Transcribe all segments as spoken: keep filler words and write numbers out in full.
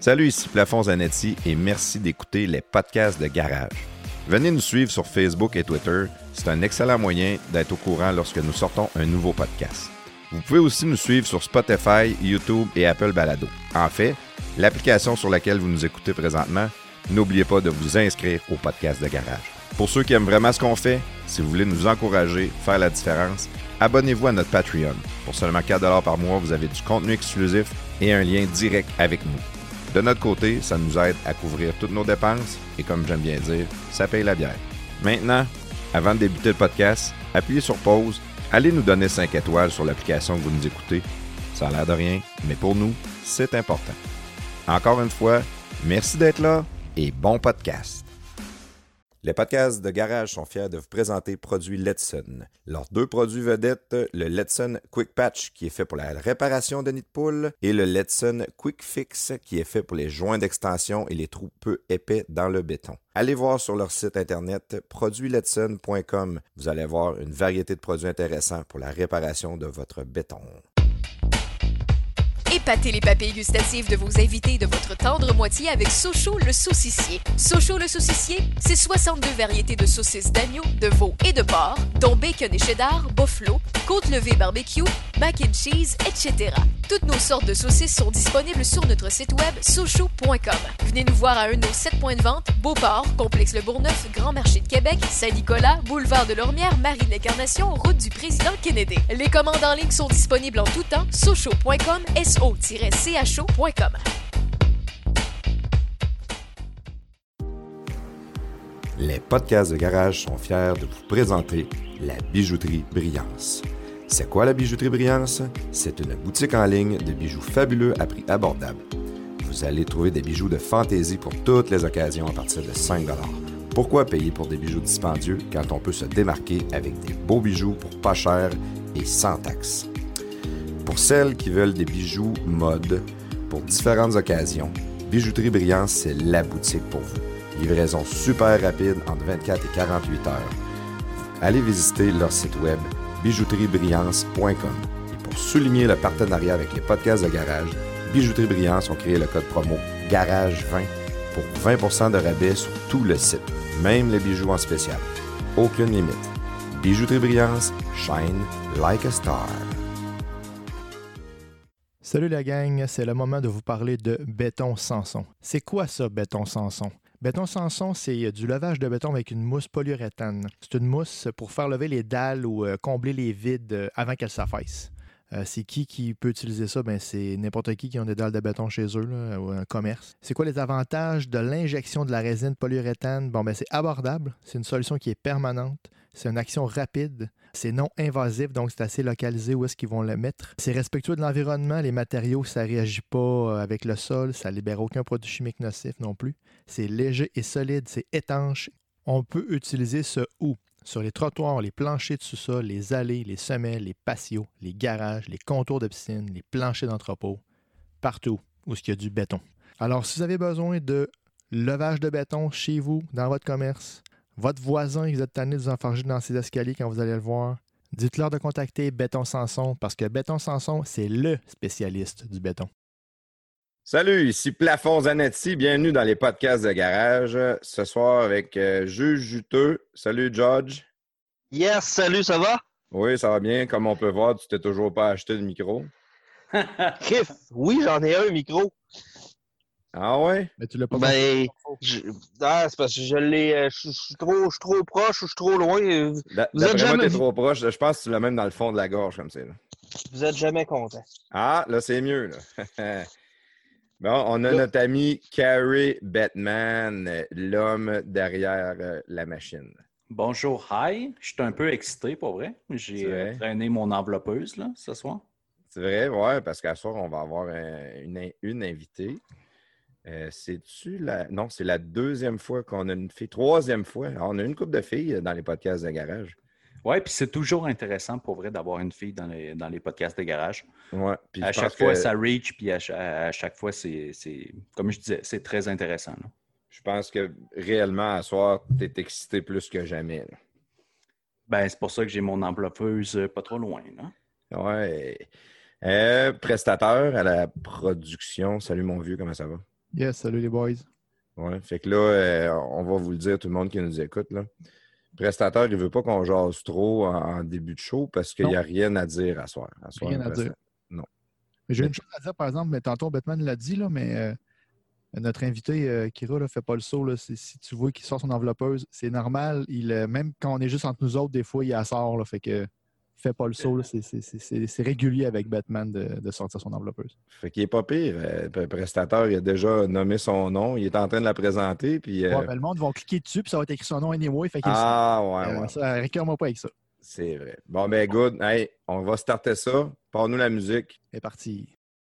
Salut, ici Plafond Zanetti et merci d'écouter les podcasts de Garage. Venez nous suivre sur Facebook et Twitter. C'est un excellent moyen d'être au courant lorsque nous sortons un nouveau podcast. Vous pouvez aussi nous suivre sur Spotify, YouTube et Apple Balado. En fait, l'application sur laquelle vous nous écoutez présentement, n'oubliez pas de vous inscrire au podcast de Garage. Pour ceux qui aiment vraiment ce qu'on fait, si vous voulez nous encourager, faire la différence, abonnez-vous à notre Patreon. Pour seulement quatre dollars par mois, vous avez du contenu exclusif et un lien direct avec nous. De notre côté, ça nous aide à couvrir toutes nos dépenses et comme j'aime bien dire, ça paye la bière. Maintenant, avant de débuter le podcast, appuyez sur pause, allez nous donner cinq étoiles sur l'application que vous nous écoutez. Ça a l'air de rien, mais pour nous, c'est important. Encore une fois, merci d'être là et bon podcast. Les podcasts de Garage sont fiers de vous présenter Produits Letson. Leurs deux produits vedettes, le Letson Quick Patch qui est fait pour la réparation de nids de poules et le Letson Quick Fix qui est fait pour les joints d'extension et les trous peu épais dans le béton. Allez voir sur leur site internet produits letson point com. Vous allez voir une variété de produits intéressants pour la réparation de votre béton. Épatez les papilles gustatives de vos invités et de votre tendre moitié avec Sochaux le saucissier. Sochaux le saucissier, c'est soixante-deux variétés de saucisses d'agneau, de veau et de porc, dont bacon et cheddar, buffalo, côte levée barbecue, mac and cheese, et cetera. Toutes nos sortes de saucisses sont disponibles sur notre site web sochaux point com. Venez nous voir à un de nos sept points de vente, Beauport, Complexe Le Bourgneuf, Grand Marché de Québec, Saint-Nicolas, Boulevard de Lormière, Marine-Incarnation, Route du Président Kennedy. Les commandes en ligne sont disponibles en tout temps, sochaux point com, S O C H O point com. Les podcasts de Garage sont fiers de vous présenter la bijouterie Brillance. C'est quoi la bijouterie Brillance? C'est une boutique en ligne de bijoux fabuleux à prix abordable. Vous allez trouver des bijoux de fantaisie pour toutes les occasions à partir de cinq dollars. Pourquoi payer pour des bijoux dispendieux quand on peut se démarquer avec des beaux bijoux pour pas cher et sans taxes? Pour celles qui veulent des bijoux mode pour différentes occasions, Bijouterie Brillance, c'est la boutique pour vous. Livraison super rapide entre vingt-quatre et quarante-huit heures. Allez visiter leur site web bijouterie brillance point com. Et pour souligner le partenariat avec les podcasts de Garage, Bijouterie Brillance ont créé le code promo Garage vingt pour vingt pour cent de rabais sur tout le site, même les bijoux en spécial. Aucune limite. Bijouterie Brillance, shine like a star. Salut la gang, c'est le moment de vous parler de béton Sanson. C'est quoi ça, béton Sanson? Béton Sanson, c'est du levage de béton avec une mousse polyuréthane. C'est une mousse pour faire lever les dalles ou euh, combler les vides euh, avant qu'elles s'affaissent. Euh, c'est qui qui peut utiliser ça? Ben, c'est n'importe qui qui a des dalles de béton chez eux, là, ou un commerce. C'est quoi les avantages de l'injection de la résine polyuréthane? Bon, ben, c'est abordable, c'est une solution qui est permanente, c'est une action rapide, c'est non invasif, donc c'est assez localisé où est-ce qu'ils vont le mettre. C'est respectueux de l'environnement, les matériaux, ça ne réagit pas avec le sol, ça ne libère aucun produit chimique nocif non plus. C'est léger et solide, c'est étanche. On peut utiliser ce où? Sur les trottoirs, les planchers de sous-sol, les allées, les semelles, les patios, les garages, les contours de piscine, les planchers d'entrepôt, partout où il y a du béton. Alors, si vous avez besoin de levage de béton chez vous, dans votre commerce, votre voisin, vous êtes tanné de vous enfarger dans ses escaliers quand vous allez le voir, dites-leur de contacter Béton Sanson parce que Béton Sanson, c'est le spécialiste du béton. Salut, ici Plafond Zanetti. Bienvenue dans les podcasts de Garage. Ce soir avec euh, Juge Juteux. Salut, George. Yes, salut, ça va? Oui, ça va bien. Comme on peut voir, tu t'es toujours pas acheté de micro. Riff, oui, j'en ai un micro. Ah ouais? Mais tu l'as pas Ben, je, ah, c'est parce que je l'ai. euh, Je je suis trop, je suis trop proche ou je suis trop loin. euh, D- Vous êtes D'après moi, jamais t'es vu- trop proche. Je pense que tu l'as même dans le fond de la gorge comme ça. Là. Vous êtes jamais content. Ah, là, c'est mieux. Là. Bon, on a Là. notre ami Carrie Batman, euh, l'homme derrière euh, la machine. Bonjour, hi. Je suis un peu excité, pour vrai. C'est J'ai vrai? euh, traîné mon enveloppeuse là, ce soir. C'est vrai, ouais, parce qu'à ce soir, on va avoir un- une, une invitée. Euh, c'est-tu la. Non, c'est la deuxième fois qu'on a une fille. Troisième fois. Alors, on a une couple de filles dans les podcasts de garage. Oui, puis c'est toujours intéressant, pour vrai, d'avoir une fille dans les, dans les podcasts de garage. Ouais, puis À je chaque pense fois, que- ça reach, puis à, cha- à chaque fois, c'est, c'est- comme je disais, c'est très intéressant. là. Je pense que réellement, à soir, tu es excité plus que jamais. Là. Ben, c'est pour ça que j'ai mon enveloppeuse euh, pas trop loin. Là. Ouais. Euh, prestataire à la production. Salut mon vieux, comment ça va? Yes, salut les boys. Ouais, fait que là, euh, on va vous le dire, tout le monde qui nous écoute, là. Le prestataire, il ne veut pas qu'on jase trop en, en début de show parce qu'il n'y a rien à dire à soir. À soir rien à dire. Non. Mais j'ai mais... une chose à dire, par exemple, mais tantôt, Batman l'a dit, là, mais euh, notre invité, euh, Kira, ne fait pas le saut. Là, si tu vois qu'il sort son enveloppeuse, c'est normal. Il, euh, même quand on est juste entre nous autres, des fois, il la sort. Là, fait que fait pas le saut. C'est régulier avec Batman de, de sortir son enveloppeuse. Fait qu'il est pas pire. Euh, le prestataire, il a déjà nommé son nom. Il est en train de la présenter. Puis, euh... ouais, ben, le monde va cliquer dessus, puis ça va être écrit son nom anyway. Fait ah, ouais, euh, ouais. Ça, récure-moi pas avec ça. C'est vrai. Bon, ben, good. Hey, on va starter ça. Parle-nous la musique. C'est parti.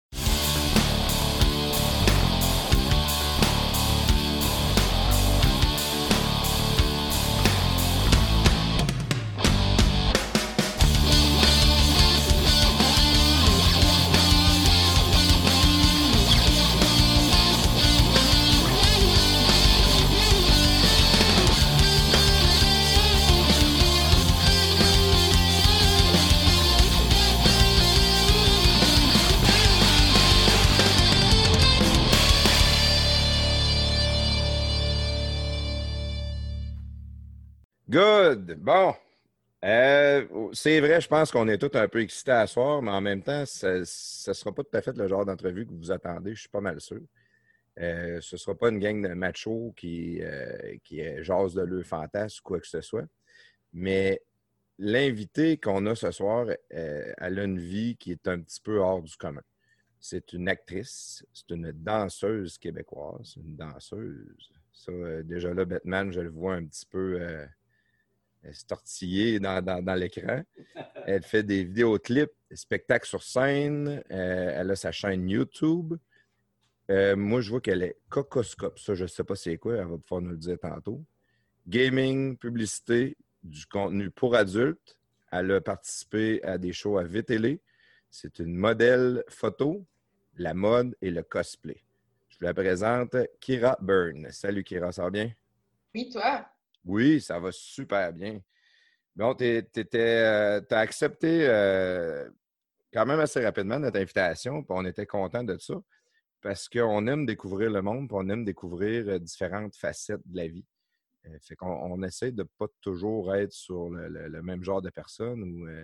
Good! Bon. Euh, c'est vrai, je pense qu'on est tous un peu excités à soir, mais en même temps, ça ne sera pas tout à fait le genre d'entrevue que vous attendez, je suis pas mal sûr. Euh, ce ne sera pas une gang de machos qui, euh, qui jase de leur fantasme ou quoi que ce soit. Mais l'invité qu'on a ce soir, euh, elle a une vie qui est un petit peu hors du commun. C'est une actrice, c'est une danseuse québécoise, une danseuse. Ça, euh, déjà là, Batman, je le vois un petit peu... Euh, tortillée dans, dans, dans l'écran. Elle fait des vidéoclips, des spectacles sur scène. Euh, elle a sa chaîne YouTube. Euh, moi, je vois qu'elle est cocoscope. Ça, je ne sais pas c'est quoi. Elle va pouvoir nous le dire tantôt. Gaming, publicité, du contenu pour adultes. Elle a participé à des shows à V T L. C'est une modèle photo, la mode et le cosplay. Je vous la présente, Kira Byrne. Salut Kira, ça va bien? Oui, toi? Oui, ça va super bien. Bon, tu euh, as accepté euh, quand même assez rapidement notre invitation, puis on était content de ça, parce qu'on aime découvrir le monde, puis on aime découvrir euh, différentes facettes de la vie. Euh, fait qu'on on essaie de ne pas toujours être sur le, le, le même genre de personne ou euh,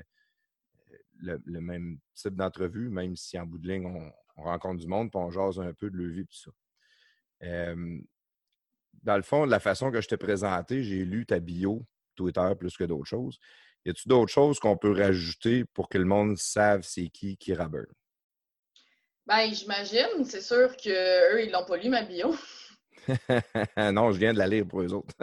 le, le même type d'entrevue, même si en bout de ligne, on, on rencontre du monde, puis on jase un peu de leur vie, puis tout ça. Euh, Dans le fond, de la façon que je t'ai présenté, j'ai lu ta bio Twitter plus que d'autres choses. Y a-t-il d'autres choses qu'on peut rajouter pour que le monde sache c'est qui Kira Byrne? Ben, j'imagine. C'est sûr qu'eux, ils l'ont pas lu, ma bio. Non, je viens de la lire pour eux autres.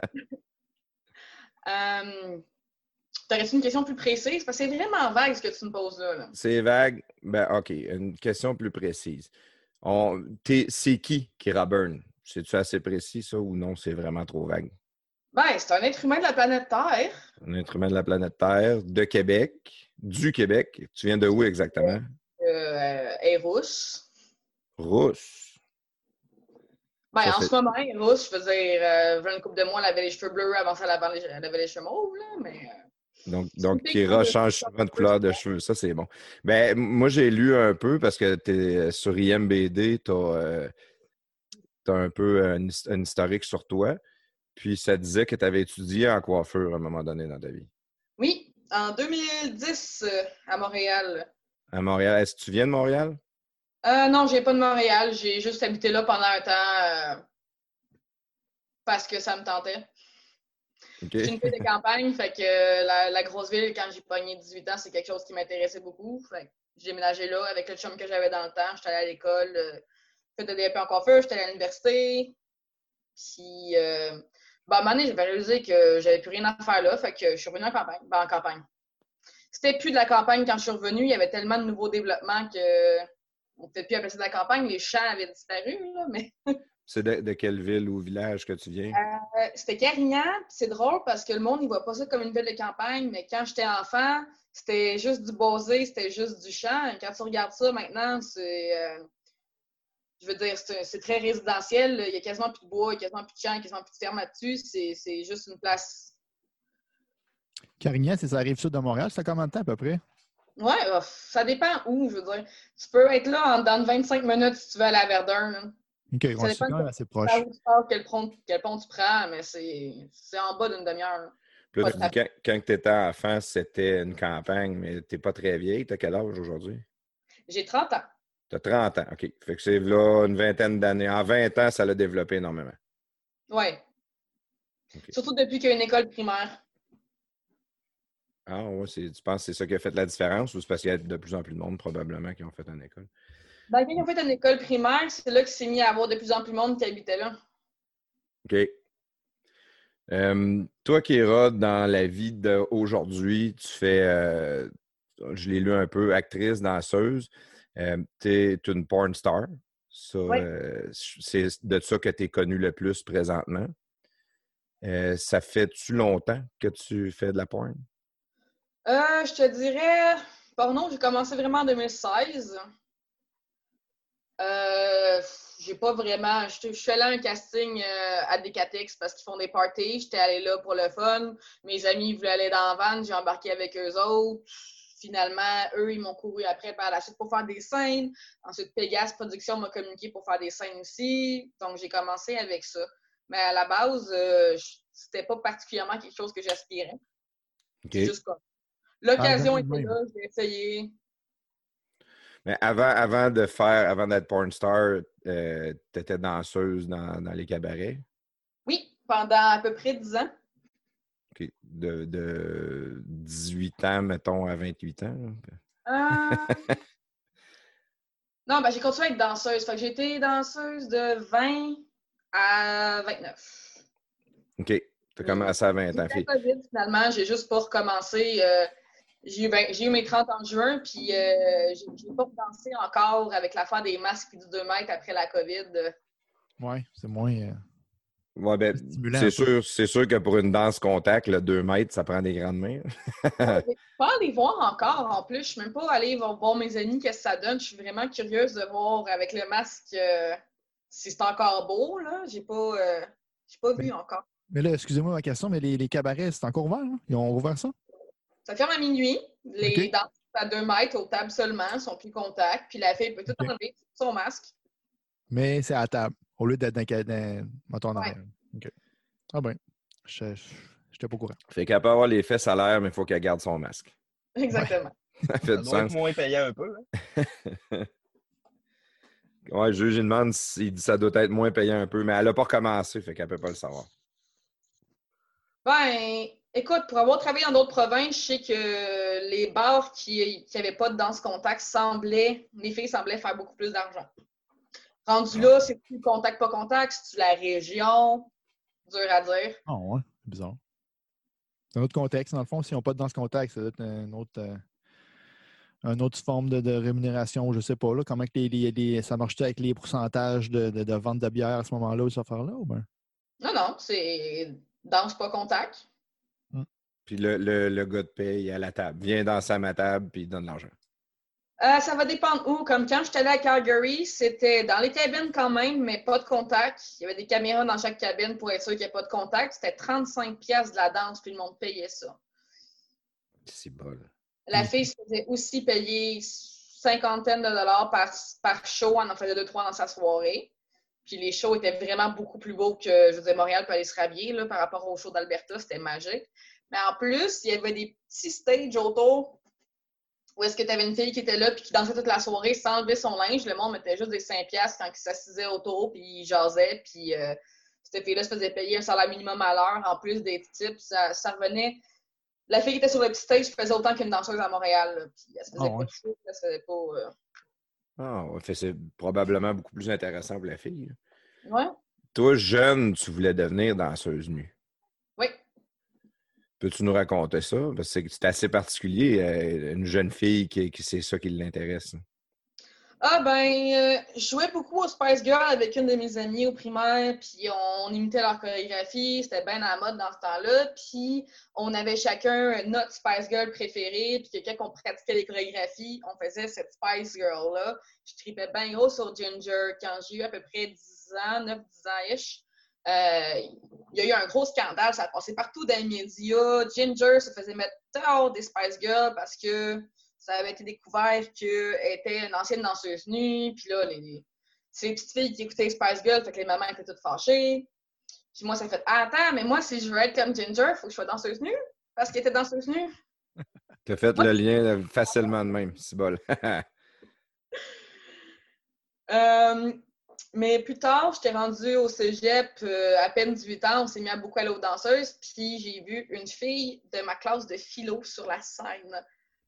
euh, T'aurais-tu une question plus précise? Parce que c'est vraiment vague ce que tu me poses là. là. C'est vague. Ben, OK. Une question plus précise. On... C'est qui Kira Byrne? C'est-tu assez précis, ça, ou non? C'est vraiment trop vague? Ben, c'est un être humain de la planète Terre. Un être humain de la planète Terre, de Québec, du Québec. Tu viens de où exactement? Euh, elle est rousse. Rousse? Ben, ça, en ce moment, elle est rousse. Je veux dire, euh, une couple de mois, elle avait les cheveux bleus. Avant ça, elle avait les, elle avait les cheveux mauves, là, mais... Euh, donc, donc Kira change souvent de couleur de cheveux. Ça, c'est bon. Ben, moi, j'ai lu un peu parce que t'es sur I M B D, tu as... Euh, tu as un peu un, un historique sur toi. Puis ça disait que tu avais étudié en coiffure à un moment donné dans ta vie. Oui, en deux mille dix euh, à Montréal. À Montréal. Est-ce que tu viens de Montréal? Euh, non, je viens pas de Montréal. J'ai juste habité là pendant un temps euh, parce que ça me tentait. Okay. Je suis une fille de campagne, fait que euh, la, la grosse ville, quand j'ai pogné dix-huit ans, c'est quelque chose qui m'intéressait beaucoup. Fait que j'ai déménagé là avec le chum que j'avais dans le temps. J'étais allée à l'école. Euh, J'ai fait de D E P en coiffure, j'étais à l'université. Puis, euh, ben, à un moment donné, j'avais réalisé que j'avais plus rien à faire là, fait que je suis revenue en campagne. Ben, en campagne. C'était plus de la campagne quand je suis revenue. Il y avait tellement de nouveaux développements que on ne peut plus appeler ça de la campagne. Les champs avaient disparu, là, mais... C'est de, de quelle ville ou village que tu viens? Euh, c'était Carignan. C'est drôle parce que le monde, il voit pas ça comme une ville de campagne, mais quand j'étais enfant, c'était juste du boisé, c'était juste du champ. Quand tu regardes ça maintenant, c'est... Euh, Je veux dire, c'est très résidentiel. Il y a quasiment plus de bois, il y a quasiment plus de champs, il y a quasiment plus de ferme là-dessus. C'est juste une place. Carignan, c'est ça arrive sud de Montréal. Ça fait combien de temps à peu près? Oui, ça dépend où, je veux dire. Tu peux être là en, dans vingt-cinq minutes si tu veux aller à Verdun. Là. OK, Ça on est dépend quand même de assez proche. où tu pars, quel pont, quel pont tu prends, mais c'est c'est en bas d'une demi-heure. Puis là, Pas tu de dis, trafic. quand, quand tu étais enfant, c'était une campagne, mais t'es pas très vieille. T'as quel âge aujourd'hui? J'ai trente ans. T'as trente ans, OK. Fait que c'est là une vingtaine d'années. En vingt ans, ça l'a développé énormément. Oui. OK. Surtout depuis qu'il y a une école primaire. Ah ouais, c'est, tu penses que c'est ça qui a fait la différence ou c'est parce qu'il y a de plus en plus de monde probablement qui ont fait une école? Ben, quand ils ont fait une école primaire, c'est là qu'il s'est mis à avoir de plus en plus de monde qui habitait là. OK. Euh, toi, Kéra, dans la vie d'aujourd'hui, tu fais, euh, je l'ai lu un peu, actrice, danseuse. Euh, tu es une porn star. Ça, Oui. euh, c'est de ça que tu es connu le plus présentement. Euh, ça fait-tu longtemps que tu fais de la porn? Euh, je te dirais, porno, j'ai commencé vraiment en deux mille seize. Euh, j'ai pas vraiment. Je, je suis allée à un casting euh, à Decathlon parce qu'ils font des parties. J'étais allée là pour le fun. Mes amis voulaient aller dans la van. J'ai embarqué avec eux autres. Finalement, eux, ils m'ont couru après par la suite pour faire des scènes. Ensuite, Pegas Productions m'a communiqué pour faire des scènes aussi. Donc, j'ai commencé avec ça. Mais à la base, euh, c'était pas particulièrement quelque chose que j'aspirais. Okay. C'est juste comme. L'occasion Ah, était là, j'ai essayé. Mais avant, avant de faire, avant d'être porn star, euh, tu étais danseuse dans, dans les cabarets? Oui, pendant à peu près dix ans. OK. De, de dix-huit ans, mettons, à vingt-huit ans? Euh... non, ben j'ai continué à être danseuse. Fait que j'ai été danseuse de vingt à vingt-neuf. OK. Tu as commencé à vingt ans. J'ai eu la COVID, finalement. J'ai juste pas recommencé. Euh, j'ai, eu vingt, j'ai eu mes trente en juin, puis euh, j'ai, j'ai pas dansé encore avec l'affaire des masques et du deux mètres après la COVID. Oui, c'est moins... Euh... Ouais, ben, c'est sûr, c'est sûr que pour une danse contact, le deux mètres, ça prend des grandes mains. Je vais pas aller voir encore, en plus. Je suis même pas allée voir mes amis qu'est-ce que ça donne. Je suis vraiment curieuse de voir avec le masque euh, si c'est encore beau, là. J'ai pas, euh, j'ai pas mais, vu encore. Mais là, excusez-moi ma question, mais les, les cabarets, c'est encore ouvert? Hein? Ils ont rouvert ça? Ça ferme à minuit. Les okay. danses à deux mètres aux tables seulement sont plus contact. Puis la fille peut tout okay. enlever son masque. Mais c'est à table, au lieu d'être dans, dans, dans en arrière. Ouais. OK. Ah ben, je n'étais pas au courant. Fait qu'elle peut avoir les fesses à l'air, mais il faut qu'elle garde son masque. Exactement. Ouais. Ça fait ça du doit sens. être moins payant un peu. Hein? Ouais, le juge, il demande s'il dit que ça doit être moins payant un peu, mais elle n'a pas recommencé, fait qu'elle ne peut pas le savoir. Ben, écoute, pour avoir travaillé dans d'autres provinces, je sais que les bars qui n'avaient pas de danse contact semblaient, les filles semblaient faire beaucoup plus d'argent. Rendu là, c'est plus contact, pas contact, c'est-tu la région? Dur à dire. Ah ouais, c'est bizarre. C'est un autre contexte, dans le fond. S'ils n'ont pas de danse contact, ça doit être un autre, euh, une autre forme de, de rémunération, je ne sais pas. Là, comment que les, les, les, ça marche-tu avec les pourcentages de, de, de vente de bière à ce moment-là ou cette affaire-là? Ou ben? Non, non, c'est danse, pas contact. Hum. Puis le, le, le gars de paye à la table. Viens danser à ma table, puis il donne l'argent. Euh, ça va dépendre où. Comme quand j'étais allée à Calgary, c'était dans les cabines quand même, mais pas de contact. Il y avait des caméras dans chaque cabine pour être sûr qu'il n'y ait pas de contact. C'était trente-cinq piastres de la danse, puis le monde payait ça. C'est bol. La fille se faisait aussi payer cinquantaine de dollars par, par show. On en faisait deux, trois dans sa soirée. Puis les shows étaient vraiment beaucoup plus beaux que, je veux dire, Montréal peut aller se rhabiller là, par rapport aux shows d'Alberta. C'était magique. Mais en plus, il y avait des petits stages autour où est-ce que tu avais une fille qui était là puis qui dansait toute la soirée sans enlever son linge. Le monde mettait juste des cinq piastres quand ils s'assisaient autour puis ils jasaient. Puis euh, cette fille-là se faisait payer un salaire minimum à l'heure en plus des tips. Ça, ça revenait... La fille qui était sur le petit stage faisait autant qu'une danseuse à Montréal. Là, puis elle se faisait oh, pas ouais. de show, elle se faisait pas... Euh... Ah, ouais, fait, c'est probablement beaucoup plus intéressant pour la fille. Ouais. Toi, jeune, tu voulais devenir danseuse nue. Oui. Peux-tu nous raconter ça? Parce que c'est assez particulier, une jeune fille qui, qui c'est ça qui l'intéresse. Ah ben, euh, je jouais beaucoup au Spice Girl avec une de mes amies au primaire, puis on imitait leur chorégraphie, c'était bien à la mode dans ce temps-là, puis on avait chacun notre Spice Girl préférée, puis que quand on pratiquait les chorégraphies, on faisait cette Spice Girl-là. Je tripais bien gros sur Ginger quand j'ai eu à peu près dix ans, neuf dix ans-ish. Euh, il y a eu un gros scandale, ça a passé partout dans les médias. Ginger se faisait mettre hors des Spice Girls parce que ça avait été découvert qu'elle était une ancienne danseuse nue. Puis là, les, c'est les petites filles qui écoutaient Spice Girls, fait que les mamans étaient toutes fâchées. Puis moi, ça fait ah, attends, mais moi, si je veux être comme Ginger, il faut que je sois danseuse nue. Parce qu'elle était danseuse nue. Tu as fait ouais. le lien facilement de même, c'est bol. euh, mais plus tard, j'étais rendue au cégep euh, à peine dix-huit ans. On s'est mis à beaucoup aller aux danseuses. Puis j'ai vu une fille de ma classe de philo sur la scène.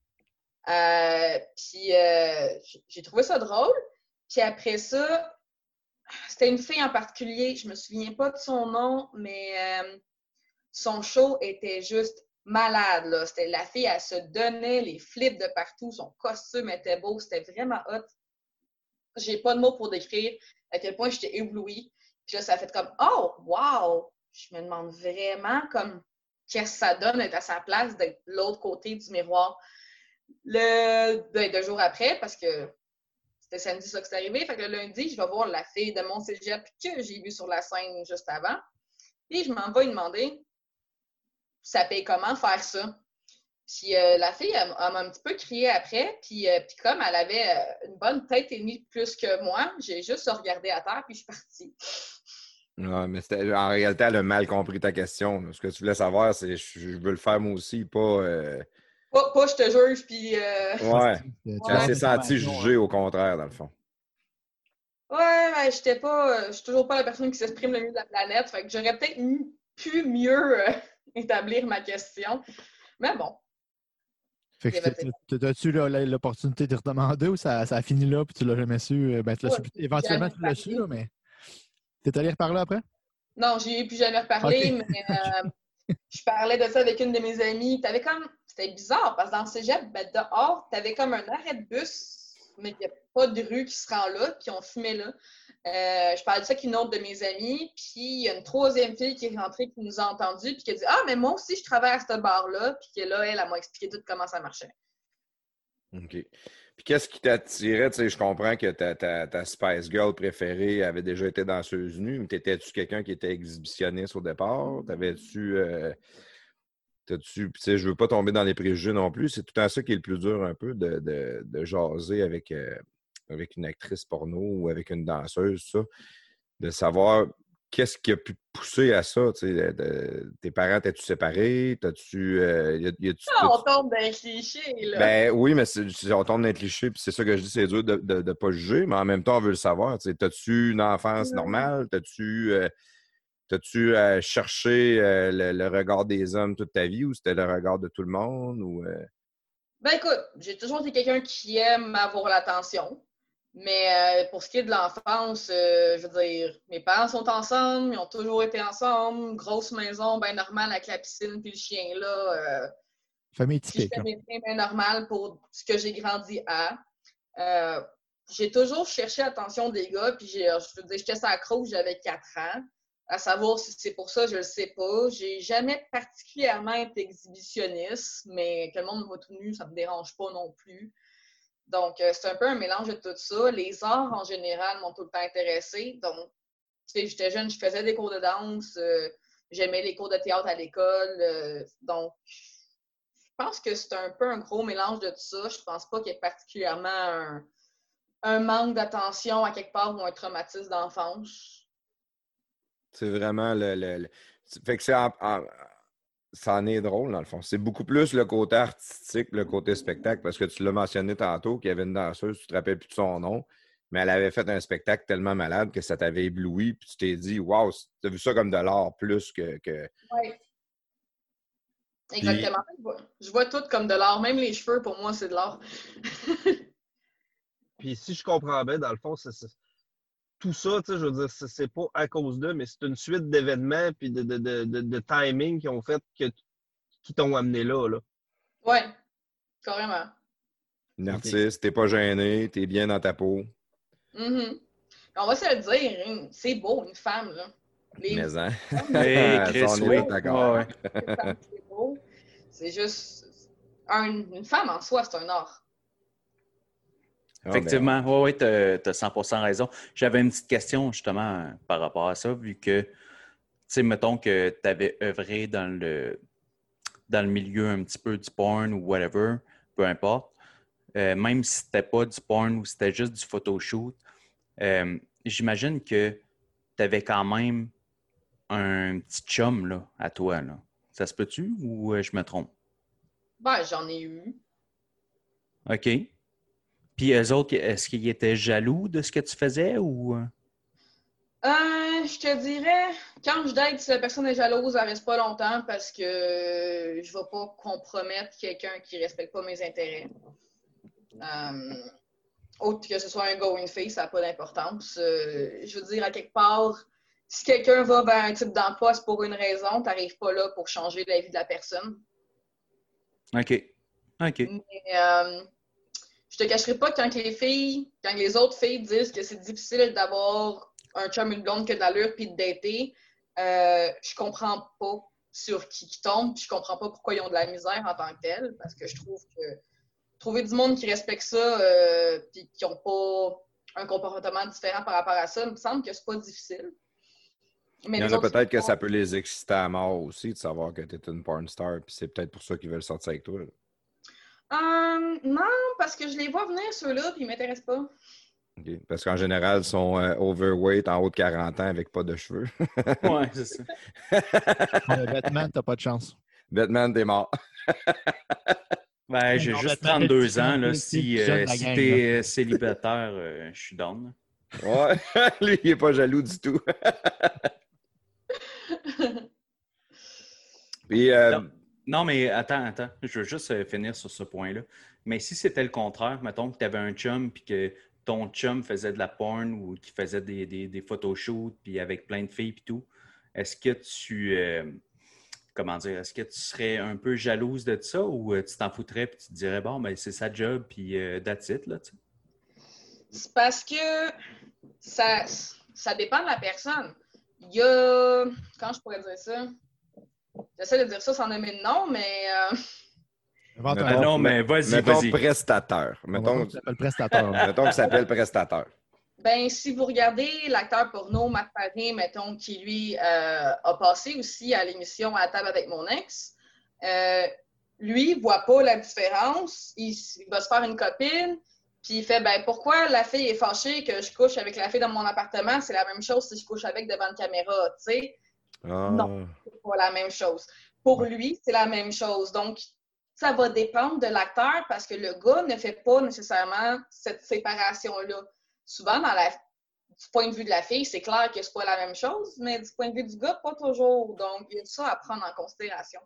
Euh, puis euh, j'ai trouvé ça drôle. Puis après ça, c'était une fille en particulier, je me souviens pas de son nom, mais euh, son show était juste malade, là. C'était la fille, elle se donnait les flips de partout, son costume était beau, c'était vraiment hot. J'ai pas de mots pour décrire à quel point j'étais éblouie. Puis là, ça a fait comme « Oh, wow! » Je me demande vraiment comme qu'est-ce que ça donne d'être à sa place, d'être de l'autre côté du miroir. Le, ben, deux jours après, parce que c'était samedi ça que c'est arrivé. Fait que le lundi, je vais voir la fille de mon cégep que j'ai vue sur la scène juste avant. Puis je m'en vais lui demander ça paye comment faire ça. Puis euh, la fille, elle, elle m'a un petit peu crié après. Puis, euh, puis comme elle avait euh, une bonne tête et demie plus que moi, j'ai juste regardé à terre puis je suis partie. Non, mais c'était, en réalité, elle a mal compris ta question. Ce que tu voulais savoir, c'est je, je veux le faire moi aussi, pas... Euh... Pas, pas je te juge, puis... Euh... Ouais. Elle s'est sentie jugée, au contraire, dans le fond. Ouais, mais j'étais pas... Je suis toujours pas la personne qui s'exprime le mieux de la planète, fait que j'aurais peut-être pu mieux euh, établir ma question. Mais bon. Fait que t'as-tu l'opportunité de redemander ou ça, ça a fini là, puis tu l'as jamais su? Ben, tu l'as ouais, su éventuellement, tu l'as su, là, mais... T'es allé reparler après? Non, j'y ai plus jamais reparlé, okay. mais euh, je parlais de ça avec une de mes amies. T'avais comme... C'était bizarre, parce que dans le cégep, ben, dehors, t'avais comme un arrêt de bus, mais il n'y a pas de rue qui se rend là, puis on fumait là. Euh, je parlais de ça avec une autre de mes amies, puis il y a une troisième fille qui est rentrée, qui nous a entendus, puis qui a dit « Ah, mais moi aussi, je travaille à ce bar-là », puis que là, elle, elle m'a expliqué tout comment ça marchait. OK. Puis qu'est-ce qui t'attirait? Tu sais, je comprends que ta, ta, ta Spice Girl préférée avait déjà été danseuse nue, mais t'étais-tu quelqu'un qui était exhibitionniste au départ? T'avais-tu... Euh, t'as-tu... Tu sais, je veux pas tomber dans les préjugés non plus. C'est tout à ça qui est le plus dur un peu, de, de, de jaser avec, euh, avec une actrice porno ou avec une danseuse, ça. De savoir... Qu'est-ce qui a pu te pousser à ça? Tu sais, de, de, tes parents, t'es-tu séparés? T'as-tu... Euh, y a, y a-tu, non, on tombe d'un cliché, là. Ben oui, mais c'est, on tombe d'un cliché, puis c'est ça que je dis, c'est dur de ne pas juger, mais en même temps, on veut le savoir. Tu sais, t'as-tu une enfance normale? T'as-tu, euh, t'as-tu euh, cherché euh, le, le regard des hommes toute ta vie ou c'était le regard de tout le monde? Ou, euh... Ben écoute, j'ai toujours été quelqu'un qui aime avoir l'attention. Mais euh, pour ce qui est de l'enfance, euh, je veux dire, mes parents sont ensemble, ils ont toujours été ensemble, grosse maison, bien normale avec la piscine puis le chien là. Euh, Famille typique. Je fais bien, bien normal pour ce que j'ai grandi à. Euh, j'ai toujours cherché l'attention des gars, puis j'ai, je veux dire, j'étais sur la croche, j'avais quatre ans. À savoir si c'est pour ça, je le sais pas. J'ai jamais particulièrement été exhibitionniste, mais que le monde me voit tout nu, ça me dérange pas non plus. Donc, euh, c'est un peu un mélange de tout ça. Les arts, en général, m'ont tout le temps intéressée. Donc, tu sais, j'étais jeune, je faisais des cours de danse. Euh, j'aimais les cours de théâtre à l'école. Euh, donc, je pense que c'est un peu un gros mélange de tout ça. Je pense pas qu'il y ait particulièrement un, un manque d'attention à quelque part ou un traumatisme d'enfance. C'est vraiment le... le, le... Fait que c'est... En, en... Ça en est drôle, dans le fond. C'est beaucoup plus le côté artistique, le côté spectacle, parce que tu l'as mentionné tantôt, qu'il y avait une danseuse, tu ne te rappelles plus de son nom, mais elle avait fait un spectacle tellement malade que ça t'avait ébloui, puis tu t'es dit, waouh, tu as vu ça comme de l'art plus que... que... Oui. Exactement. Puis... Je, vois, je vois tout comme de l'art. Même les cheveux, pour moi, c'est de l'art. Puis si je comprends bien, dans le fond, c'est... c'est... tout ça, tu sais, je veux dire, c'est, c'est pas à cause d'eux, mais c'est une suite d'événements puis de, de, de, de, de timing qui ont fait que, qui t'ont amené là, là. Oui, carrément. Une artiste, t'es pas gêné, t'es bien dans ta peau. Mm-hmm. On va se le dire, hein, c'est beau, une femme, là. Les... Mais hein? Hey, Chris, oui. D'accord. Ouais. C'est beau. C'est juste... Un, une femme en soi, c'est un art. Effectivement, oui, oui, tu as cent pour cent raison. J'avais une petite question justement par rapport à ça, vu que, tu sais, mettons que tu avais œuvré dans le, dans le milieu un petit peu du porn ou whatever, peu importe, euh, même si c'était pas du porn ou c'était juste du photoshoot, euh, j'imagine que tu avais quand même un petit chum là, à toi. Là. Ça se peut-tu ou euh, je me trompe? Ben, j'en ai eu. OK. Puis eux autres, est-ce qu'ils étaient jaloux de ce que tu faisais ou... Euh, je te dirais, quand je date, si la personne est jalouse, elle reste pas longtemps parce que je vais pas compromettre quelqu'un qui respecte pas mes intérêts. Euh, autre que ce soit un going face, ça n'a pas d'importance. Euh, je veux dire, à quelque part, si quelqu'un va vers un type d'emploi, c'est pour une raison, tu n'arrives pas là pour changer la vie de la personne. OK. OK. Mais euh, je te cacherai pas que quand les filles, quand les autres filles disent que c'est difficile d'avoir un chum, une blonde que de l'allure puis de dater, euh, je comprends pas sur qui qui tombe, puis je comprends pas pourquoi ils ont de la misère en tant que tel, parce que je trouve que trouver du monde qui respecte ça euh, puis qui n'ont pas un comportement différent par rapport à ça, il me semble que c'est pas difficile. Mais il y en a peut-être que ça peut les exciter à mort aussi de savoir que tu es une porn star, puis c'est peut-être pour ça qu'ils veulent sortir avec toi. Um, non, parce que je les vois venir ceux-là, puis ils m'intéressent pas. Okay. Parce qu'en général, ils sont euh, overweight, en haut de quarante ans, avec pas de cheveux. Ouais, c'est ça. Ouais, Batman, t'as pas de chance. Batman, t'es mort. Ben, j'ai non, juste Batman, trente-deux ans. Là, c'est si euh, si tu es célibataire, euh, je suis down. Ouais, lui, il n'est pas jaloux du tout. Puis, euh... non, non, mais attends, attends. Je veux juste euh, finir sur ce point-là. Mais si c'était le contraire, mettons que tu avais un chum puis que ton chum faisait de la porn ou qu'il faisait des, des, des photoshoots puis avec plein de filles et tout, est-ce que tu... Euh, comment dire, est-ce que tu serais un peu jalouse de ça ou euh, tu t'en foutrais et tu te dirais, bon, ben c'est sa job puis euh, that's it, là, tu sais? C'est parce que ça, ça dépend de la personne. Il y a... Quand je pourrais dire ça? J'essaie de dire ça sans nommer de nom, mais... Euh... Mettons, non, mais vas-y, mettons vas-y. prestateur. Mettons que ça s'appelle prestateur. Mettons que ça s'appelle prestateur. Ben, si vous regardez l'acteur porno Marc Paré, mettons, qui lui euh, a passé aussi à l'émission À table avec mon ex, euh, lui, il voit pas la différence. Il, il va se faire une copine, puis il fait, ben, pourquoi la fille est fâchée que je couche avec la fille dans mon appartement? C'est la même chose si je couche avec devant une caméra, tu sais? Ah. Non, c'est pas la même chose. Pour lui, c'est la même chose. Donc, ça va dépendre de l'acteur parce que le gars ne fait pas nécessairement cette séparation-là. Souvent, dans la, du point de vue de la fille, c'est clair que c'est pas la même chose, mais du point de vue du gars, pas toujours. Donc, il y a ça à prendre en considération.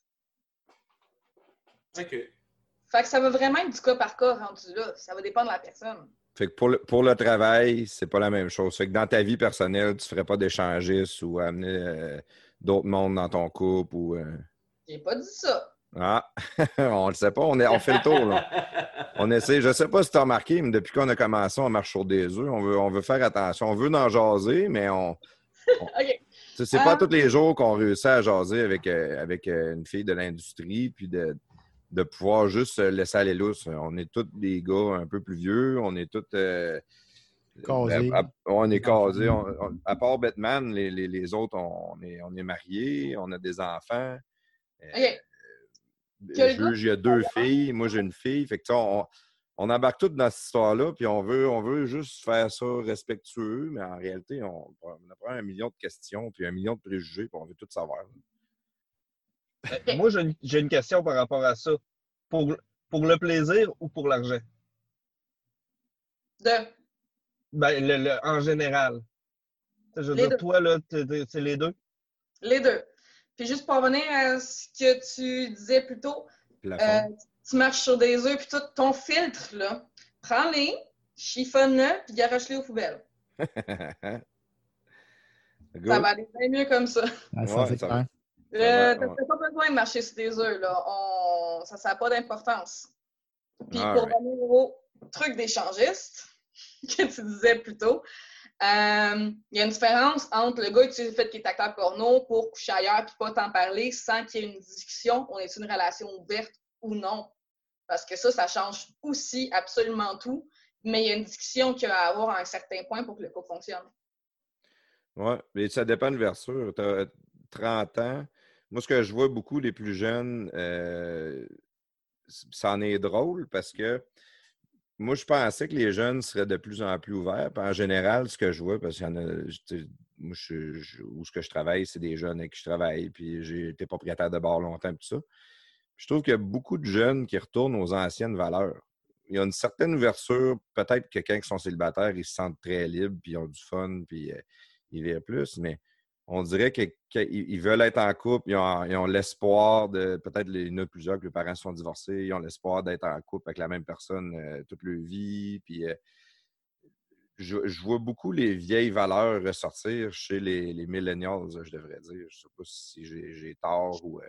OK. Fait que ça va vraiment être du cas par cas rendu là. Ça va dépendre de la personne. Fait que pour le, pour le travail, c'est pas la même chose. Fait que dans ta vie personnelle, tu ferais pas d'échangistes ou amener euh, d'autres mondes dans ton couple ou... Euh... J'ai pas dit ça. Ah, on le sait pas, on, est, on fait le tour, là. On essaie, je sais pas si tu as remarqué, mais depuis qu'on a commencé, on marche sur des œufs. On veut, on veut faire attention. On veut en jaser, mais on... on... OK. C'est pas um... tous les jours qu'on réussit à jaser avec, euh, avec euh, une fille de l'industrie, puis de, de pouvoir juste laisser aller lousse. On est tous des gars un peu plus vieux, on est tous... Euh, casés. À, à, on est casés. On, on, à part Batman, les, les, les autres, on, on, est, on est mariés, on a des enfants. OK. Euh, Le juge, il y a deux filles, moi j'ai une fille. Fait que on, on embarque tous dans cette histoire-là, puis on veut, on veut juste faire ça respectueux, mais en réalité, on, on a un million de questions, puis un million de préjugés, puis on veut tout savoir. Ben, moi, j'ai une, j'ai une question par rapport à ça. Pour, pour le plaisir ou pour l'argent? De? Ben, le, le, en général. Je veux les dire, deux. toi, là, c'est les deux? Les deux. Puis juste pour revenir à ce que tu disais plus tôt, euh, tu marches sur des œufs, puis tout ton filtre, là, prends-les, chiffonne-le, puis garoche-les aux poubelles. Ça va aller bien mieux comme ça. Ah, ça, ouais, c'est clair. Euh, tu n'as pas besoin de marcher sur des œufs, là. On... Ça n'a pas d'importance. Puis All pour right. revenir au truc d'échangiste que tu disais plus tôt, Euh, il y a une différence entre le gars qui utilise le fait qu'il est acteur porno pour coucher ailleurs et pas t'en parler sans qu'il y ait une discussion, on est une relation ouverte ou non. Parce que ça, ça change aussi absolument tout, mais il y a une discussion qu'il y a à avoir à un certain point pour que le couple fonctionne. Oui, mais ça dépend de l'ouverture. Tu as trente ans. Moi, ce que je vois beaucoup des plus jeunes, euh, ça en est drôle parce que moi, je pensais que les jeunes seraient de plus en plus ouverts. Puis en général, ce que je vois, parce qu'il y en a, moi, je, je, où ce que je travaille, c'est des jeunes avec qui je travaille, puis j'ai été propriétaire de bar longtemps, tout ça. Puis je trouve qu'il y a beaucoup de jeunes qui retournent aux anciennes valeurs. Il y a une certaine ouverture. Peut-être que quand ils sont célibataires, ils se sentent très libres, puis ils ont du fun, puis euh, ils vivent plus, mais on dirait qu'ils veulent être en couple, ils ont, ils ont l'espoir de, peut-être il y en a plusieurs que les parents sont divorcés, ils ont l'espoir d'être en couple avec la même personne euh, toute leur vie. Puis euh, je, je vois beaucoup les vieilles valeurs ressortir chez les, les millennials, je devrais dire. Je ne sais pas si j'ai, j'ai tort ou... Euh...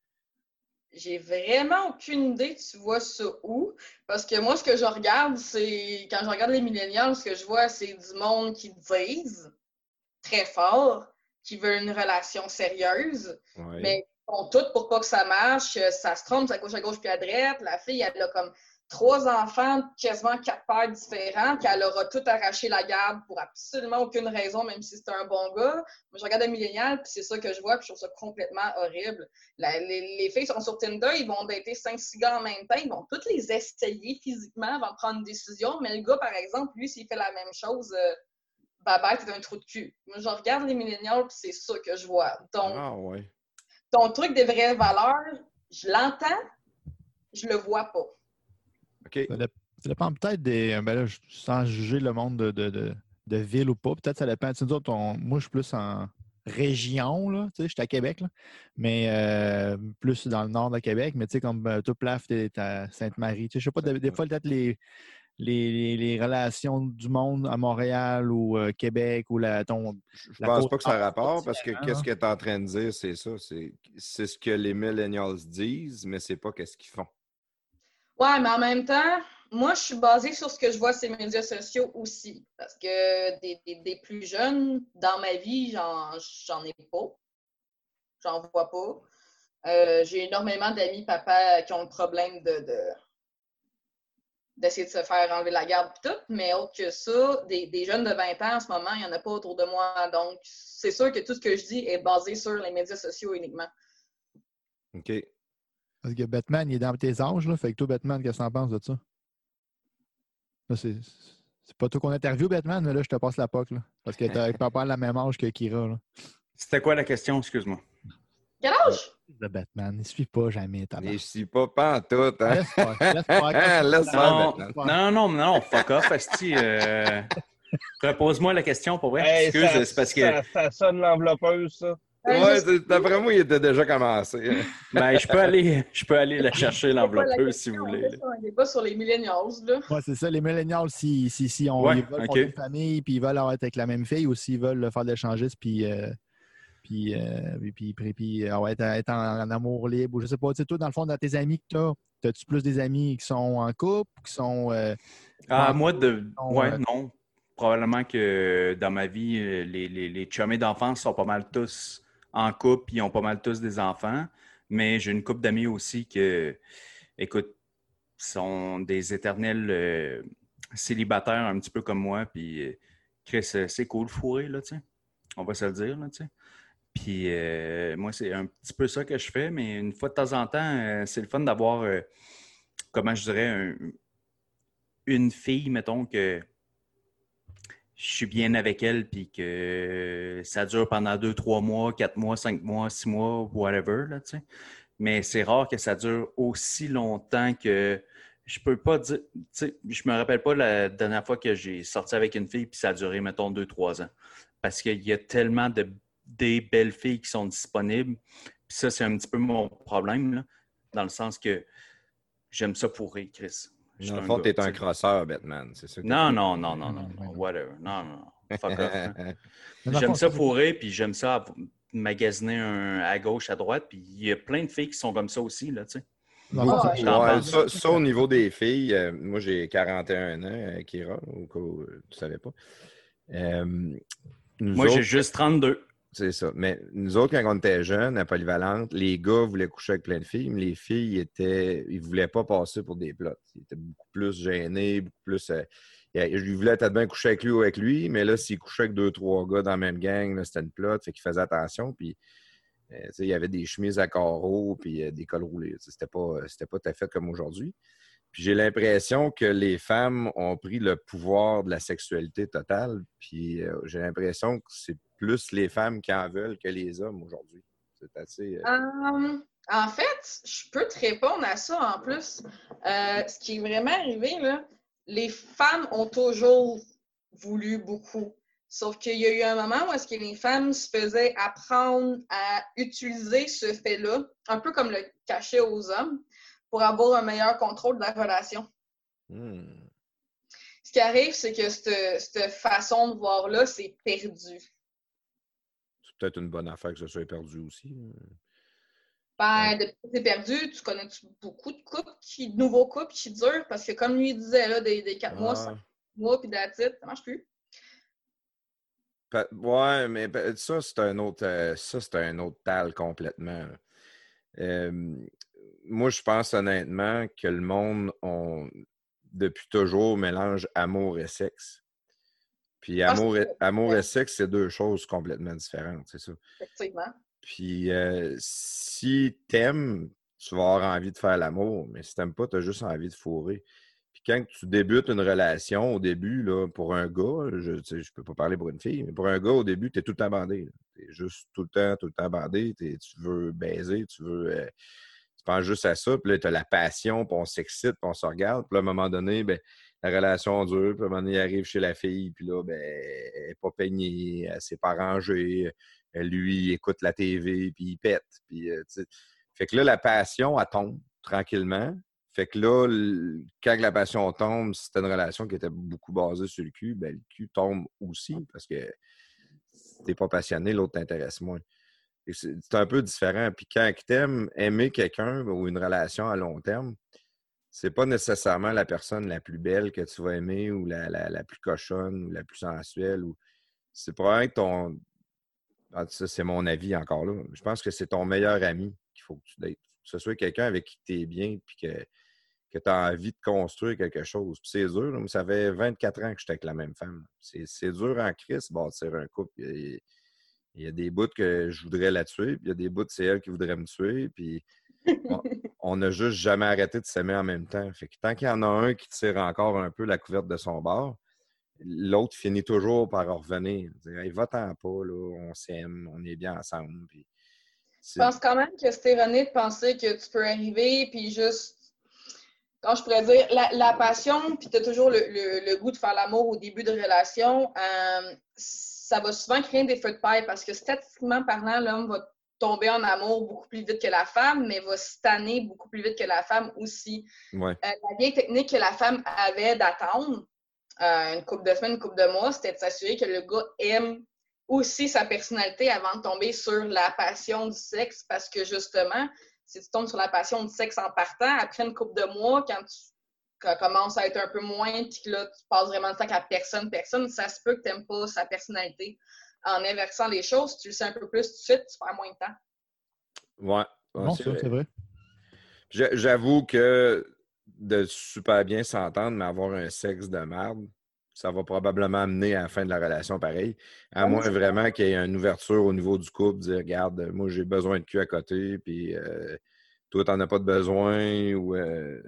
J'ai vraiment aucune idée, tu vois ça où. Parce que moi, ce que je regarde, c'est... Quand je regarde les millennials, ce que je vois, c'est du monde qui disent très fort qui veulent une relation sérieuse, Ouais. mais ils font tout pour pas que ça marche. Ça se trompe, ça couche à gauche puis à droite. La fille, elle a comme trois enfants, quasiment quatre pères différents, puis elle aura tout arraché la garde pour absolument aucune raison, même si c'était un bon gars. Moi, je regarde un millénial, puis c'est ça que je vois, puis je trouve ça complètement horrible. La, les, les filles sont sur Tinder, ils vont dater cinq six gars en même temps, ils vont toutes les essayer physiquement avant de prendre une décision, mais le gars, par exemple, lui, s'il fait la même chose... Euh, Bye-bye, t'es un trou de cul. Moi, je regarde les millénials, puis c'est ça que je vois. Donc, ah, ouais. ton truc des vraies valeurs, je l'entends, je le vois pas. OK. Ça, dé- ça dépend peut-être des... Ben là, sans juger le monde de, de, de, de ville ou pas, peut-être ça dépend. Tu sais, nous autres, on- moi, je suis plus en région, là. Tu sais, je suis à Québec, là. Mais euh, plus dans le nord de Québec. Mais tu sais, comme euh, tout Plaf, t'es à Sainte-Marie. Tu sais, je sais pas, des, des fois, peut-être les... Les, les, les relations du monde à Montréal ou euh, Québec ou la ton. Je la pense côte pas que ça a nord, rapport c'est parce que différent, qu'est-ce hein. que tu es en train de dire, c'est ça. C'est, c'est ce que les millennials disent, mais c'est pas qu'est-ce qu'ils font. Ouais, mais en même temps, moi, je suis basée sur ce que je vois sur les médias sociaux aussi. Parce que des, des, des plus jeunes, dans ma vie, j'en, j'en ai pas. J'en vois pas. Euh, j'ai énormément d'amis papa qui ont le problème de, de d'essayer de se faire enlever la garde et tout, mais autre que ça, des, des jeunes de vingt ans en ce moment, il n'y en a pas autour de moi. Donc, c'est sûr que tout ce que je dis est basé sur les médias sociaux uniquement. OK. Parce que Batman, il est dans tes âges, là. Fait que toi, Batman, qu'est-ce que t'en penses de ça? Là, c'est, c'est pas toi qu'on interview, Batman, mais là, je te passe la poque, là. Parce que t'as pas pas le même âge que Kira, là. C'était quoi la question, excuse-moi? Quel âge? Le Batman, il suit pas jamais, ta Mais je suis pas pantoute, hein? Laisse faire, laisse faire. Laisse faire, Non, Batman. non, non, non, fuck off, asti. Euh... Repose-moi la question, pour vrai. Hey, Excuse, ça, c'est parce que... ça, ça sonne l'enveloppeuse, ça. Ouais, c'est- d'après moi, il était déjà commencé. Ben, je peux aller, je peux aller la chercher, C'est pas la l'enveloppeuse, question, si vous on voulez. est là. sur un débat sur les millennials, là. Ouais, c'est ça, les millennials, si, si, si on, Ouais, ils veulent ok. fonder une famille, puis ils veulent avoir- être avec la même fille, ou s'ils veulent le faire de l'échangisme, puis, euh, puis, euh, puis, puis, puis, puis, euh, ouais, être, être en, en amour libre, ou je sais pas. Tu sais, toi, dans le fond, dans tes amis que tu as, as-tu plus des amis qui sont en couple, qui sont. Euh, Ah, en moi, couple, de... qui sont, ouais, euh, non. Probablement que dans ma vie, les, les, les chummés d'enfance sont pas mal tous en couple, ils ont pas mal tous des enfants. Mais j'ai une couple d'amis aussi que, écoute, sont des éternels euh, célibataires, un petit peu comme moi. Puis, euh, Chris, euh, c'est cool, fourré, là, tu sais. On va se le dire, là, tu sais. Puis, euh, moi, c'est un petit peu ça que je fais, mais une fois de temps en temps, euh, c'est le fun d'avoir, euh, comment je dirais, un- une fille, mettons, que je suis bien avec elle, puis que ça dure pendant deux, trois mois, quatre mois, cinq mois, six mois, whatever, là, tu sais. Mais c'est rare que ça dure aussi longtemps que je peux pas dire, tu sais, je me rappelle pas la dernière fois que j'ai sorti avec une fille, puis ça a duré, mettons, deux, trois ans. Parce qu'il y a tellement de des belles filles qui sont disponibles. Puis ça, c'est un petit peu mon problème, là, dans le sens que j'aime ça fourrer, Chris. Je suis Dans le un fond, gars, t'es tu un sais. crosseur, Batman. C'est ça que Non, t'es- non, non, non, non, Non, non, non. whatever. Non, non, non. Fuck off. Hein. mais dans le J'aime fond, ça c'est- fourrer, puis j'aime ça av- magasiner un à gauche, à droite, puis il y a plein de filles qui sont comme ça aussi, là, tu sais. dans le fond, Beaucoup. Ah, c'est- je t'en Ouais, pense. ça, ça, au niveau des filles, euh, moi, j'ai quarante et un ans, euh, Kira, au cas où euh, tu ne savais pas. Euh, nous Moi, j'ai autres, juste trente-deux. c'est ça. Mais nous autres, quand on était jeunes, à Polyvalente, les gars voulaient coucher avec plein de filles, mais les filles étaient. Ils ne voulaient pas passer pour des plots. Ils étaient beaucoup plus gênés, beaucoup plus. Euh, ils voulaient peut-être bien coucher avec lui ou avec lui, mais là, s'ils couchaient avec deux, trois gars dans la même gang, là, c'était une plot. Fait qu'ils faisaient attention. Puis, euh, il y avait des chemises à carreaux, puis euh, des cols roulés. C'était pas, c'était pas tout à fait comme aujourd'hui. Puis j'ai l'impression que les femmes ont pris le pouvoir de la sexualité totale. Puis euh, j'ai l'impression que c'est plus les femmes qui en veulent que les hommes aujourd'hui. C'est assez... Euh... Um, en fait, je peux te répondre à ça en plus. Euh, ce qui est vraiment arrivé, là, les femmes ont toujours voulu beaucoup. Sauf qu'il y a eu un moment où est-ce que les femmes se faisaient apprendre à utiliser ce fait-là, un peu comme le cachet aux hommes, pour avoir un meilleur contrôle de la relation. Hmm. Ce qui arrive, c'est que cette, cette façon de voir-là, c'est perdu. C'est peut-être une bonne affaire que ce soit perdu aussi. Ben, Ouais. depuis que c'est perdu, tu connais beaucoup de couples, qui, de nouveaux couples qui durent, parce que comme lui disait, là, des, des quatre Ah. mois, cinq mois, puis that's it, ça marche plus. Ouais, mais ça, c'est un autre euh, ça, c'est un autre tal complètement. Euh, moi, je pense honnêtement que le monde, on, depuis toujours, mélange amour et sexe. Puis amour, Ah, et, amour et sexe, c'est deux choses complètement différentes, c'est ça. Effectivement. Puis euh, si t'aimes, tu vas avoir envie de faire l'amour, mais si t'aimes pas, t'as juste envie de fourrer. Puis quand tu débutes une relation, au début, là, pour un gars, je ne peux pas parler pour une fille, mais pour un gars, au début, tu es tout le temps bandé. Tu es juste tout le temps, tout le temps bandé. Tu veux baiser, tu veux. Euh, tu penses juste à ça. Puis là, tu as la passion, puis on s'excite, puis on se regarde. Puis là, à un moment donné, ben, la relation dure. Puis à un moment donné, il arrive chez la fille, puis là, ben, elle n'est pas peignée, elle s'est pas rangée. Lui, il écoute la T V, puis il pète. Puis, euh, fait que là, la passion, elle tombe tranquillement. Fait que là, quand la passion tombe, si c'était une relation qui était beaucoup basée sur le cul, ben le cul tombe aussi parce que si t'es pas passionné, l'autre t'intéresse moins. C'est un peu différent. Puis quand t'aimes aimer quelqu'un ou une relation à long terme, c'est pas nécessairement la personne la plus belle que tu vas aimer ou la, la, la plus cochonne ou la plus sensuelle. Ou... C'est probablement que ton... Ça, c'est mon avis encore là. Je pense que c'est ton meilleur ami qu'il faut que tu dates. Que ce soit quelqu'un avec qui tu es bien puis que que tu as envie de construire quelque chose. Puis c'est dur. Là, ça fait vingt-quatre ans que j'étais avec la même femme. C'est dur en crise, bâtir un couple. Il y, a, il y a des bouts que je voudrais la tuer, puis il y a des bouts, c'est elle qui voudrait me tuer. Puis on n'a juste jamais arrêté de s'aimer en même temps. Fait que tant qu'il y en a un qui tire encore un peu la couverte de son bord, l'autre finit toujours par revenir. Dire, hey, va-t'en pas, là, on s'aime, on est bien ensemble. Puis, je pense quand même que c'est erroné de penser que tu peux arriver puis juste quand je pourrais dire, la, la passion, puis tu as toujours le, le, le goût de faire l'amour au début de relation, euh, ça va souvent créer des feux de paille parce que statistiquement parlant, l'homme va tomber en amour beaucoup plus vite que la femme, mais va se tanner beaucoup plus vite que la femme aussi. Ouais. Euh, la vieille technique que la femme avait d'attendre euh, une couple de semaines, une couple de mois, c'était de s'assurer que le gars aime aussi sa personnalité avant de tomber sur la passion du sexe parce que justement, si tu tombes sur la passion du sexe en partant, après une couple de mois, quand tu commences à être un peu moins, puis que là, tu passes vraiment de temps à personne, personne, ça se peut que tu n'aimes pas sa personnalité. En inversant les choses, tu le sais un peu plus tout de suite, tu perds moins de temps. Ouais. ouais non, c'est vrai. vrai. J'avoue que de super bien s'entendre, mais avoir un sexe de merde, ça va probablement amener à la fin de la relation pareil. À oui, moins vraiment qu'il y ait une ouverture au niveau du couple, dire regarde, moi j'ai besoin de cul à côté, puis euh, toi t'en as pas de besoin, ou euh,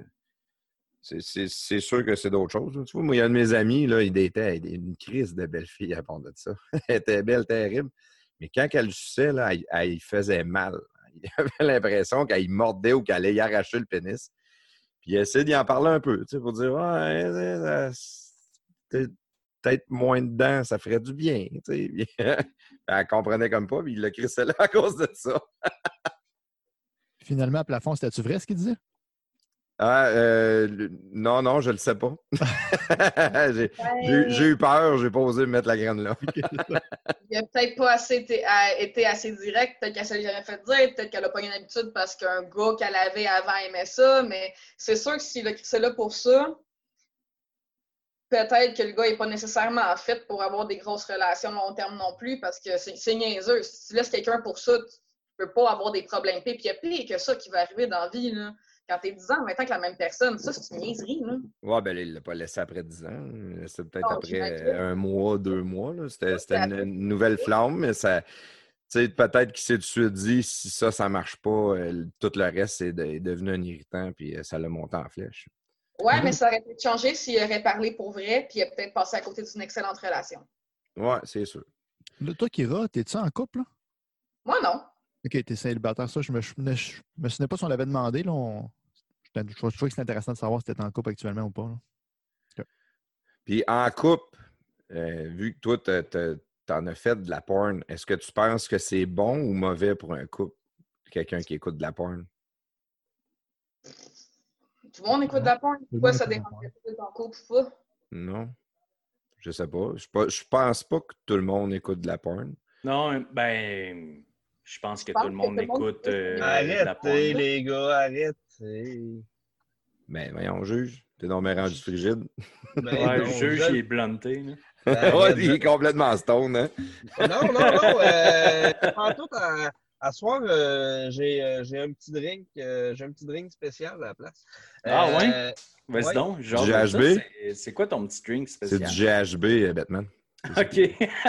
c'est sûr que c'est d'autres choses. Là. Tu vois, moi, il y a un de mes amis, là, il datait une crise de belle fille à part de ça. Elle était belle, terrible. Mais quand elle le suçait, là, elle, elle faisait mal. Il avait l'impression qu'elle mordait ou qu'elle allait y arracher le pénis. Puis il essaie d'y en parler un peu, tu sais, pour dire ouais, peut-être moins dedans, ça ferait du bien. Tu sais. Elle comprenait comme pas, puis il l'a crissé là à cause de ça. Finalement, à plafond, c'était-tu vrai ce qu'il disait? Ah, euh, non, non, je le sais pas. j'ai ouais. eu peur, j'ai pas osé me mettre la graine là. Il a peut-être pas assez été, a, été assez direct, peut-être qu'elle s'est jamais fait dire, peut-être qu'elle a pas une habitude parce qu'un gars qu'elle avait avant aimait ça, mais c'est sûr que s'il a crissé là pour ça, peut-être que le gars n'est pas nécessairement fait pour avoir des grosses relations long terme non plus parce que c'est niaiseux. Si tu laisses quelqu'un pour ça, tu peux pas avoir des problèmes. Puis il y a pire que ça qui va arriver dans la vie, là. Quand t'es dix ans, vingt ans avec la même personne, ça, c'est une niaiserie, là. Ouais, ben il l'a pas laissé après dix ans. C'est peut-être après un mois, deux mois. C'était une, une nouvelle flamme, mais ça. Tu sais, peut-être qu'il s'est tout de suite dit, si ça, ça marche pas, tout le reste est, de, est devenu un irritant, puis ça l'a monté en flèche. Ouais, mais ça aurait pu changer s'il aurait parlé pour vrai, puis il a peut-être passé à côté d'une excellente relation. Ouais, c'est sûr. Là, toi, Kira, t'es-tu en couple, là? Moi, non. OK, t'es célibataire. Ça, je me, je, me- je me souvenais pas si on l'avait demandé. Là, on... je, je, je trouvais que c'est intéressant de savoir si t'étais en couple actuellement ou pas. Là. Okay. Puis en couple, euh, vu que toi, t'as, t'as, t'en as fait de la porn, est-ce que tu penses que c'est bon ou mauvais pour un couple, quelqu'un qui écoute de la porn? Tout le monde écoute de la porn. Pourquoi ça dépend de si en couple ou pas? Non. Je sais pas. Je, pas. je pense pas que tout le monde écoute de la porn. Non, ben, je pense que Je pense tout le que monde tout le monde écoute écoute. euh, de la porn. Arrêtez, les gars, arrêtez. Ben, voyons, juge. T'es donc bien rendu frigide. Ben Ouais, non, le juge, je- il est blunté. Là. Arrête, Ouais, il je- est complètement stone, hein? Non, non, non. Euh, tantôt, à, à soir, euh, j'ai, euh, j'ai un petit drink. euh, j'ai un petit drink spécial à la place. Ah ouais? Euh, Vas-y ouais. donc, genre Du de G H B? ça, c'est, c'est quoi ton petit drink C'est spécial? du G H B, euh, Batman. OK.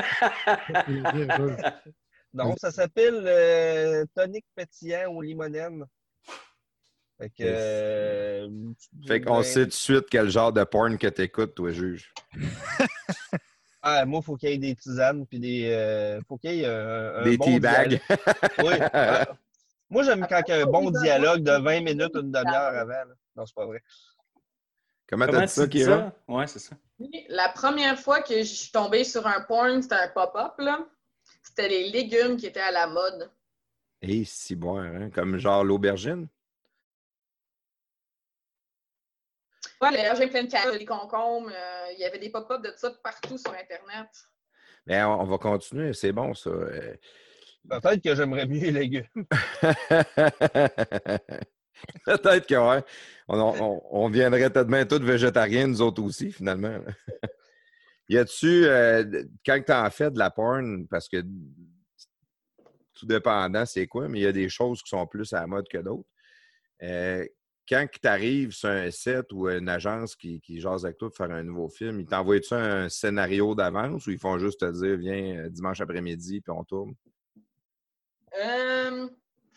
Non, ça s'appelle euh, tonic pétillant aux limonènes. Fait que. euh, Fait qu'on ben, sait tout de suite quel genre de porn que t'écoutes, toi, juge. Ah, moi, il faut qu'il y ait des tisanes puis des. Euh, faut qu'il y ait un, un Des bon teabags. dialogue. Oui. Ah, moi, j'aime quand il y a un bon dialogue de vingt minutes, une demi-heure avant. Là. Non, c'est pas vrai. Comment t'as Comment dit ça, tu dis Kira? ça? Ouais, c'est ça. La première fois que je suis tombée sur un porn, c'était un pop-up, là. C'était les légumes qui étaient à la mode. Eh, si boire, hein? Comme genre l'aubergine? Ouais, d'ailleurs, j'ai plein de carottes, des concombres. euh, Il y avait des pop-up de ça partout sur Internet. Ben, on, on va continuer, c'est bon, ça. Euh, Peut-être que j'aimerais mieux les légumes. Peut-être que ouais. On, on, on viendrait peut-être bien tous végétariens, nous autres aussi, finalement. Y a-tu, euh, quand tu en fais de la porn, parce que tout dépendant c'est quoi, mais il y a des choses qui sont plus à la mode que d'autres. Euh, quand tu arrives sur un set ou une agence qui, qui jase avec toi pour faire un nouveau film, ils t'envoient-tu un scénario d'avance ou ils font juste te dire viens euh, dimanche après-midi puis on tourne? Euh...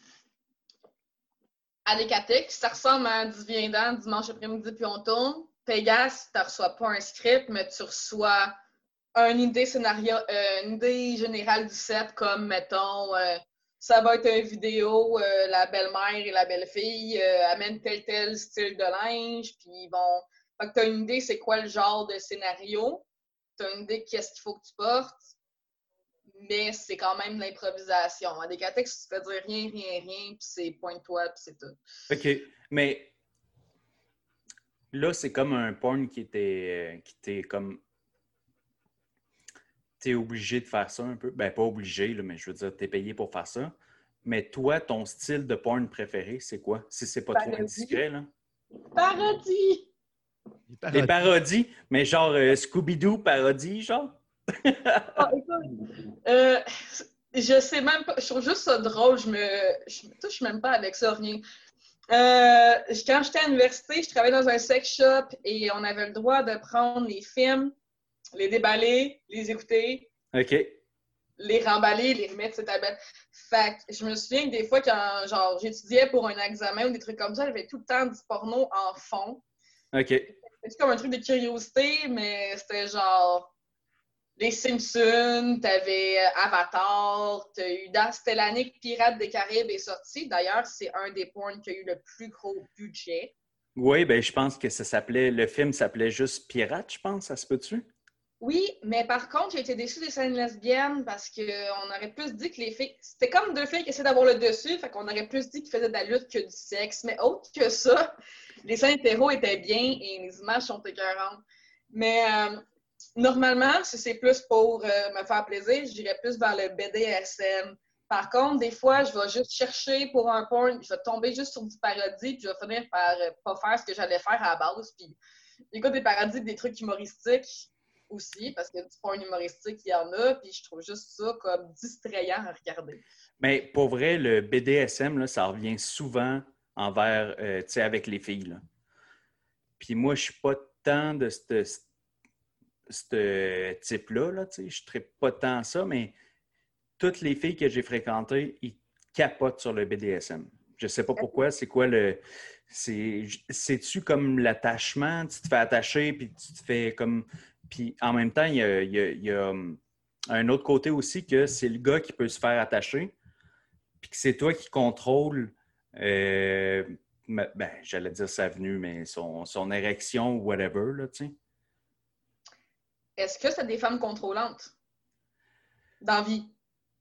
À Décatec, ça ressemble à dix viens dans dimanche après-midi, puis on tourne. Pegas, tu ne reçois pas un script, mais tu reçois une idée scénario, euh, une idée générale du set, comme, mettons, euh, ça va être une vidéo, euh, la belle-mère et la belle-fille euh, amènent tel tel style de linge, puis ils vont... Fait que tu as une idée, c'est quoi le genre de scénario. Tu as une idée, qu'est-ce qu'il faut que tu portes. Mais c'est quand même de l'improvisation. À Décatex, tu fais dire rien, rien, rien, puis c'est pointe-toi, puis c'est tout. OK. Mais là, c'est comme un porn qui était, qui était comme... T'es obligé de faire ça un peu. Ben, pas obligé, là, mais je veux dire, t'es payé pour faire ça. Mais toi, ton style de porn préféré, c'est quoi? Si c'est pas trop indiscret, là. Parodie! Les parodies, mais genre euh, Scooby-Doo parodie, genre? Ah, écoute, euh, je sais même pas, je trouve juste ça drôle, je me, je me touche même pas avec ça, rien. Euh, quand j'étais à l'université, je travaillais dans un sex shop et on avait le droit de prendre les films, les déballer, les écouter, OK. les remballer, les remettre sur tablette. Fait que je me souviens que des fois, quand genre j'étudiais pour un examen ou des trucs comme ça, j'avais tout le temps du porno en fond. OK. C'était comme un truc de curiosité, mais c'était genre les Simpsons, t'avais Avatar, t'as eu dans c'était l'année que Pirates des Caraïbes est sorti. D'ailleurs, c'est un des porns qui a eu le plus gros budget. Oui, ben je pense que ça s'appelait, le film s'appelait juste Pirate, je pense, ça se peut-tu? Oui, mais par contre, j'ai été déçue des scènes lesbiennes parce qu'on aurait plus dit que les filles... C'était comme deux filles qui essaient d'avoir le dessus, fait qu'on aurait plus dit qu'ils faisaient de la lutte que du sexe. Mais autre que ça, les scènes hétéros étaient bien et les images sont écœurantes. Mais euh, normalement, si c'est plus pour euh, me faire plaisir, j'irais plus vers le B D S M. Par contre, des fois, je vais juste chercher pour un porn, je vais tomber juste sur du parodie, puis je vais finir par euh, pas faire ce que j'allais faire à la base. Puis j'écoute des parodies, des trucs humoristiques aussi, parce que du porn humoristique, il y en a, puis je trouve juste ça comme distrayant à regarder. Mais pour vrai, le B D S M, là, ça revient souvent envers, euh, tu sais, avec les filles, là. Puis moi, je suis pas tant de ce type-là, là, tu sais, je ne traite pas tant ça, mais toutes les filles que j'ai fréquentées, ils capotent sur le B D S M. Je sais pas pourquoi. C'est quoi le... C'est, c'est-tu comme l'attachement? Tu te fais attacher, puis tu te fais comme... Puis en même temps, il y a, il y a, il y a un autre côté aussi que c'est le gars qui peut se faire attacher, puis que c'est toi qui contrôle, euh, ben, j'allais dire sa venue, mais son, son érection ou whatever, là, tu sais. Est-ce que c'est des femmes contrôlantes dans la vie?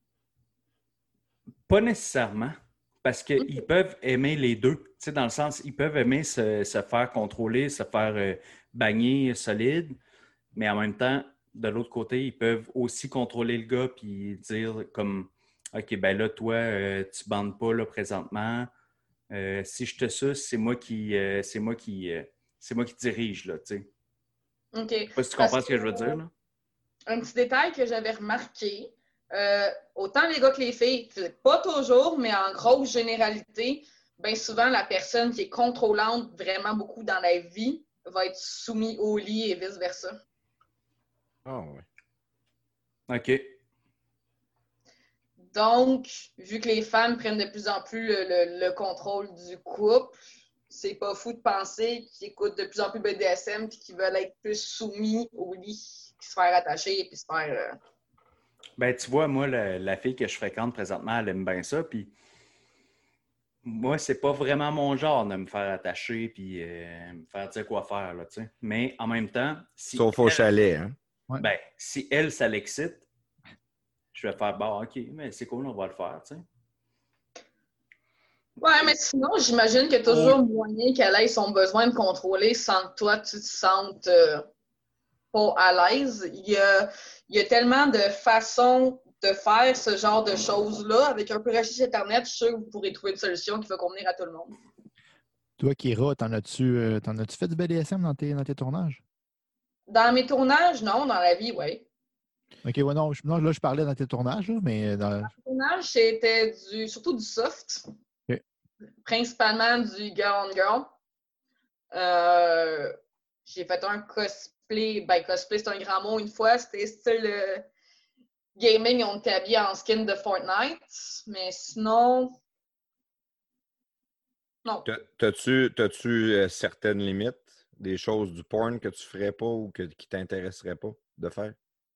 Pas nécessairement. Parce qu'ils peuvent aimer les deux. Tu sais, dans le sens, ils peuvent aimer se, se faire contrôler, se faire euh, bagner solide, mais en même temps, de l'autre côté, ils peuvent aussi contrôler le gars puis dire comme OK, ben là, toi, euh, tu bandes pas là présentement. Euh, si je te suce, c'est moi qui euh, c'est moi qui euh, c'est moi qui dirige, là, tu sais. OK. Je sais pas si tu comprends Parce ce que je veux dire, là. Un petit détail que j'avais remarqué. Euh, autant les gars que les filles, pas toujours, mais en grosse généralité, bien souvent, la personne qui est contrôlante vraiment beaucoup dans la vie va être soumise au lit et vice-versa. Ah oh, oui. OK. Donc, vu que les femmes prennent de plus en plus le, le, le contrôle du couple, c'est pas fou de penser qu'ils écoutent de plus en plus B D S M et qu'ils veulent être plus soumis au lit, puis se faire attacher et puis se faire... Euh... Ben, tu vois, moi, la, la fille que je fréquente présentement, elle aime bien ça, puis moi, c'est pas vraiment mon genre de me faire attacher puis euh, me faire dire quoi faire, là, tu sais. Mais en même temps... Si Sauf elle, au chalet, hein? Ben, si elle, ça l'excite, je vais faire, bon, OK, mais c'est cool, on va le faire, tu sais. Ouais, mais sinon, j'imagine qu'il y a toujours oh. moyen qu'elle ait son besoin de contrôler sans que toi, tu te sentes euh, pas à l'aise. Il y a, il y a tellement de façons de faire ce genre de choses-là. Avec un peu recherche sur Internet, je suis sûre que vous pourrez trouver une solution qui va convenir à tout le monde. Toi, Kira, t'en as-tu, euh, t'en as-tu fait du B D S M dans tes, dans tes tournages? Dans mes tournages, non. Dans la vie, oui. OK, ouais, non, je, non, là, je parlais dans tes tournages, là, mais... Dans, dans mes tournages, c'était du, surtout du soft. Okay. Principalement du girl on girl. Euh, j'ai fait un cosplay. Ben, cosplay, c'est un grand mot une fois. C'était style euh, gaming, on était habillé en skin de Fortnite. Mais sinon... Non. T'as-tu, t'as-tu euh, certaines limites? Des choses du porn que tu ferais pas ou que, qui t'intéresseraient pas de faire?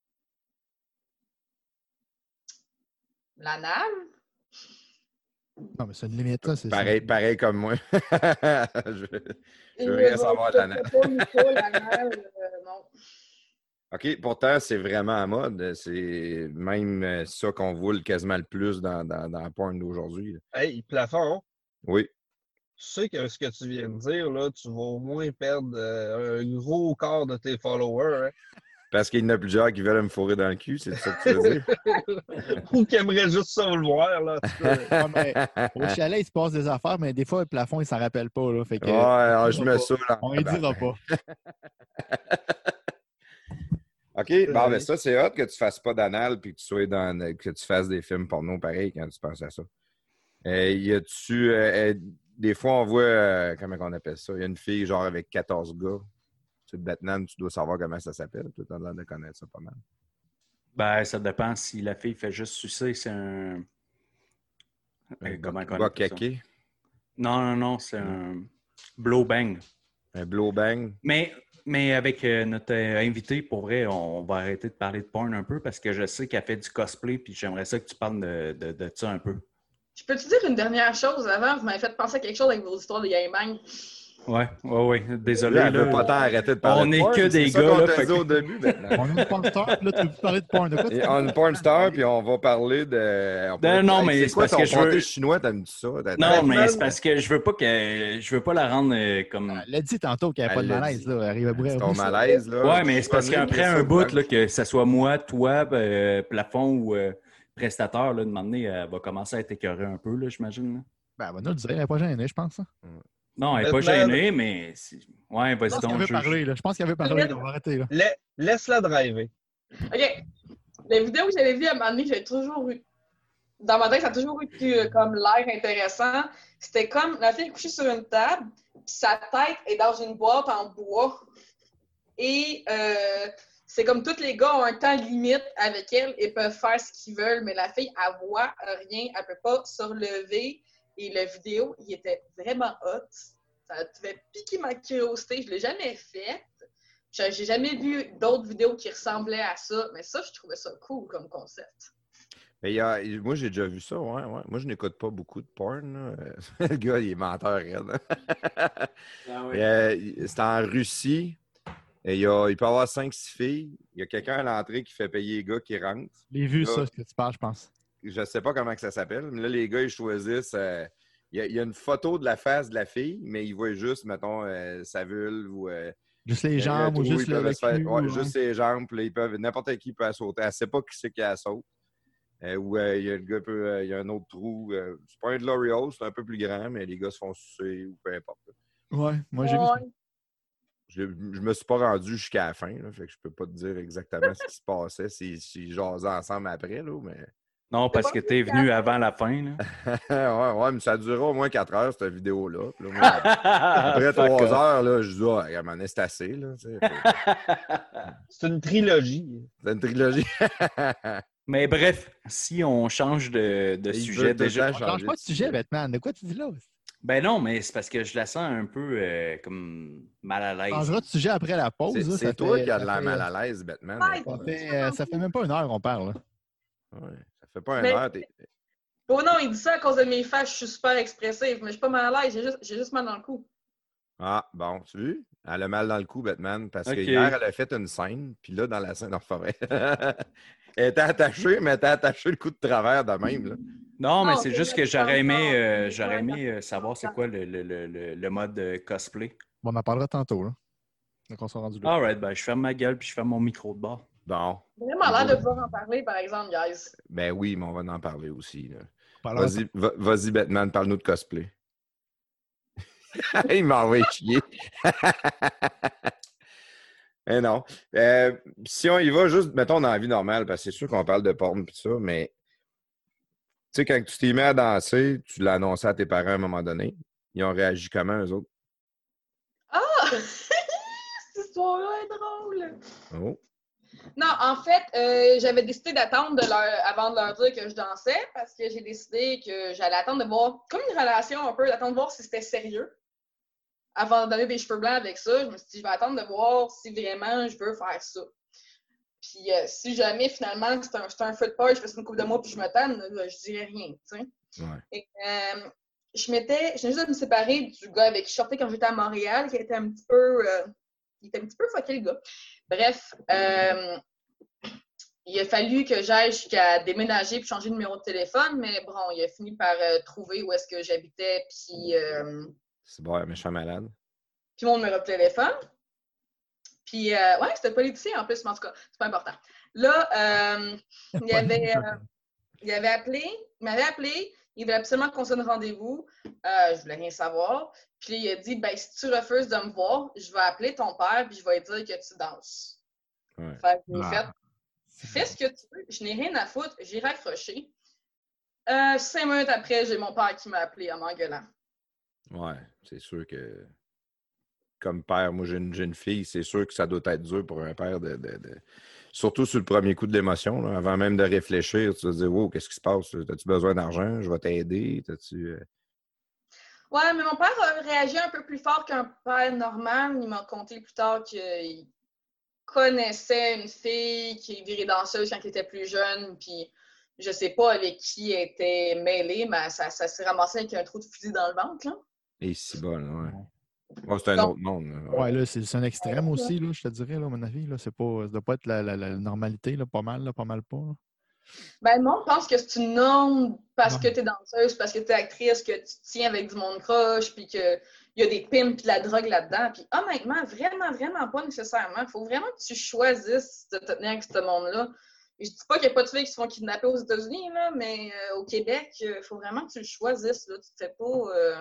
L'anal? Non, mais c'est une limite, là. C'est pareil, ça. pareil comme moi. je, je veux rien savoir de l'anal. l'anal euh, non. OK, pourtant, c'est vraiment à mode. C'est même ça qu'on voit quasiment le plus dans, dans, dans le porn d'aujourd'hui. Hey, plafond. Oui. Tu sais que ce que tu viens de dire, là, tu vas au moins perdre euh, un gros quart de tes followers. Hein? Parce qu'il y en a plusieurs qui veulent me fourrer dans le cul, c'est ça que tu veux dire? Ou qui aimeraient juste ça le voir. Là, non, mais, au chalet, il se passe des affaires, mais des fois, le plafond, il s'en rappelle pas. Là, fait que, ouais, alors, je me saoule. On ne dira pas. OK, bon, ben ça, c'est hot que tu fasses pas d'anal puis que tu sois dans que tu fasses des films porno pareil quand tu penses à ça. Euh, y a-tu... Euh, des fois, on voit... Euh, comment on appelle ça? Il y a une fille, genre, avec quatorze gars. Tu Batman, tu dois savoir comment ça s'appelle. Tu as l'air de connaître ça pas mal. Ben, ça dépend si la fille fait juste sucer, c'est un... Un euh, comment gars caqué? Non, non, non, c'est un blow bang. Un blow bang? Mais... Mais avec euh, notre euh, invité, pour vrai, on, on va arrêter de parler de porn un peu parce que je sais qu'elle fait du cosplay puis j'aimerais ça que tu parles de, de, de ça un peu. Je peux te dire une dernière chose avant? Vous m'avez fait penser à quelque chose avec vos histoires de gangbang. Ouais, ouais, ouais. Désolé. Là, elle veut pas tant arrêter de parler on de n'est porn. que des c'est gars. Ça qu'on là, te dit au début, maintenant. On est une porn star, puis là, tu veux parler de porn. De quoi tu Et on est une porn star, puis on va parler de... On non, non, mais c'est quoi c'est ton parce que je veux... chinois, t'aimes ça? Non, mais c'est parce que je veux pas que je veux pas la rendre euh, comme... Elle l'a dit tantôt qu'il n'y avait pas de malaise. Là. Elle arrive à brûler. C'est ton malaise, là. Ouais, mais c'est parce qu'après un bout, là, que ce soit moi, toi, euh, plafond ou euh, prestataire, là, de m'emmener, elle va commencer à être écœurée un peu, là, j'imagine. Là. Ben, elle va nous le dire, elle n'est pas gênée, je pense. Hein. Non, elle n'est pas gênée, mais... C'est... Ouais, vas-y donc. Je pense qu'elle veut parler, là. Je pense qu'elle veut parler, on va arrêter, là. La... Laisse-la driver. OK. La vidéo que j'avais vue à un moment donné, j'ai toujours eu... Dans ma tête, ça a toujours eu euh, comme l'air intéressant. C'était comme la fille est couchée sur une table, puis sa tête est dans une boîte en bois. Et euh, c'est comme tous les gars ont un temps limite avec elle et peuvent faire ce qu'ils veulent, mais la fille, elle voit rien, elle peut pas se relever. Et la vidéo, il était vraiment hot. Ça devait piquer ma curiosité. Je ne l'ai jamais fait. J'ai jamais vu d'autres vidéos qui ressemblaient à ça. Mais ça, je trouvais ça cool comme concept. Mais il y a, moi, j'ai déjà vu ça, ouais, ouais. Moi, je n'écoute pas beaucoup de porn. Le gars, il est menteur, raide. Ah oui. euh, c'est en Russie. Et il, y a, il peut y avoir cinq six filles. Il y a quelqu'un à l'entrée qui fait payer les gars qui rentrent. J'ai vu ça, ce que tu parles, je pense. Je ne sais pas comment que ça s'appelle, mais là, les gars, ils choisissent. Euh, il, y a, il y a une photo de la face de la fille, mais ils voient juste, mettons, euh, sa vulve ou. Euh, juste les jambes ou juste le, le faire, cul, ouais, ouais. Juste ses jambes. Puis là, ils peuvent, n'importe qui peut la sauter. Elle ne sait pas qui c'est qui la saute. Euh, ou euh, il y a le gars peut, euh, il y a un autre trou. Euh, c'est pas un de l'Oreo, c'est un peu plus grand, mais les gars se font sucer ou peu importe. Ouais, moi j'ai ouais. vu ça. Je, je me suis pas rendu jusqu'à la fin, là, fait que je peux pas te dire exactement ce qui se passait si, si j'asais ensemble après, là, mais... Non, parce que t'es venu avant la fin, là. ouais, ouais, mais ça durait au moins quatre heures, cette vidéo-là. Là, moi, après trois heures, là, je dis, ah, oh, à un moment donné, c'est assez, là. C'est une trilogie. C'est une trilogie. Mais bref, si on change de, de sujet déjà... On change pas de sujet, Batman. De quoi tu dis là? Ben non, mais c'est parce que je la sens un peu euh, comme mal à l'aise. On changera de sujet après la pause. C'est, là, c'est ça toi fait, qui as de ça la fait, mal à l'aise, Batman. Ouais, ça, fait, euh, ça fait même pas une heure qu'on parle. Là. Ouais, ça fait pas une mais... heure. T'es... Oh non, il dit ça à cause de mes fâches, je suis super expressive, mais je suis pas mal à l'aise, j'ai juste, j'ai juste mal dans le cou. Ah, bon, tu vois? Elle a mal dans le cou, Batman, parce okay. que hier, elle a fait une scène, puis là, dans la scène en forêt, elle était attachée, mais elle était attachée le coup de travers de même. Là. Non, mais non, c'est, c'est juste que j'aurais aimé, euh, j'aurais aimé euh, savoir c'est quoi le, le, le, le mode euh, cosplay. Bon, on en parlera tantôt, là. Donc, on s'est rendu là. All right, ben, je ferme ma gueule puis je ferme mon micro de bord. Bon. Vraiment l'air de pouvoir en parler, par exemple, guys. Ben oui, mais on va en parler aussi. Là. Parlons vas-y, va, vas-y, Batman, parle-nous de cosplay. Il m'a envoyé chier. Mais non. Euh, si on y va juste, mettons, dans la vie normale, parce que c'est sûr qu'on parle de porn et tout ça, mais tu sais, quand tu t'es mis à danser, tu l'as annoncé à tes parents à un moment donné. Ils ont réagi comment, eux autres? Ah! Cette histoire-là est drôle! Oh. Non, en fait, euh, j'avais décidé d'attendre de leur, avant de leur dire que je dansais parce que j'ai décidé que j'allais attendre de voir, comme une relation un peu, d'attendre de voir si c'était sérieux. Avant de donner des cheveux blancs avec ça, je me suis dit, je vais attendre de voir si vraiment je veux faire ça. Puis euh, si jamais, finalement, c'est un, c'est un feu de paille, je fais ça une couple de mois puis je me tanne, là, je dirais rien, tu sais. Ouais. Et, euh, je m'étais, je venais juste de me séparer du gars avec qui je sortais quand j'étais à Montréal, qui était un petit peu, euh, il était un petit peu fucké, le gars. Bref, euh, il a fallu que j'aille jusqu'à déménager puis changer de numéro de téléphone, mais bon, il a fini par euh, trouver où est-ce que j'habitais, puis... Euh, c'est bon, un méchant malade. Puis mon numéro de téléphone. Puis, euh, ouais, c'était politicien en plus, mais en tout cas, c'est pas important. Là, euh, il, avait, euh, il avait appelé, il m'avait appelé, il voulait absolument qu'on se donne rendez-vous. Euh, je voulais rien savoir. Puis il a dit, ben, si tu refuses de me voir, je vais appeler ton père puis je vais lui dire que tu danses. Ouais. Fait que j'ai ah. fait, fais ce que tu veux, je n'ai rien à foutre, j'ai raccroché. Euh, cinq minutes après, j'ai mon père qui m'a appelé en m'engueulant. Ouais, c'est sûr que comme père, moi j'ai une, j'ai une fille, c'est sûr que ça doit être dur pour un père de, de, de... surtout sur le premier coup de l'émotion, là, avant même de réfléchir, tu vas te dire, wow, qu'est-ce qui se passe? As-tu besoin d'argent? Je vais t'aider. T'as-tu... Ouais, mais mon père a réagi un peu plus fort qu'un père normal. Il m'a conté plus tard qu'il connaissait une fille qui est virée danseuse quand il était plus jeune, puis je sais pas avec qui elle était mêlée, mais ça, ça s'est ramassé avec un trou de fusil dans le ventre, là. Et si bon, ouais. Oh, c'est un Donc, autre monde. Là. Ouais, là, c'est, c'est un extrême aussi, là, je te dirais, là, à mon avis. Là, c'est pas, ça doit pas être la, la, la normalité, là, pas mal, là, pas mal pas. Là. Ben, le monde pense que c'est une norme parce ouais. que t'es danseuse, parce que t'es actrice, que tu tiens avec du monde croche, puis qu'il y a des pimps et de la drogue là-dedans. Puis honnêtement, vraiment, vraiment pas nécessairement. Il faut vraiment que tu choisisses de te tenir avec ce monde-là. Je dis pas qu'il n'y a pas de filles qui se font kidnapper aux États-Unis, là, mais euh, au Québec, il faut vraiment que tu le choisisses. Là. Tu te fais pas... Euh...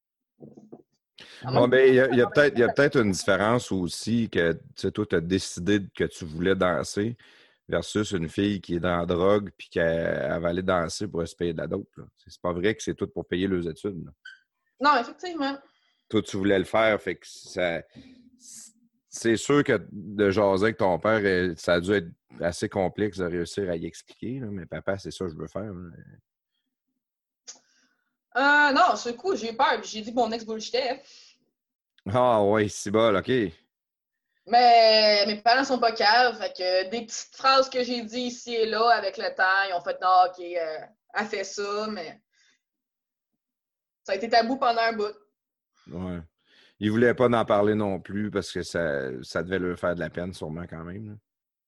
Bon, ben, il y a, y a peut-être, y a peut-être une différence aussi que toi, tu as décidé que tu voulais danser versus une fille qui est dans la drogue puis qui va aller danser pour se payer de la dope. Là. C'est pas vrai que c'est tout pour payer leurs études. Là. Non, effectivement. Toi, tu voulais le faire, fait que ça... C'est sûr que de jaser avec ton père, ça a dû être assez complexe de réussir à y expliquer, là, mais papa, c'est ça que je veux faire. Là. Euh, non, sur le coup, j'ai eu peur. J'ai dit que mon ex bullshitait. Ah ouais, c'est bon, OK. Mais mes parents sont pas caves. Fait que des petites phrases que j'ai dit ici et là, avec le temps, ils ont fait non, OK, euh, elle fait ça, mais ça a été tabou pendant un bout. Ouais. Ils voulaient pas en parler non plus parce que ça, ça devait leur faire de la peine, sûrement, quand même. Là.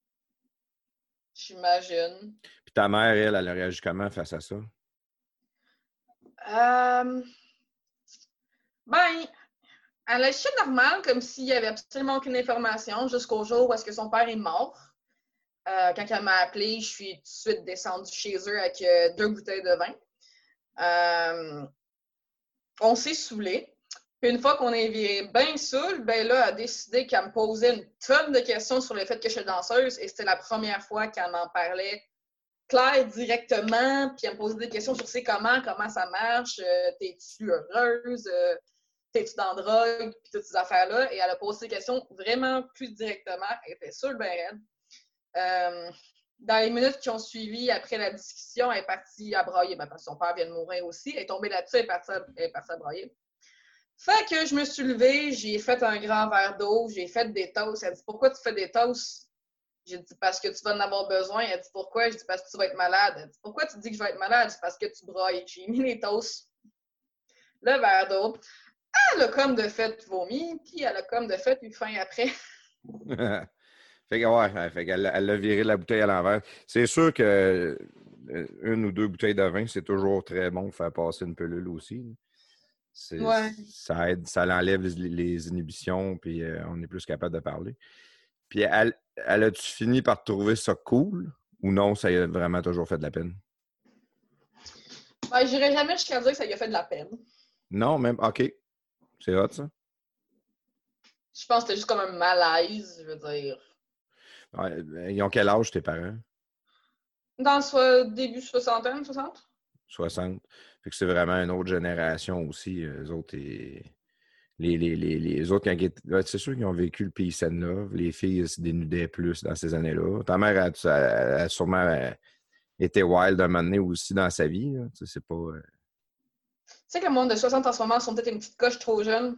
J'imagine. Puis ta mère, elle, elle a réagi comment face à ça? Euh... Ben, elle a agissait normal, comme s'il n'y avait absolument aucune information, jusqu'au jour où est-ce que son père est mort. Euh, quand elle m'a appelé, je suis tout de suite descendue chez eux avec euh, deux bouteilles de vin. Euh, on s'est saoulés. Puis une fois qu'on est viré bien saoul, ben là, elle a décidé qu'elle me posait une tonne de questions sur le fait que je suis danseuse. Et c'était la première fois qu'elle m'en parlait clair directement. Puis elle me posait des questions sur c'est comment, comment ça marche, euh, t'es-tu heureuse, euh, t'es-tu dans la drogue, puis toutes ces affaires-là. Et elle a posé des questions vraiment plus directement. Elle était sûre ben raide. Euh, dans les minutes qui ont suivi après la discussion, elle est partie à brailler. Ben, parce que son père vient de mourir aussi. Elle est tombée là-dessus, elle est partie à, elle est partie à brailler. Fait que je me suis levée, j'ai fait un grand verre d'eau, j'ai fait des toasts. Elle dit « Pourquoi tu fais des toasts? » J'ai dit « Parce que tu vas en avoir besoin. » Elle dit « Pourquoi? » Je dis « Parce que tu vas être malade. » Elle dit « Pourquoi tu dis que je vais être malade? » Je dis « Parce que tu brailles. » J'ai mis les toasts, le verre d'eau. Elle a comme de fait vomi, puis elle a comme de fait eu faim après. Fait que, ouais, fait qu'elle elle a viré la bouteille à l'envers. C'est sûr que une ou deux bouteilles de vin, c'est toujours très bon pour faire passer une pilule aussi. C'est, Ouais. Ça aide, ça enlève les, les inhibitions, puis euh, on est plus capable de parler. Puis elle, elle a-tu fini par trouver ça cool ou non, ça a vraiment toujours fait de la peine? Ben, j'irai jamais jusqu'à dire que ça lui a fait de la peine. Non, même, OK. C'est hot, ça. Je pense que c'était juste comme un malaise, je veux dire. Ouais, ils ont quel âge, tes parents? Dans le so- début soixantaine, soixante? soixante. Fait que c'est vraiment une autre génération aussi. Les autres, et... les, les, les, les autres, quand ils étaient... c'est sûr qu'ils ont vécu le pays Seine-Neuve. Les filles se dénudaient plus dans ces années-là. Ta mère a, a, a sûrement été wild un moment donné aussi dans sa vie. Là. Tu sais, c'est pas... Euh... Tu sais que le monde de soixante en ce moment sont peut-être une petite coche trop jeune.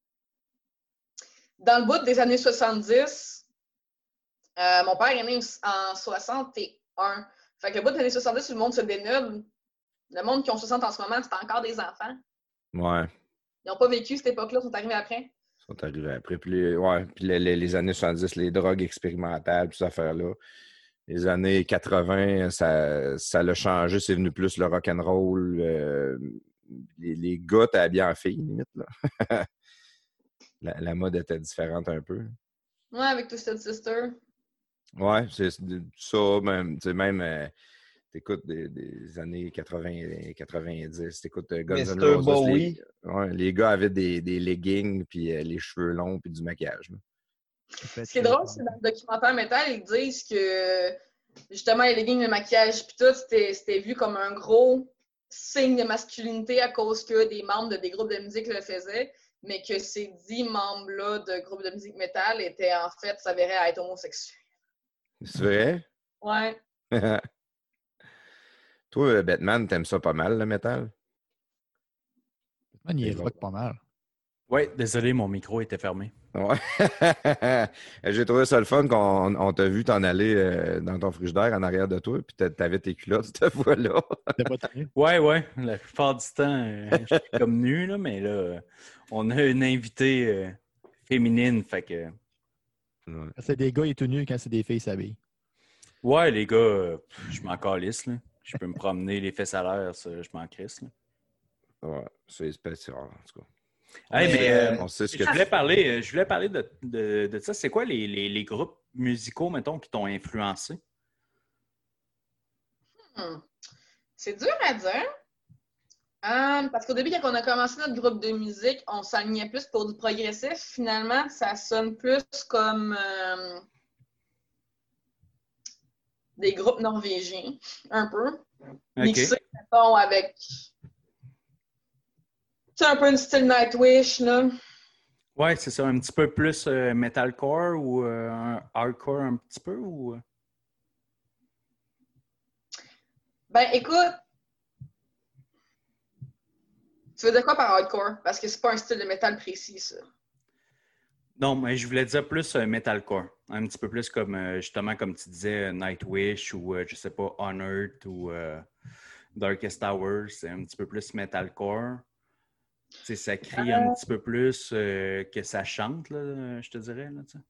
Dans le bout des années soixante-dix, euh, mon père est né en soixante et un. Fait que le bout des années soixante-dix, le monde se dénude. Le monde qui ont soixante en ce moment, c'est encore des enfants. Ouais. Ils n'ont pas vécu cette époque-là, ils sont arrivés après. Ils sont arrivés après. Puis les, ouais, puis les, les, les années soixante-dix, les drogues expérimentales, toutes ces affaires-là. Les années quatre-vingts, ça, ça l'a changé. C'est venu plus le rock'n'roll. Euh, les, les gars t'habillent en filles, limite. Là. la, la mode était différente un peu. Ouais, avec Twisted Sister. Ouais, c'est ça. Même, tu sais, même euh, t'écoutes des, des années quatre-vingts, quatre-vingt-dix, t'écoutes euh, Guns N' mister Roses. Bowie. Les, ouais, les gars avaient des, des leggings, puis euh, les cheveux longs, puis du maquillage. Là. Ce qui est drôle, c'est dans le documentaire Metal, ils disent que justement, les leggings, le maquillage, puis tout, c'était, c'était vu comme un gros signe de masculinité à cause que des membres de des groupes de musique le faisaient, mais que ces dix membres-là de groupes de musique métal étaient en fait, s'avéraient à être homosexuels. C'est vrai? Ouais. Toi, Batman, t'aimes ça pas mal, le métal? Batman, il est rock pas mal. Oui, désolé, mon micro était fermé. Ouais. J'ai trouvé ça le fun qu'on on t'a vu t'en aller euh, dans ton frigidaire en arrière de toi, puis t'avais tes culottes cette fois-là. T'es pas tenu? Oui, oui. La plupart du temps, euh, je suis comme nu, là, mais là, euh, on a une invitée euh, féminine, fait que... Ouais. Quand c'est des gars, il est tout nu. Quand c'est des filles, il s'habille. Ouais, les gars, euh, je m'en calisse, là. Je peux me promener les fesses à l'air, ça, je m'en crisse, là. Ouais, c'est spécial, en tout cas. Hey, mais euh, on sait ce je, que voulais parler, euh, je voulais parler de, de, de ça. C'est quoi les, les, les groupes musicaux, mettons, qui t'ont influencé? Hmm. C'est dur à dire. Um, parce qu'au début, quand on a commencé notre groupe de musique, on s'alignait plus pour du progressif. Finalement, ça sonne plus comme euh, des groupes norvégiens, un peu. Okay. Mixés, mettons, avec... C'est un peu une style Nightwish, là. Ouais, c'est ça. Un petit peu plus euh, metalcore ou euh, un hardcore un petit peu? Ou... Ben, écoute, Tu veux dire quoi par hardcore? Parce que c'est pas un style de métal précis, ça. Non, mais je voulais dire plus euh, metalcore. Un petit peu plus comme, euh, justement, comme tu disais, Nightwish ou, euh, je sais pas, Unearth ou euh, Darkest Hour. C'est un petit peu plus metalcore. T'sais, ça crie euh... un petit peu plus euh, que ça chante, là, je te dirais. Là, t'sais.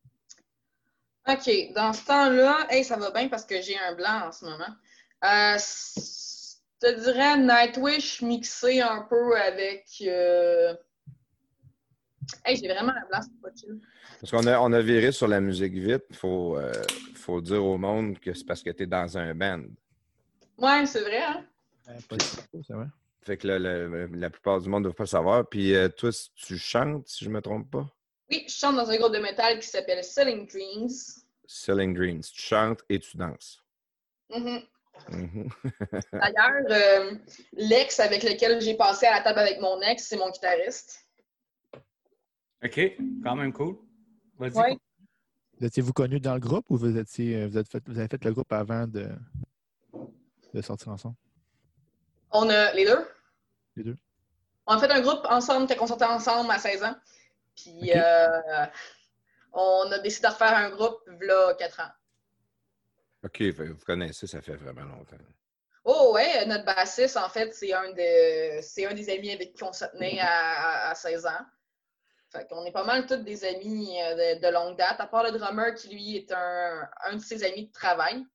OK. Dans ce temps-là, hey, ça va bien parce que j'ai un blanc en ce moment. Euh, je te dirais Nightwish mixé un peu avec... Euh... Hey, j'ai vraiment un blanc, c'est pas chill. Parce qu'on a, on a viré sur la musique vite. Il faut, euh, faut dire au monde que c'est parce que tu es dans un band. Ouais, c'est vrai, hein? Ouais, pas du tout, c'est vrai. Fait que là, le, la plupart du monde ne doit pas le savoir. Puis euh, toi, tu chantes, si je ne me trompe pas? Oui, je chante dans un groupe de métal qui s'appelle Selling Dreams. Selling Dreams. Tu chantes et tu danses. Mm-hmm. Mm-hmm. D'ailleurs, euh, l'ex avec lequel j'ai passé à la table avec mon ex, c'est mon guitariste. OK, quand même cool. Vas-y. Ouais. Vous étiez-vous connu dans le groupe ou vous étiez vous, êtes fait, vous avez fait le groupe avant de, de sortir ensemble? On a les deux. Les deux? On a fait un groupe ensemble, quand on sortait ensemble à seize ans. Puis okay. euh, on a décidé de refaire un groupe là quatre ans. OK, vous connaissez, ça fait vraiment longtemps. Oh ouais, notre bassiste, en fait, c'est un, de, c'est un des amis avec qui on se tenait à, à seize ans. Fait qu'on est pas mal tous des amis de, de longue date, à part le drummer qui, lui, est un, un de ses amis de travail.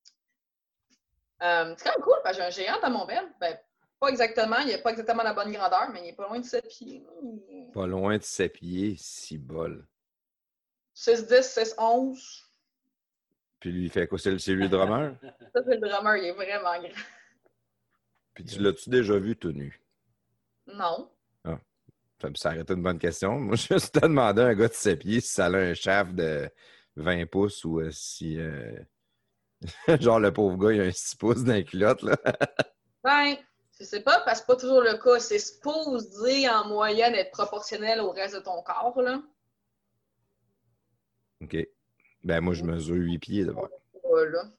Euh, c'est quand même cool, parce que j'ai un géant dans mon band. Ben, pas exactement, il n'a pas exactement la bonne grandeur, mais il est pas loin de sept pieds. Pas loin de sept pieds, six bol. six dix, six onze. Puis lui, il fait quoi? C'est, c'est lui le drummer? Ça, c'est le drummer, il est vraiment grand. Puis tu l'as-tu déjà vu tout nu? Non. Ah. Ça aurait été une bonne question. Moi, je me suis demandé à un gars de sept pieds si ça a un shaft de vingt pouces ou euh, si... Euh... genre, le pauvre gars, il a un six pouces dans la culotte, là. Ben, je sais pas, parce que c'est pas toujours le cas. C'est supposé, en moyenne, être proportionnel au reste de ton corps, là. OK. Ben, moi, je mesure huit pieds d'abord. Voilà.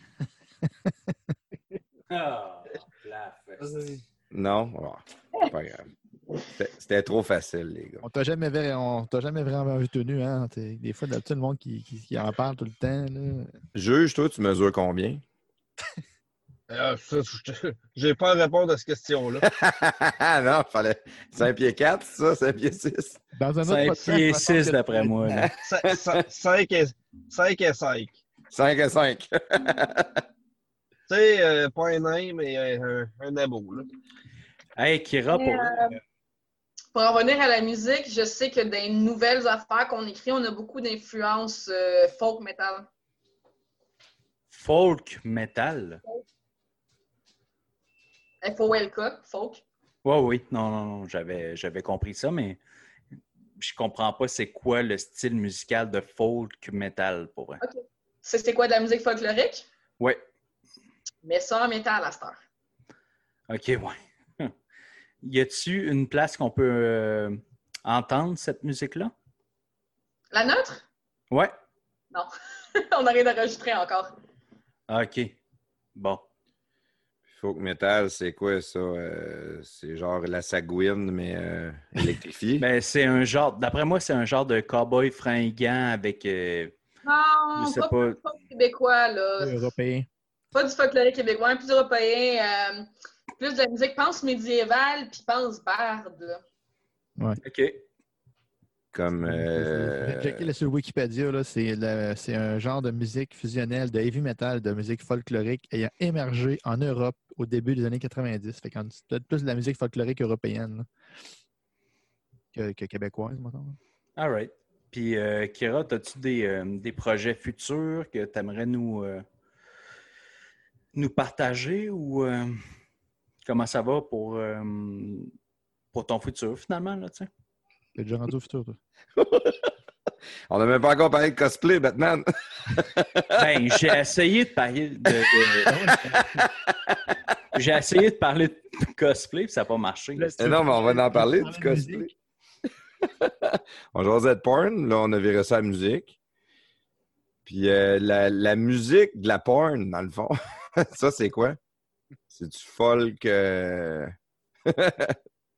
Ah, la fesse. Non? Oh, pas grave. C'était, c'était trop facile, les gars. On t'a jamais, vu, on t'a jamais vraiment vu tenu, hein? T'es, des fois, d'habitude, le monde qui, qui, qui en parle tout le temps, là. Juge, toi, tu mesures combien? Euh, ça, je, j'ai pas à répondre à cette question-là. Non, il fallait cinq pieds quatre, ça, cinq pieds six. Dans un autre cinq pieds six, d'après moi. cinq et cinq. cinq et cinq. Tu sais, euh, pas un nain, mais un, un abo, là. Hey, Kira, pour... Euh, pour en revenir à la musique, je sais que dans les nouvelles affaires qu'on écrit, on a beaucoup d'influences euh, folk metal. Folk metal? F O L K, folk. Oui, oui. Non, non, non. J'avais, j'avais compris ça, mais je comprends pas c'est quoi le style musical de folk metal, pour vrai. OK. C'est, c'est quoi de la musique folklorique? Oui. Mais ça en métal à cette heure. OK, ouais. Y a-tu une place qu'on peut euh, entendre cette musique-là? La nôtre? Ouais. Non. On a rien enregistré encore. OK. Bon. Folk metal, c'est quoi ça? Euh, c'est genre la sagouine, mais euh, électrifiée? Ben, c'est un genre, d'après moi, c'est un genre de cowboy fringant avec. Euh, non, je sais pas, pas. pas du folk québécois, là. Européen. Pas du folklorique québécois, plus européen. Euh, plus de la musique, pense médiévale, puis pense barde, là. Ouais. OK. Comme. Euh... J'ai checké là, sur Wikipédia, là, c'est, le, c'est un genre de musique fusionnelle, de heavy metal, de musique folklorique ayant émergé en Europe au début des années quatre-vingt-dix. Fait qu'on c'est peut-être plus de la musique folklorique européenne là, que, que québécoise, maintenant. All right. Puis, euh, Kira, as-tu des, euh, des projets futurs que tu aimerais nous, euh, nous partager ou euh, comment ça va pour, euh, pour ton futur, finalement, là, tu sais? T'es déjà rendu au futur, toi? On n'a même pas encore parlé de cosplay, Batman. Ben, j'ai essayé de parler de... de... j'ai essayé de parler de cosplay, puis ça n'a pas marché. Eh non, mais on va en parler du cosplay. On jasait de porn, là, on a viré ça à la musique. Puis euh, la, la musique de la porn, dans le fond, ça, c'est quoi? C'est du folk... Euh...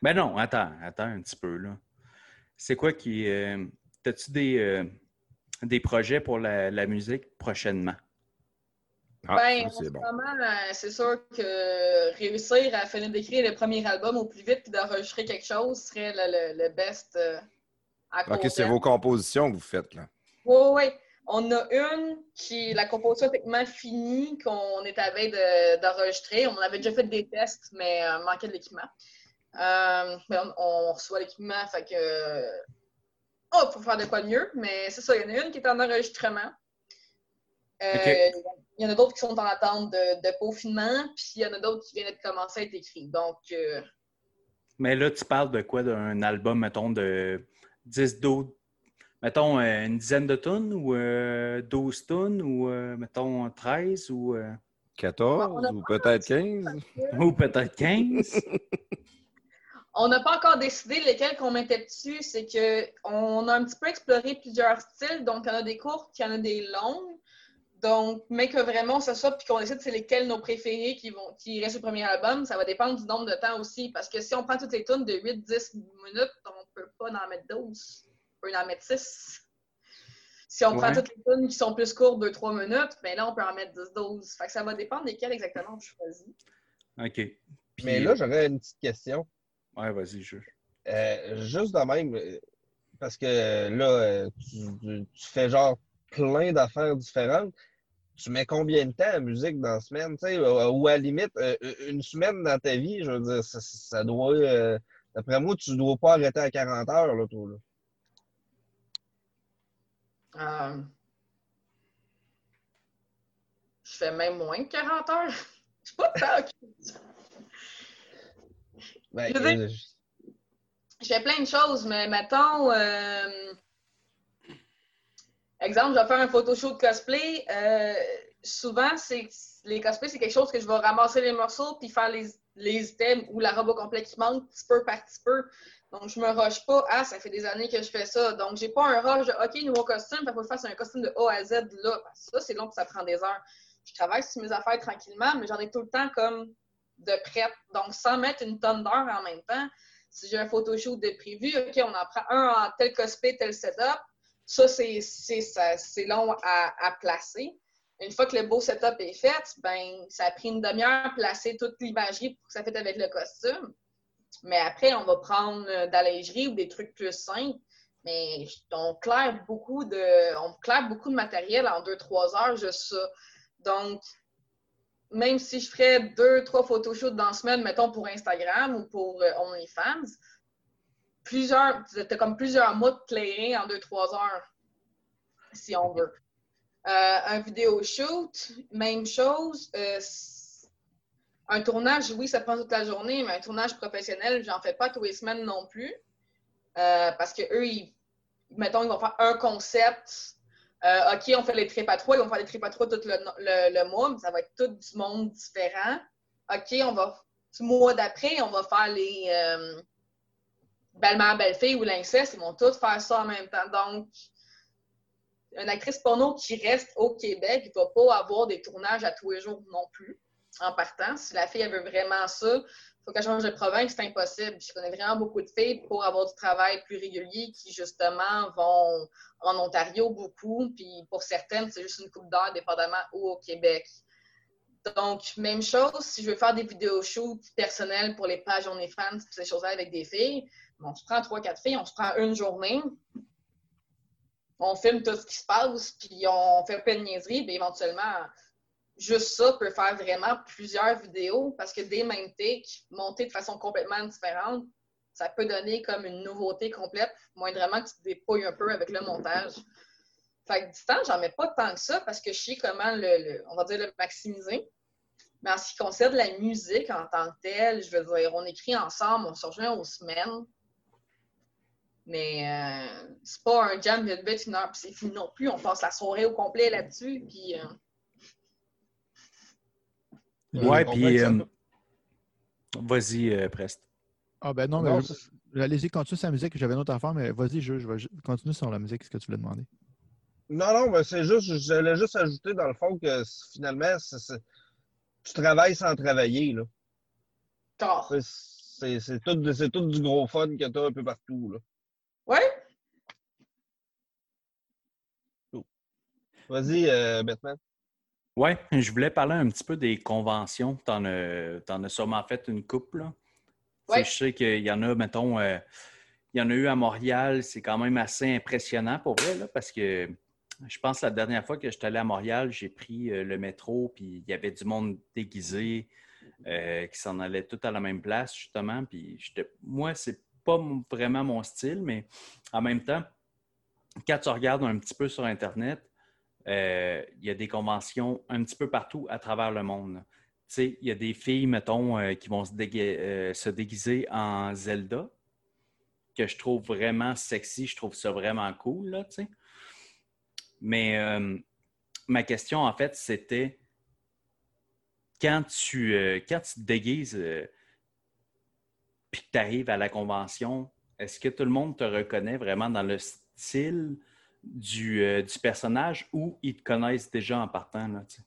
Ben non, attends, attends un petit peu, là. C'est quoi qui... Euh, t'as-tu des, euh, des projets pour la, la musique prochainement? Ah, ben, ça, c'est en ce bon. moment, euh, c'est sûr que réussir à finir d'écrire le premier album au plus vite et d'enregistrer quelque chose serait le, le, le best euh, à court OK, c'est vos compositions que vous faites, là. Oui, oui, oui. On a une qui, la composition est techniquement finie, qu'on est à veille de, d'enregistrer. On avait déjà fait des tests, mais euh, manquait de l'équipement. Euh, mais on, on reçoit l'équipement, fait que... Oh, pour faire de quoi de mieux, mais c'est ça, il y en a une qui est en enregistrement. Euh, okay. Il y en a d'autres qui sont en attente de, de peaufinement, puis il y en a d'autres qui viennent de commencer à être écrits. Donc... Euh... Mais là, tu parles de quoi? D'un album, mettons, de dix, douze... Mettons, euh, une dizaine de tonnes ou euh, douze tonnes ou, euh, mettons, treize ou... Euh... quatorze ou peut-être quinze? Ou peut-être quinze? On n'a pas encore décidé lesquels qu'on mettait dessus. C'est qu'on a un petit peu exploré plusieurs styles. Donc, il y en a des courtes, il y en a des longues. Donc, mais que vraiment, c'est ça, puis qu'on décide c'est lesquels nos préférés qui, vont, qui restent au premier album, ça va dépendre du nombre de temps aussi. Parce que si on prend toutes les tunes de huit dix minutes, on ne peut pas en mettre douze. On peut en mettre six. Si on ouais. prend toutes les tunes qui sont plus courtes, deux trois minutes, bien là, on peut en mettre dix douze. Fait que ça va dépendre desquels exactement je choisis. OK. Puis, mais là, j'aurais une petite question. Ouais, vas-y, je. Euh, juste de même, parce que là, tu, tu fais genre plein d'affaires différentes. Tu mets combien de temps à musique dans la semaine? Tu sais, ou à la limite, une semaine dans ta vie, je veux dire, ça, ça doit. Euh, d'après moi, tu ne dois pas arrêter à quarante heures, là, toi, là. Euh, je fais même moins que quarante heures. Je suis pas tant occupée. Ben, je, veux dire, je... je fais plein de choses, mais mettons, euh... exemple, je vais faire un photoshoot de cosplay. Euh, souvent, c'est les cosplays, c'est quelque chose que je vais ramasser les morceaux puis faire les, les items ou la robe au complet qui manque petit peu par petit peu. Donc, je me rush pas. Ah, ça fait des années que je fais ça. Donc, j'ai pas un rush de OK, nouveau costume, il faut que je fasse un costume de A à Z là. Parce que ça, c'est long que ça prend des heures. Je travaille sur mes affaires tranquillement, mais j'en ai tout le temps comme de prête. Donc, sans mettre une tonne d'heures en même temps, si j'ai un photoshoot de prévu, OK, on en prend un en tel cosplay, tel setup. Ça, c'est, c'est, ça, c'est long à, à placer. Une fois que le beau setup est fait, ben, ça a pris une demi-heure à placer toute l'imagerie pour que ça fasse avec le costume. Mais après, on va prendre de la lingerie ou des trucs plus simples. Mais on claire beaucoup de, on claire beaucoup de matériel en deux trois heures, juste ça. Donc, même si je ferais deux trois photoshoots dans la semaine, mettons pour Instagram ou pour OnlyFans, plusieurs, t'as comme plusieurs mois de clairer en deux trois heures, si on veut. Euh, un vidéo shoot, même chose. Euh, un tournage, oui, ça prend toute la journée, mais un tournage professionnel, j'en fais pas tous les semaines non plus. Euh, parce qu'eux, ils, mettons, ils vont faire un concept. Euh, OK, on fait les tripes à trois, ils vont faire les tripes à trois tout le, le, le mois, mais ça va être tout du monde différent. OK, on va, du mois d'après, on va faire les euh, belle-mère, belle-fille ou l'inceste, ils vont tous faire ça en même temps. Donc, une actrice porno qui reste au Québec, il ne va pas avoir des tournages à tous les jours non plus, en partant. Si la fille, elle veut vraiment ça, il faut qu'elle change de province, c'est impossible. Je connais vraiment beaucoup de filles pour avoir du travail plus régulier qui, justement, vont en Ontario beaucoup, puis pour certaines, c'est juste une couple d'heures, dépendamment où au Québec. Donc, même chose, si je veux faire des vidéos shoots personnels pour les pages OnlyFans, ces choses-là avec des filles, on se prend trois quatre filles, on se prend une journée, on filme tout ce qui se passe, puis on fait plein de niaiseries, puis éventuellement, juste ça peut faire vraiment plusieurs vidéos, parce que des mêmes takes, montées de façon complètement différente, ça peut donner comme une nouveauté complète, moindrement que tu te dépouilles un peu avec le montage. Fait que du temps, j'en mets pas tant que ça, parce que je sais comment le, le on va dire, le maximiser. Mais en ce qui concerne la musique en tant que telle, je veux dire, on écrit ensemble, on se rejoint aux semaines. Mais euh, c'est pas un jam vite vite une heure, puis c'est fini non plus. On passe la soirée au complet là-dessus, puis... Euh... Ouais, puis... Euh, vas-y, euh, Prest. Ah ben non, mais je... allez-y, continue sur la musique. J'avais une autre affaire, mais vas-y, je, je vais continuer sur la musique, ce que tu voulais demander. Non, non, mais c'est juste... J'allais juste ajouter, dans le fond, que finalement, c'est, c'est, tu travailles sans travailler, là. Oh. C'est, c'est, c'est, tout, c'est tout du gros fun que tu as un peu partout. Là. Ouais. Vas-y, euh, Batman. Oui, je voulais parler un petit peu des conventions. Tu en as, t'en as sûrement fait une couple. Là. Ouais. Je sais qu'il y en a, mettons, euh, il y en a eu à Montréal. C'est quand même assez impressionnant pour vrai, là, parce que je pense que la dernière fois que j'étais allé à Montréal, j'ai pris euh, le métro, puis il y avait du monde déguisé euh, qui s'en allait tout à la même place, justement. Puis moi, c'est pas vraiment mon style, mais en même temps, quand tu regardes un petit peu sur Internet, Euh, il y a des conventions un petit peu partout à travers le monde. Tu sais, il y a des filles, mettons, euh, qui vont se, dégu- euh, se déguiser en Zelda, que je trouve vraiment sexy, je trouve ça vraiment cool, là, tu sais. Mais euh, ma question, en fait, c'était quand tu, euh, quand tu te déguises euh, puis que tu arrives à la convention, est-ce que tout le monde te reconnaît vraiment dans le style Du, euh, du personnage ou ils te connaissent déjà en partant? Là, tu sais?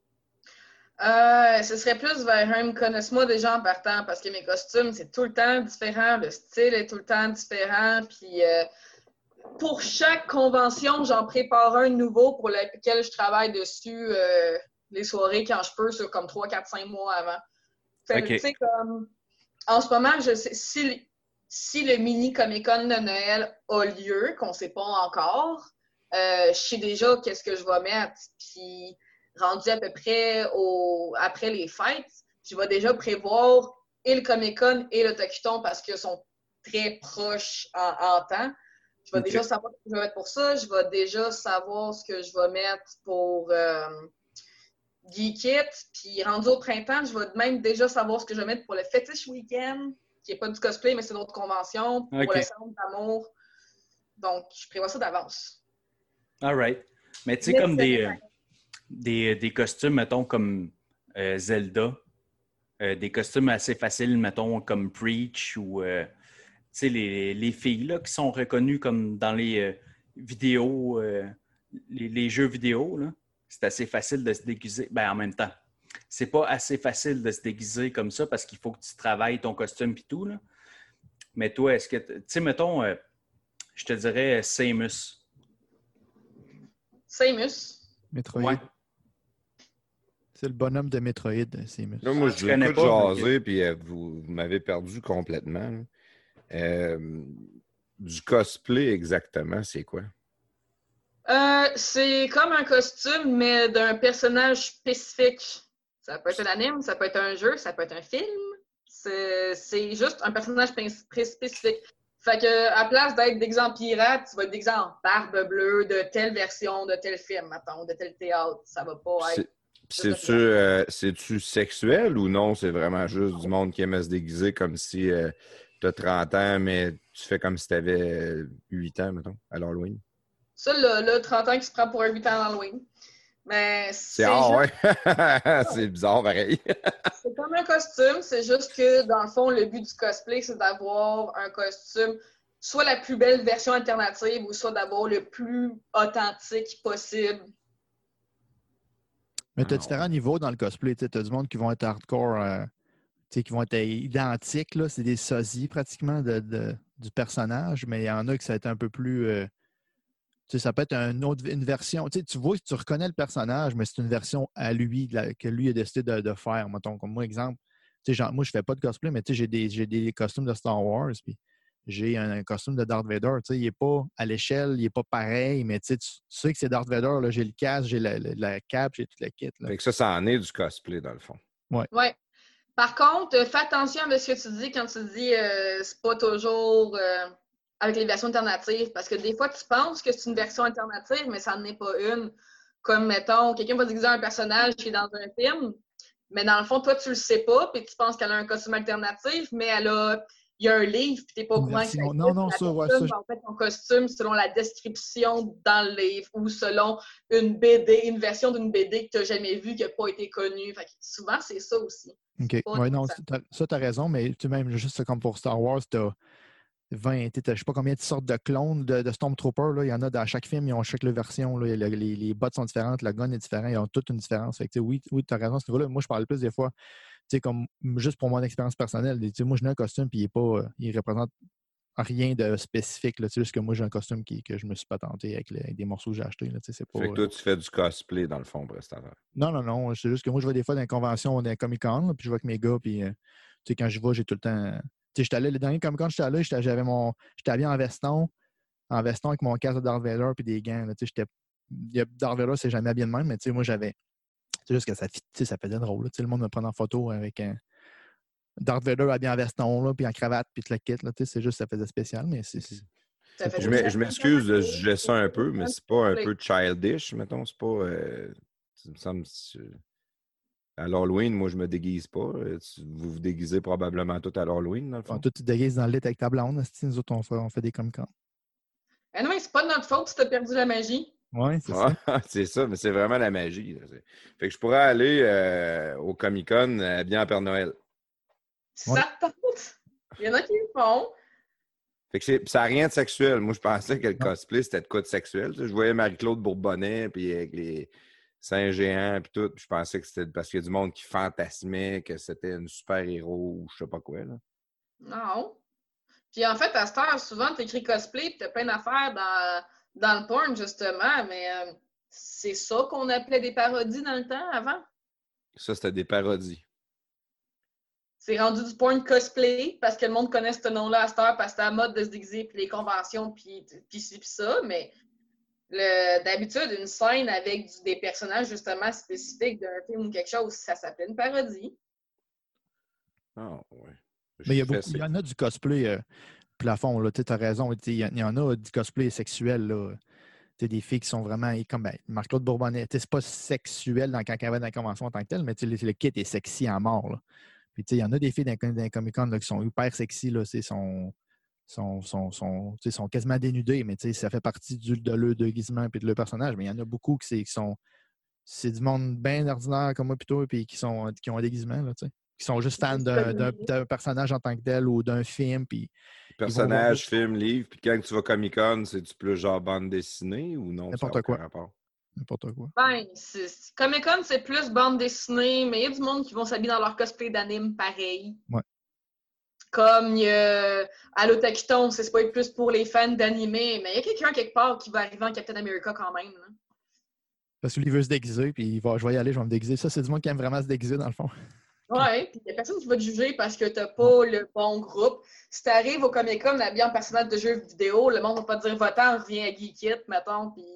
euh, ce serait plus vers un « me connaissent-moi déjà en partant » parce que mes costumes, c'est tout le temps différent, le style est tout le temps différent. Puis euh, pour chaque convention, j'en prépare un nouveau pour lequel je travaille dessus euh, les soirées quand je peux, sur comme trois, quatre, cinq mois avant. Fait que, okay. Tu sais, comme en ce moment, je sais si. Si le mini Comic-Con de Noël a lieu, qu'on ne sait pas encore, euh, je sais déjà qu'est-ce que je vais mettre. Puis, rendu à peu près au, après les fêtes, je vais déjà prévoir et le Comic-Con et le Tokiton parce qu'ils sont très proches en, en temps. Je vais okay. déjà savoir ce que je vais mettre pour ça. Je vais déjà savoir ce que je vais mettre pour euh, Geek It. Puis, rendu au printemps, je vais même déjà savoir ce que je vais mettre pour le Fetish Weekend, qui n'est pas du cosplay, mais c'est une autre convention pour okay. le Salon d'amour. Donc, je prévois ça d'avance. All right. Mais tu sais, comme des, euh, des, des costumes, mettons, comme euh, Zelda, euh, des costumes assez faciles, mettons, comme Preach ou, euh, tu sais, les, les filles, là, qui sont reconnues comme dans les euh, vidéos, euh, les, les jeux vidéo, là, c'est assez facile de se déguiser. Ben, en même temps, c'est pas assez facile de se déguiser comme ça parce qu'il faut que tu travailles ton costume et tout. Là. Mais toi, est-ce que... Tu sais, mettons, euh, je te dirais Samus. Samus? Metroid. Ouais. C'est le bonhomme de Metroid, Samus. Là, moi, je l'écoute jaser, puis euh, vous, vous m'avez perdu complètement. Euh, du cosplay, exactement, c'est quoi? Euh, c'est comme un costume, mais d'un personnage spécifique. Ça peut être un anime, ça peut être un jeu, ça peut être un film. C'est, c'est juste un personnage spécifique. Fait que, à place d'être d'exemple pirate, tu vas être d'exemple barbe bleue de telle version, de tel film, attends, de tel théâtre. Ça va pas être. C'est, c'est-tu, euh, c'est-tu sexuel ou non? C'est vraiment juste du monde qui aime se déguiser comme si euh, tu as trente ans, mais tu fais comme si tu avais huit ans, mettons, à l'Halloween? Ça, là, là, trente ans qui se prend pour un huit ans à l'Halloween. Mais c'est, c'est ah, juste... ouais. C'est bizarre, pareil. C'est comme un costume, c'est juste que, dans le fond, le but du cosplay, c'est d'avoir un costume, soit la plus belle version alternative, ou soit d'avoir le plus authentique possible. Mais tu as différents niveaux dans le cosplay. Tu as du monde qui vont être hardcore, euh, qui vont être identiques. Là. C'est des sosies, pratiquement, de, de, du personnage, mais il y en a qui ça va être un peu plus... Euh, Tu sais, ça peut être un autre, une version. Tu sais, tu vois, tu reconnais le personnage, mais c'est une version à lui, la, que lui a décidé de, de faire. Mettons, comme moi, exemple, tu sais, genre, moi, je fais pas de cosplay, mais tu sais, j'ai des, j'ai des costumes de Star Wars, puis j'ai un, un costume de Darth Vader. Tu sais, il n'est pas à l'échelle, il n'est pas pareil, mais tu sais, tu, tu sais que c'est Darth Vader. Là, j'ai le casque, j'ai la, la, la cape, j'ai tout le kit. Là. Fait que ça, ça en est du cosplay, dans le fond. Oui. Ouais. Par contre, fais attention à ce que tu dis quand tu dis euh, c'est pas toujours... Euh... avec les versions alternatives, parce que des fois, tu penses que c'est une version alternative, mais ça n'en est pas une. Comme, mettons, quelqu'un va déguiser un personnage qui est dans un film, mais dans le fond, toi, tu le sais pas, puis tu penses qu'elle a un costume alternatif, mais elle a... il y a un livre, puis tu n'es pas au courant que ça existe. Non, non, ça, ouais, ça... va en fait ton costume selon la description dans le livre, ou selon une B D, une version d'une B D que tu n'as jamais vue, qui n'a pas été connue. Fait que souvent, c'est ça aussi. OK. Oui, non, ça, tu as raison, mais tu même juste comme pour Star Wars, tu as vingt, je ne sais pas combien de sortes de clones de, de Stormtrooper. Là. Il y en a dans chaque film, ils ont chaque version. Là. Les, les, les bottes sont différentes, le gun est différent, ils ont toutes une différence. Fait que, oui, oui tu as raison à ce niveau-là. Moi, je parle plus des fois sais, comme juste pour mon expérience personnelle, tu sais, moi, je n'ai un costume, puis il est pas, euh, il représente rien de spécifique. C'est juste que moi, j'ai un costume qui, que je me suis patenté avec, les, avec des morceaux que j'ai achetés. Là, c'est pas, fait que toi, tu fais du cosplay, dans le fond, prestataire. Non, non, non. C'est juste que moi, je vais des fois dans les conventions, dans les Comic-Con, puis je vais avec mes gars, puis euh, tu sais, quand je vais, j'ai tout le temps. Tu sais, j'étais allé, le dernier Comic-Con, j'étais allé, j'étais, j'avais mon. J'étais habillé en veston, en veston avec mon casque de Darth Vader puis des gants. Là, tu sais, j'étais. Darth Vader, c'est jamais habillé de même, mais tu sais, moi, j'avais. C'est juste que ça, tu sais, ça faisait drôle. Là, tu sais, le monde me prenait en photo avec un. Darth Vader habillé en veston, là, puis en cravate, puis tout le kit. Là, tu sais, c'est juste que ça faisait spécial, mais c'est. c'est Ça fait Je m'e- je m'excuse de juger ça un peu, mais c'est pas un peu childish, mettons. C'est pas. Euh, ça me semble. À l'Halloween, moi, je me déguise pas. Vous vous déguisez probablement tout à l'Halloween, dans le fond. Toi, tu te déguises dans le lit avec ta blonde. Nous autres, on fait, on fait des Comic-Con. Ah non, c'est pas de notre faute si t'as perdu la magie. Oui, c'est ah, ça. C'est ça, mais c'est vraiment la magie. Là. Fait que je pourrais aller euh, au Comic-Con euh, bien en Père Noël. Ça ouais. tente. Il y en a qui le font. Fait que c'est, ça n'a rien de sexuel. Moi, je pensais que le cosplay, c'était de quoi de sexuel. Je voyais Marie-Claude Bourbonnais, puis avec les seins géants, puis tout. Puis je pensais que c'était parce qu'il y a du monde qui fantasmait que c'était une super-héros ou je sais pas quoi. Là. Non. Puis en fait, à cette heure, souvent, tu écris cosplay, puis tu as plein d'affaires dans, dans le porn, justement. Mais euh, c'est ça qu'on appelait des parodies dans le temps, avant? Ça, c'était des parodies. C'est rendu du porn cosplay parce que le monde connaît ce nom-là à cette heure parce que c'est à la mode de se déguiser, puis les conventions, puis, puis ci, puis ça. Mais le, d'habitude, une scène avec du, des personnages justement spécifiques d'un film ou quelque chose, ça s'appelle une parodie. Ah, oh, ouais. Mais il y, a beaucoup, il y en a du cosplay euh, plafond, là. Tu as raison. Il y, y en a du cosplay sexuel, là. T'sais, des filles qui sont vraiment comme ben, Marc-Claude Bourbonnais. C'est pas sexuel dans, quand elle va dans la convention en tant que tel, mais le, le kit est sexy à mort. Là. Puis, il y en a des filles dans, dans les Comic-Con là, qui sont hyper sexy, là, sont, sont, sont, sont, sont quasiment dénudées, mais ça fait partie du, de leur déguisement et de leur personnage. Mais il y en a beaucoup qui, qui sont. C'est du monde bien ordinaire comme moi, plutôt, puis qui, sont, qui ont un déguisement, là, qui sont juste fans d'un, d'un, d'un personnage en tant que tel ou d'un film. Puis personnage, film, livre, puis quand tu vas Comic-Con, c'est-tu plus genre bande dessinée ou non? N'importe quoi. Rapport? N'importe quoi. Ben, Comic-Con, c'est plus bande dessinée, mais il y a du monde qui vont s'habiller dans leur cosplay d'anime pareil. Ouais. Comme il y a à l'Otakiton, c'est pas plus pour les fans d'animé, mais il y a quelqu'un quelque part qui va arriver en Captain America quand même. Là. Parce qu'il veut se déguiser, puis il va, je vais y aller, je vais me déguiser. Ça, c'est du monde qui aime vraiment se déguiser, dans le fond. Ouais, puis il n'y a personne qui va te juger parce que t'as pas ouais. le bon groupe. Si t'arrives au Comic-Con habillé en personnage de jeux vidéo, le monde va pas te dire votant, reviens à Geekit, mettons, puis.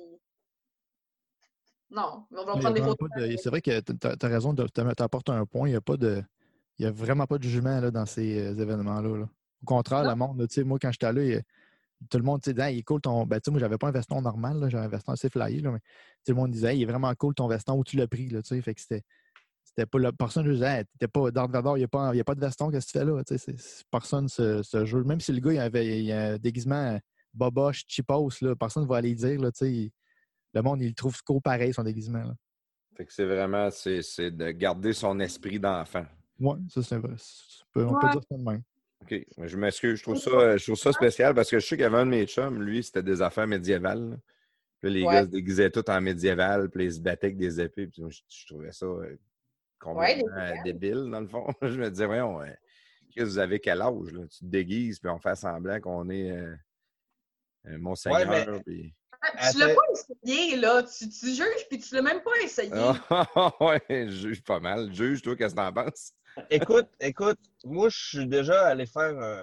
Non, on va prendre des photos. De, c'est vrai que tu as raison, tu apportes un point. Il n'y a pas de. Il n'y a vraiment pas de jugement là, dans ces euh, événements-là. Là. Au contraire, non. Le monde, moi, quand j'étais allé, il, tout le monde disait, hey, il est cool ton. Ben, moi, j'avais pas un veston normal, là, j'avais un veston assez flyé, là, mais tout le monde disait, hey, il est vraiment cool ton veston où tu l'as pris. Là, fait que c'était. C'était pas la personne qui disait, hey, t'es pas Darth Vader, il n'y a, a pas de veston, qu'est-ce que tu fais là? C'est, c'est, personne se, se joue. Même si le gars il avait il a un déguisement boboche, cheapos, là, personne ne va aller dire. Là, il, le monde, il le trouve cool pareil, son déguisement. Là. Fait que c'est vraiment c'est, c'est de garder son esprit d'enfant. Oui, ça c'est vrai. On peut, on peut dire ça de même. OK. Je m'excuse. Je trouve ça, je trouve ça spécial parce que je sais qu'il y avait un de mes chums, lui, c'était des affaires médiévales. Là. Puis les ouais. gars se déguisaient tous en médiéval, puis ils se battaient avec des épées. Puis moi, je, je trouvais ça complètement ouais, débile, dans le fond. Je me disais, voyons, euh, qu'est-ce que vous avez quel âge? Là? Tu te déguises, puis on fait semblant qu'on est euh, euh, Monseigneur. Ouais, mais... puis... Ah, tu l'as pas essayé, là. Tu, tu juges, puis tu l'as même pas essayé. Ah, ouais, je juge pas mal. Juge, toi, qu'est-ce que t'en penses? Écoute, écoute, moi, je suis déjà allé faire un,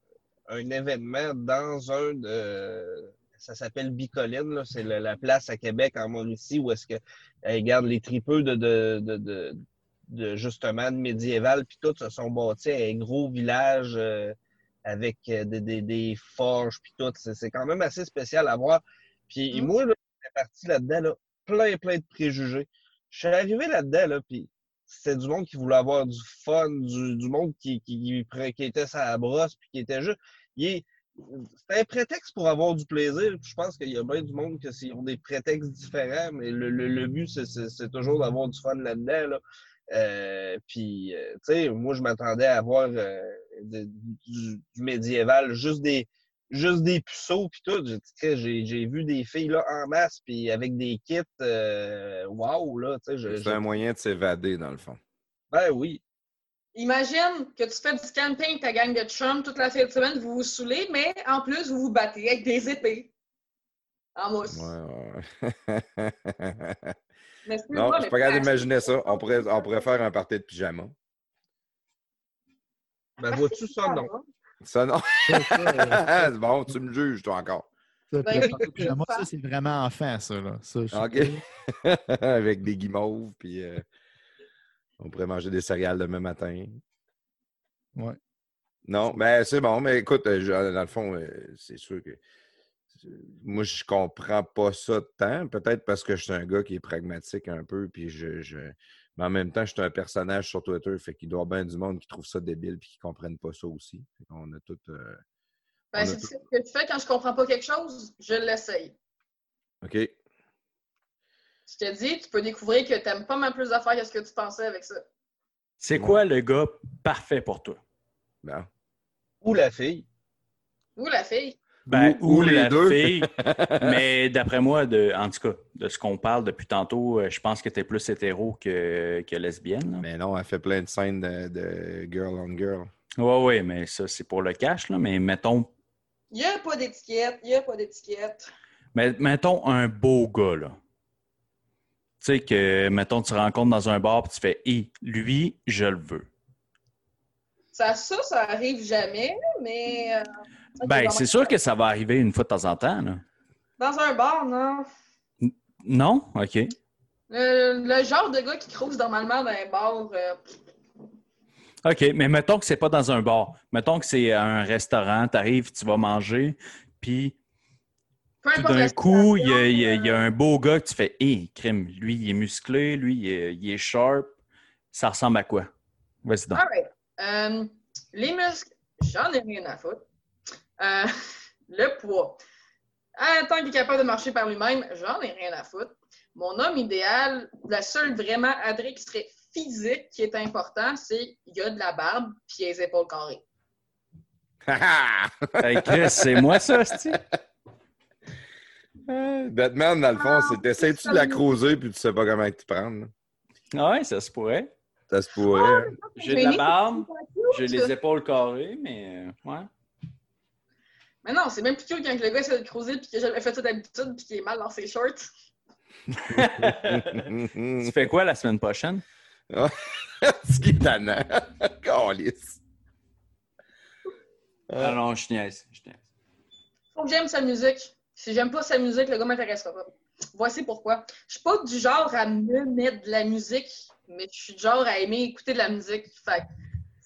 un événement dans un de... Ça s'appelle Bicoline, là. C'est le, la place à Québec, en Mauricie, où est-ce que, regarde, les tripeux de, de, de, de, de justement, de médiéval, puis tout, se sont bâtis à un gros village euh, avec des, des, des forges, puis tout. C'est, c'est quand même assez spécial à voir. Puis mmh. moi, là, j'étais parti là-dedans, là, plein, plein de préjugés. Je suis arrivé là-dedans, là, puis c'était du monde qui voulait avoir du fun, du, du monde qui, qui, qui, qui était sa brosse, puis qui était juste... Il est, c'était un prétexte pour avoir du plaisir. Je pense qu'il y a bien du monde qui ont des prétextes différents, mais le, le, le but, c'est, c'est, c'est toujours d'avoir du fun là-dedans, là. Euh, puis, euh, tu sais, moi, je m'attendais à avoir euh, de, du, du médiéval, juste des... Juste des puceaux puis tout. J'ai, j'ai, j'ai vu des filles là en masse puis avec des kits euh, wow là. Je, c'est j'ai... un moyen de s'évader dans le fond. Ben oui. Imagine que tu fais du camping avec ta gang de chums toute la fin de semaine, vous vous saoulez, mais en plus, vous vous battez avec des épées en mousse. Ouais, ouais. Mais Non, je pas, suis pas capable d'imaginer ça. On pourrait, on pourrait faire un party de pyjama. Ben, vois-tu ça, non? Ça, non. Ça, ça, euh, Bon, tu me juges, toi, encore. ça, Ben, puis le pyjama, ça, c'est vraiment enfant, ça. Là. Ça, je sais OK. Avec des guimauves, puis euh, on pourrait manger des céréales demain matin. Ouais. Non, mais c'est bon. Mais écoute, euh, je- dans le fond, euh, c'est sûr que moi, je comprends pas ça tant. Peut-être parce que je suis un gars qui est pragmatique un peu, puis je, je... Mais en même temps, je suis un personnage sur Twitter, fait qu'il doit y avoir bien du monde qui trouve ça débile puis qui ne comprennent pas ça aussi. On a tout... euh, Ben, on a c'est tout- ce que tu fais quand je comprends pas quelque chose, je l'essaye. OK. Je te dis, tu peux découvrir que tu n'aimes pas mal plus d'affaires que ce que tu pensais avec ça. C'est quoi le gars parfait pour toi? Bon. Ou la fille. Ou la fille. Ben, Ou- ou, ou les la deux. fille. Mais d'après moi, de, en tout cas, de ce qu'on parle depuis tantôt, euh, je pense que tu es plus hétéro que, que lesbienne. Là. Mais non, elle fait plein de scènes de, de girl on girl. Oui, oui, mais ça, c'est pour le cash. Là. Mais mettons, Il n'y a pas d'étiquette, il n'y a pas d'étiquette. mais, mettons un beau gars, là. Tu sais que, mettons, tu rencontres dans un bar et tu fais « Hé, lui, je le veux. Ça, ça, ça arrive jamais, mais... euh, » Ben, c'est sûr que ça va arriver une fois de temps en temps. Là. Dans un bar, non. Non? OK. Le, le genre de gars qui crouse normalement dans un bar... euh, OK, mais mettons que c'est pas dans un bar. Mettons que c'est un restaurant, tu arrives, tu vas manger, puis peu tout importe d'un la coup, il y, a, situation, il y a- il y a euh, un beau gars que tu fais « Hé, crime, lui, il est musclé, lui, il est, il est sharp. » Ça ressemble à quoi? Vas-y donc. all right. Euh, les muscles, j'en ai rien à foutre. Euh, le poids. Ah, tant qu'il est capable de marcher par lui-même, j'en ai rien à foutre. Mon homme idéal, la seule vraiment adresse qui serait physique qui est important, c'est il y a de la barbe puis les épaules carrées. Hey, Chris, c'est moi ça, c'est Batman, dans le fond, c'est t'essayes-tu de la creuser puis tu sais pas comment t'y prendre. Là? Ouais, ça se pourrait. Ça se pourrait. hein. J'ai de la barbe, j'ai les épaules carrées, mais euh, ouais. Mais non, c'est même plus cute quand le gars essaie de creuser puis qu'il a jamais fait ça d'habitude puis qu'il est mal dans ses shorts. Tu fais quoi la semaine prochaine? Ce qui est tannant. Câlisse. Ah non, je niaise, je niaise. Faut que j'aime sa musique. Si j'aime pas sa musique, le gars m'intéressera pas. Voici pourquoi. Je suis pas du genre à me mettre de la musique, mais je suis du genre à aimer écouter de la musique. Fait que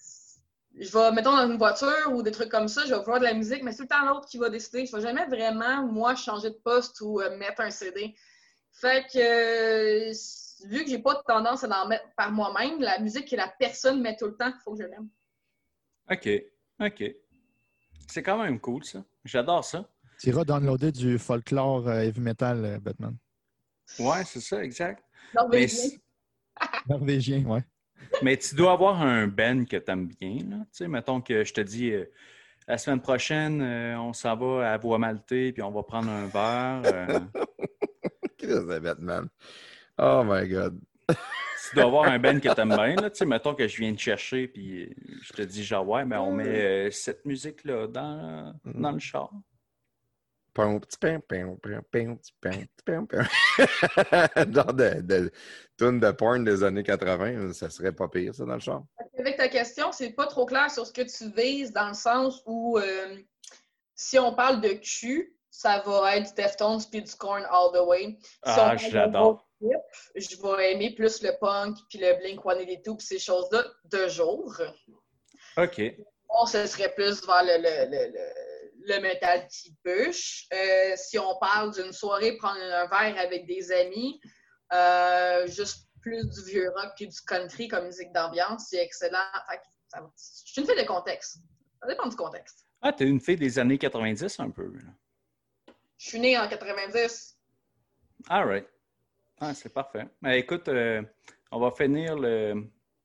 je vais, mettons, dans une voiture ou des trucs comme ça, je vais voir de la musique, mais c'est tout le temps l'autre qui va décider. Je vais jamais vraiment, moi, changer de poste ou euh, mettre un C D. Fait que, euh, vu que j'ai pas de tendance à en mettre par moi-même, la musique que la personne met tout le temps, il faut que je l'aime. OK, OK. C'est quand même cool, ça. J'adore ça. Tu iras downloader du folklore euh, heavy metal, euh, Batman. Ouais, c'est ça, exact. Norvégien. Mais, c- Norvégien, ouais. mais tu dois avoir un band que tu aimes bien. Là. Tu sais, mettons que je te dis, euh, la semaine prochaine, euh, on s'en va à Bois Maltais, puis on va prendre un verre. euh, Qu'est-ce que c'est, Batman? Oh my God. tu dois avoir un band que tu aimes bien. Là. Tu sais, mettons que je viens te chercher, puis euh, je te dis, genre, ouais, ben, on met euh, cette musique-là dans, dans le char. Pom, petit pim, pim, pim, pim, petit pim, petit pim, pim. Genre de, de tune de porn des années quatre-vingts, ça serait pas pire, ça, dans le char. Avec ta question, c'est pas trop clair sur ce que tu vises dans le sens où euh, si on parle de cul, ça va être du Deftones puis du Korn all the way. Si Ah, on parle de j'adore. road trip, je vais aimer plus le punk puis le Blink cent quatre-vingt-deux puis ces choses-là de jour. OK. Bon, ce serait plus vers le, le, le, le, le métal qui bûche. Euh, si on parle d'une soirée, prendre un verre avec des amis, euh, juste plus du vieux rock puis du country comme musique d'ambiance, c'est excellent. Fait que ça va. Je suis une fille de contexte. Ça dépend du contexte. Ah, t'es une fille des années quatre-vingt-dix un peu. Là. Je suis née en quatre-vingt-dix. All right. Ah, c'est parfait. Ben, écoute, euh, on va finir le...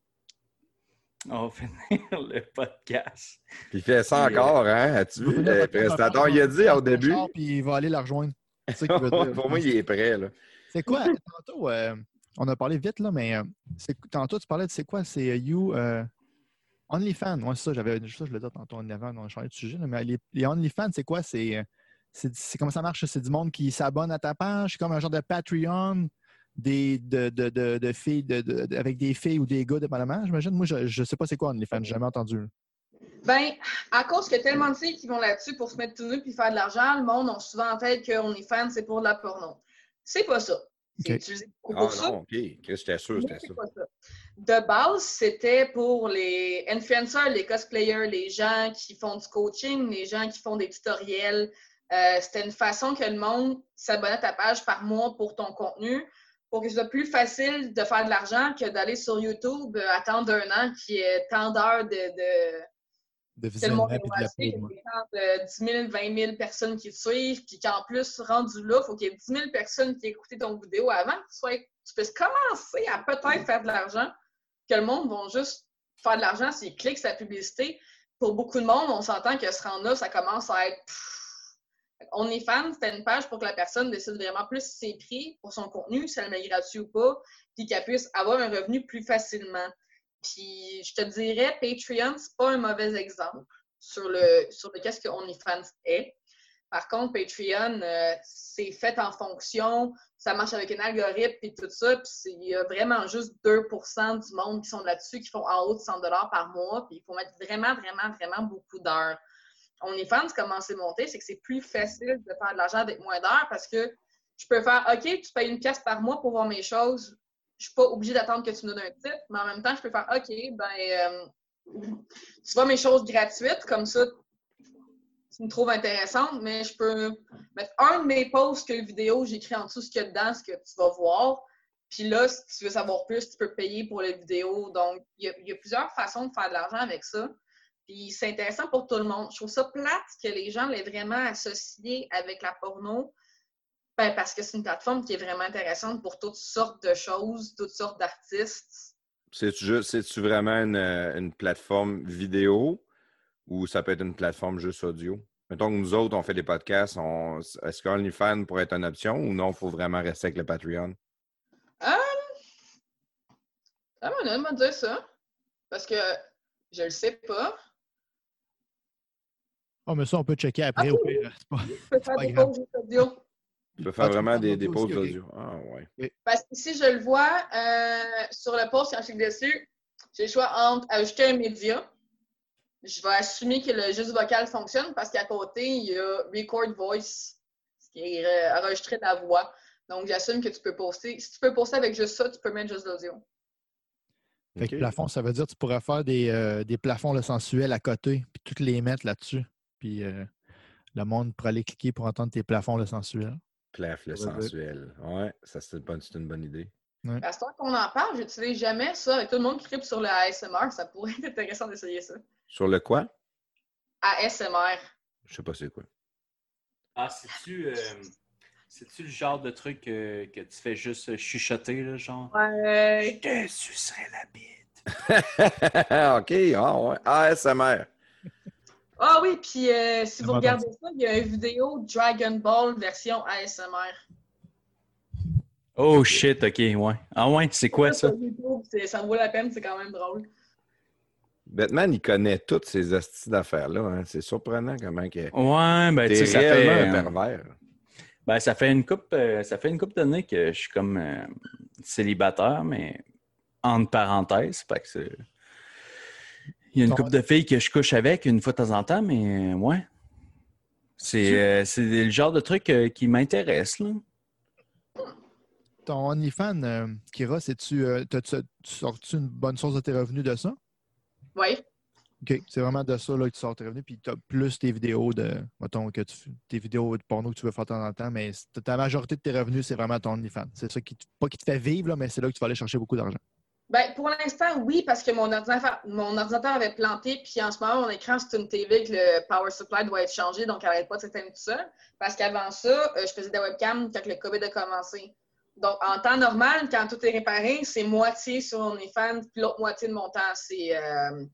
On va finir le podcast. Puis il fait ça Puis, euh, encore, hein? As-tu vu? Le prestateur, il a dit au début. Puis il va aller la rejoindre. C'est ça qu'il veut dire. Pour moi, il est prêt, là. C'est quoi? Tantôt, euh, on a parlé vite, là, mais euh, c'est, tantôt, tu parlais de c'est quoi? C'est euh, You... Euh, OnlyFans, moi, c'est ça, j'avais ça, je le dis tantôt OnlyFans, on a changé de sujet, là, mais les, les OnlyFans, c'est quoi? C'est, c'est, c'est comment ça marche? C'est du monde qui s'abonne à ta page, c'est comme un genre de Patreon des, de, de, de, de filles, de, de, de, avec des filles ou des gars, dépendamment, j'imagine. Moi, je ne sais pas c'est quoi OnlyFans, j'ai jamais entendu. Ben, à cause qu'il y a tellement de filles qui vont là-dessus pour se mettre tout nu puis faire de l'argent, le monde a souvent en tête que OnlyFans, c'est pour de la porno. C'est pas ça. C'est okay. utilisé pour ah, ça. non, OK. J'étais sûr, c'était ça. Pas ça. De base, c'était pour les influenceurs, les cosplayers, les gens qui font du coaching, les gens qui font des tutoriels. Euh, c'était une façon que le monde s'abonne à ta page par mois pour ton contenu, pour que ce soit plus facile de faire de l'argent que d'aller sur YouTube, euh, attendre un an, qui est tant d'heures de... de de visionnement et de la pub. De dix mille, vingt mille personnes qui te suivent, puis qu'en plus, rendu là, il faut qu'il y ait dix mille personnes qui aient écouté ton vidéo avant que tu, sois, tu puisses commencer à peut-être faire de l'argent, que le monde va juste faire de l'argent s'ils cliquent sa publicité. Pour beaucoup de monde, on s'entend que ce rang-là, ça commence à être... OnlyFans, c'était une page pour que la personne décide vraiment plus ses prix pour son contenu, si elle met gratuit ou pas, puis qu'elle puisse avoir un revenu plus facilement. Puis, je te dirais, Patreon, c'est pas un mauvais exemple sur le, sur le qu'est-ce que OnlyFans est. Par contre, Patreon, euh, c'est fait en fonction, ça marche avec un algorithme et tout ça, puis il y a vraiment juste deux pour cent du monde qui sont là-dessus, qui font en haut de cent dollars par mois, puis il faut mettre vraiment, vraiment, vraiment beaucoup d'heures. OnlyFans, comment c'est monté, c'est que c'est plus facile de faire de l'argent avec moins d'heures parce que je peux faire, OK, tu payes une pièce par mois pour voir mes choses. Je ne suis pas obligée d'attendre que tu me donnes un tip, mais en même temps, je peux faire OK, ben, euh, tu vois mes choses gratuites, comme ça, tu me trouves intéressante, mais je peux mettre un de mes posts que vidéo, j'écris en dessous ce qu'il y a dedans, ce que tu vas voir. Puis là, si tu veux savoir plus, tu peux payer pour les vidéos. Donc, il y, y a plusieurs façons de faire de l'argent avec ça. Puis c'est intéressant pour tout le monde. Je trouve ça plate que les gens l'aient vraiment associé avec la porno. Ben, parce que c'est une plateforme qui est vraiment intéressante pour toutes sortes de choses, toutes sortes d'artistes. C'est-tu juste, c'est-tu vraiment une, une plateforme vidéo ou ça peut être une plateforme juste audio? Mettons que nous autres, on fait des podcasts. On, est-ce qu'OnlyFans pourrait être une option ou non, il faut vraiment rester avec le Patreon? Um, ça m'en a de me dire ça. Parce que je le sais pas. Oh, mais ça, on peut checker après. Ah, au pire. C'est pas, je peux faire des pauses audio. Tu peux faire ah, vraiment des, audio des pauses aussi, audio. okay. Ah, ouais. Okay. Parce que si je le vois euh, sur le post, quand je clique dessus, j'ai le choix entre ajouter un média. Je vais assumer que le juste vocal fonctionne parce qu'à côté, il y a Record Voice, ce qui est enregistré de la voix. Donc, j'assume que tu peux poster. Si tu peux poster avec juste ça, tu peux mettre juste l'audio. Fait okay. que plafond, ça veut dire que tu pourrais faire des, euh, des plafonds là, sensuels à côté, puis toutes les mettre là-dessus. Puis euh, le monde pourrait aller cliquer pour entendre tes plafonds là, sensuels. Plaf le sensuel. Oui, ça c'est une bonne, c'est une bonne idée. Ouais. À ce temps qu'on en parle, j'utilise jamais ça. Avec tout le monde qui tripe sur le A S M R, ça pourrait être intéressant d'essayer ça. Sur le quoi? A S M R. Je sais pas c'est quoi. Ah, c'est-tu, euh, c'est-tu le genre de truc euh, que tu fais juste chuchoter, là, genre? Ouais. Je te sucerai la bite. OK, ah ouais. A S M R. Ah oui, puis euh, si vous regardez ça, il y a une vidéo Dragon Ball version A S M R. Oh shit, OK, ouais. Ah ouais, c'est quoi ça? Ça, ça vaut la peine, c'est quand même drôle. Batman, il connaît toutes ces hosties d'affaires-là. Hein. C'est surprenant comment que... Ouais, ben tu sais, ça fait... un pervers. Ben, ça fait une couple, euh, ça fait une couple d'années que je suis comme euh, célibataire, mais entre parenthèses, fait que c'est... Il y a une couple de filles que je couche avec une fois de temps en temps, mais ouais. C'est, euh, c'est le genre de truc euh, qui m'intéresse, là. Ton OnlyFans, euh, Kira, c'est-tu, euh, tu sors-tu une bonne source de tes revenus de ça? Oui. OK. C'est vraiment de ça là, que tu sors tes revenus, puis tu as plus tes vidéos de, mettons, que tu, tes vidéos de porno que tu veux faire de temps en temps, mais ta majorité de tes revenus, c'est vraiment ton OnlyFans. C'est ça qui, pas qui te fait vivre, là, mais c'est là que tu vas aller chercher beaucoup d'argent. Ben, pour l'instant, oui, parce que mon ordinateur, mon ordinateur avait planté, puis en ce moment, mon écran, c'est une T V que le power supply doit être changé, donc elle n'arrête pas de s'éteindre tout seul. Parce qu'avant ça, je faisais des webcams quand le COVID a commencé. Donc, en temps normal, quand tout est réparé, c'est moitié sur OnlyFans, puis l'autre moitié de mon temps, c'est euh...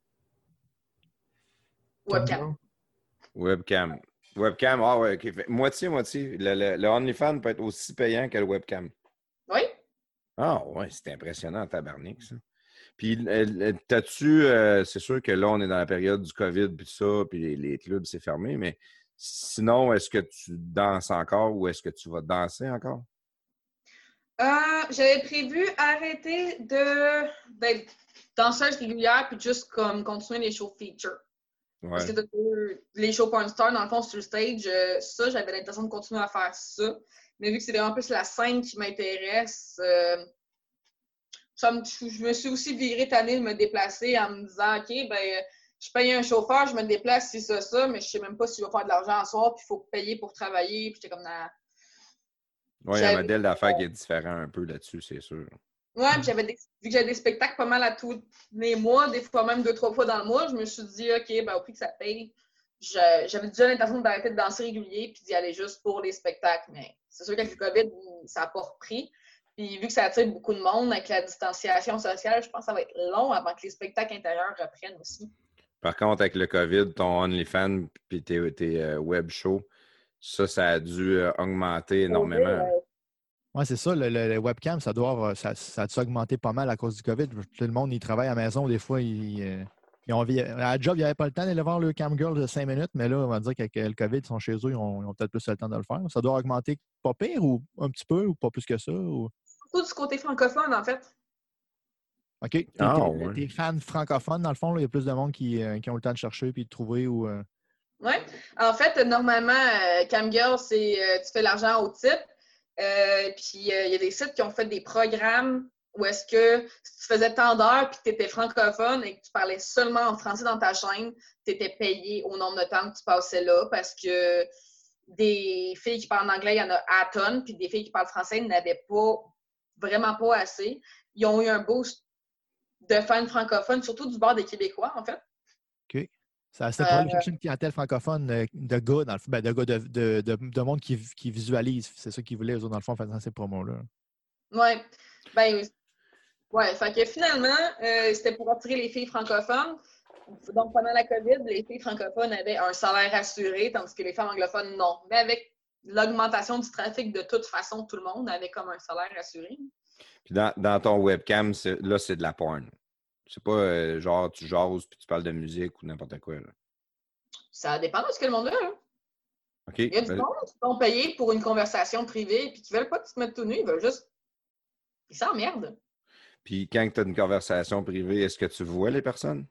webcam. Webcam. Webcam, ah ouais, OK. Moitié, moitié. Le, le, le OnlyFans peut être aussi payant que le webcam. Oui. Ah ouais, c'est impressionnant, tabarnak, ça. Puis, euh, t'as-tu, euh, c'est sûr que là, on est dans la période du COVID, puis ça, puis les, les clubs, c'est fermé, mais sinon, est-ce que tu danses encore ou est-ce que tu vas danser encore? Euh, j'avais prévu arrêter de d'être danseuse régulière puis juste comme continuer les shows feature. Ouais. Parce que les shows porn star, dans le fond, sur le stage, euh, ça, j'avais l'intention de continuer à faire ça. Mais vu que c'est vraiment plus la scène qui m'intéresse, euh, ça me, je me suis aussi virée tannée de me déplacer en me disant, OK, ben, je paye un chauffeur, je me déplace, c'est ça, ça, mais je sais même pas si je vais faire de l'argent en soir, puis il faut payer pour travailler, puis j'étais comme, nah. Oui, il y a un modèle d'affaires qui est différent un peu là-dessus, c'est sûr. Oui, puis j'avais des, vu que j'avais des spectacles pas mal à tous les mois, des fois même deux, trois fois dans le mois, je me suis dit, OK, ben, au prix que ça paye, je, j'avais déjà l'intention d'arrêter de danser régulier puis d'y aller juste pour les spectacles. Mais c'est sûr qu'avec le COVID, ça n'a pas repris. Puis vu que ça attire beaucoup de monde avec la distanciation sociale, je pense que ça va être long avant que les spectacles intérieurs reprennent aussi. Par contre, avec le COVID, ton OnlyFans puis tes, tes uh, web shows, ça, ça a dû uh, augmenter énormément. Oui, ouais, c'est ça. Le, le, le webcam, ça doit avoir, ça, ça a dû augmenter pas mal à cause du COVID. Tout le monde, il travaille à la maison. Des fois, ils, euh, ils ont, à la job, il n'y avait pas le temps d'aller voir le cam girl de cinq minutes, mais là, on va dire qu'avec le COVID, ils sont chez eux, ils ont, ils ont peut-être plus le temps de le faire. Ça doit augmenter pas pire ou un petit peu ou pas plus que ça? Ou... Surtout du côté francophone, en fait. OK. T'es, ah, t'es, ouais. t'es fan francophone, dans le fond, il y a plus de monde qui, euh, qui ont le temps de chercher puis de trouver ou... Euh... Oui. En fait, normalement, euh, cam girl, c'est euh, tu fais l'argent au type. Euh, puis il euh, y a des sites qui ont fait des programmes où est-ce que si tu faisais tant d'heures puis que tu étais francophone et que tu parlais seulement en français dans ta chaîne, tu étais payé au nombre de temps que tu passais là parce que des filles qui parlent anglais, il y en a à tonnes, puis des filles qui parlent français n'avaient pas, vraiment pas assez. Ils ont eu un boost de fans francophones, surtout du bord des Québécois, en fait. OK. Ça, c'était pour aller chercher une clientèle francophone de gars, dans le, ben, de gars de, de, de, de monde qui, qui visualise. C'est ça qu'ils voulaient, eux autres, dans le fond, en faisant ces promos-là. Oui. Ben, ouais. Fait que finalement, euh, c'était pour attirer les filles francophones. Donc, pendant la COVID, les filles francophones avaient un salaire assuré, tandis que les femmes anglophones, non. Mais avec l'augmentation du trafic, de toute façon, tout le monde avait comme un salaire assuré. Puis dans, dans ton webcam, c'est, là, c'est de la porn. C'est pas euh, genre tu jases puis tu parles de musique ou n'importe quoi. Là. Ça dépend de ce que le monde veut. Hein. Okay. Il y a du monde qui vont payer pour une conversation privée puis qui veulent pas que tu te mettes tout nu, ils veulent juste. Ils s'emmerdent. Puis quand tu as une conversation privée, est-ce que tu vois les personnes?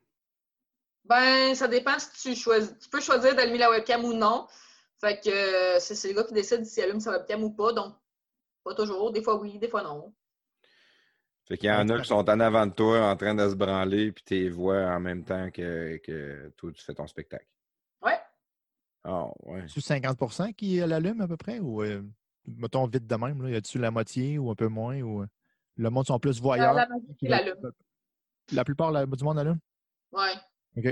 Ben, ça dépend si tu choisis. Tu peux choisir d'allumer la webcam ou non. Fait que euh, c'est, c'est le gars qui décide s'il allume sa webcam ou pas. Donc, pas toujours. Des fois oui, des fois non. Fait qu'il y en a qui sont en avant de toi en train de se branler puis tu les vois en même temps que, que toi, tu fais ton spectacle. Ouais. Ah, ouais. C'est cinquante pour cent qui l'allument à peu près ou, euh, mettons, vite de même, là, y a-tu la moitié ou un peu moins ou euh, le monde sont plus voyeurs? La, la moitié l'allume. La plupart la, du monde allume? Ouais. OK.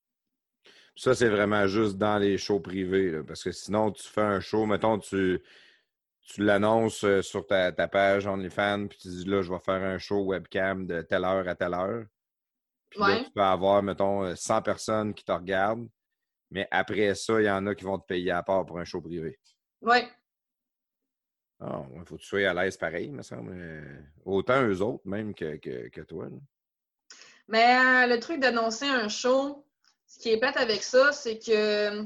Ça, c'est vraiment juste dans les shows privés, là, parce que sinon, tu fais un show, mettons, tu... Tu l'annonces sur ta, ta page OnlyFans, puis tu dis là, je vais faire un show webcam de telle heure à telle heure. Puis ouais. là, tu peux avoir, mettons, cent personnes qui te regardent, mais après ça, il y en a qui vont te payer à part pour un show privé. Oui. Ah, il faut que tu sois à l'aise pareil, me semble. Autant eux autres, même que, que, que toi. Là. Mais euh, le truc d'annoncer un show, ce qui est plate avec ça, c'est que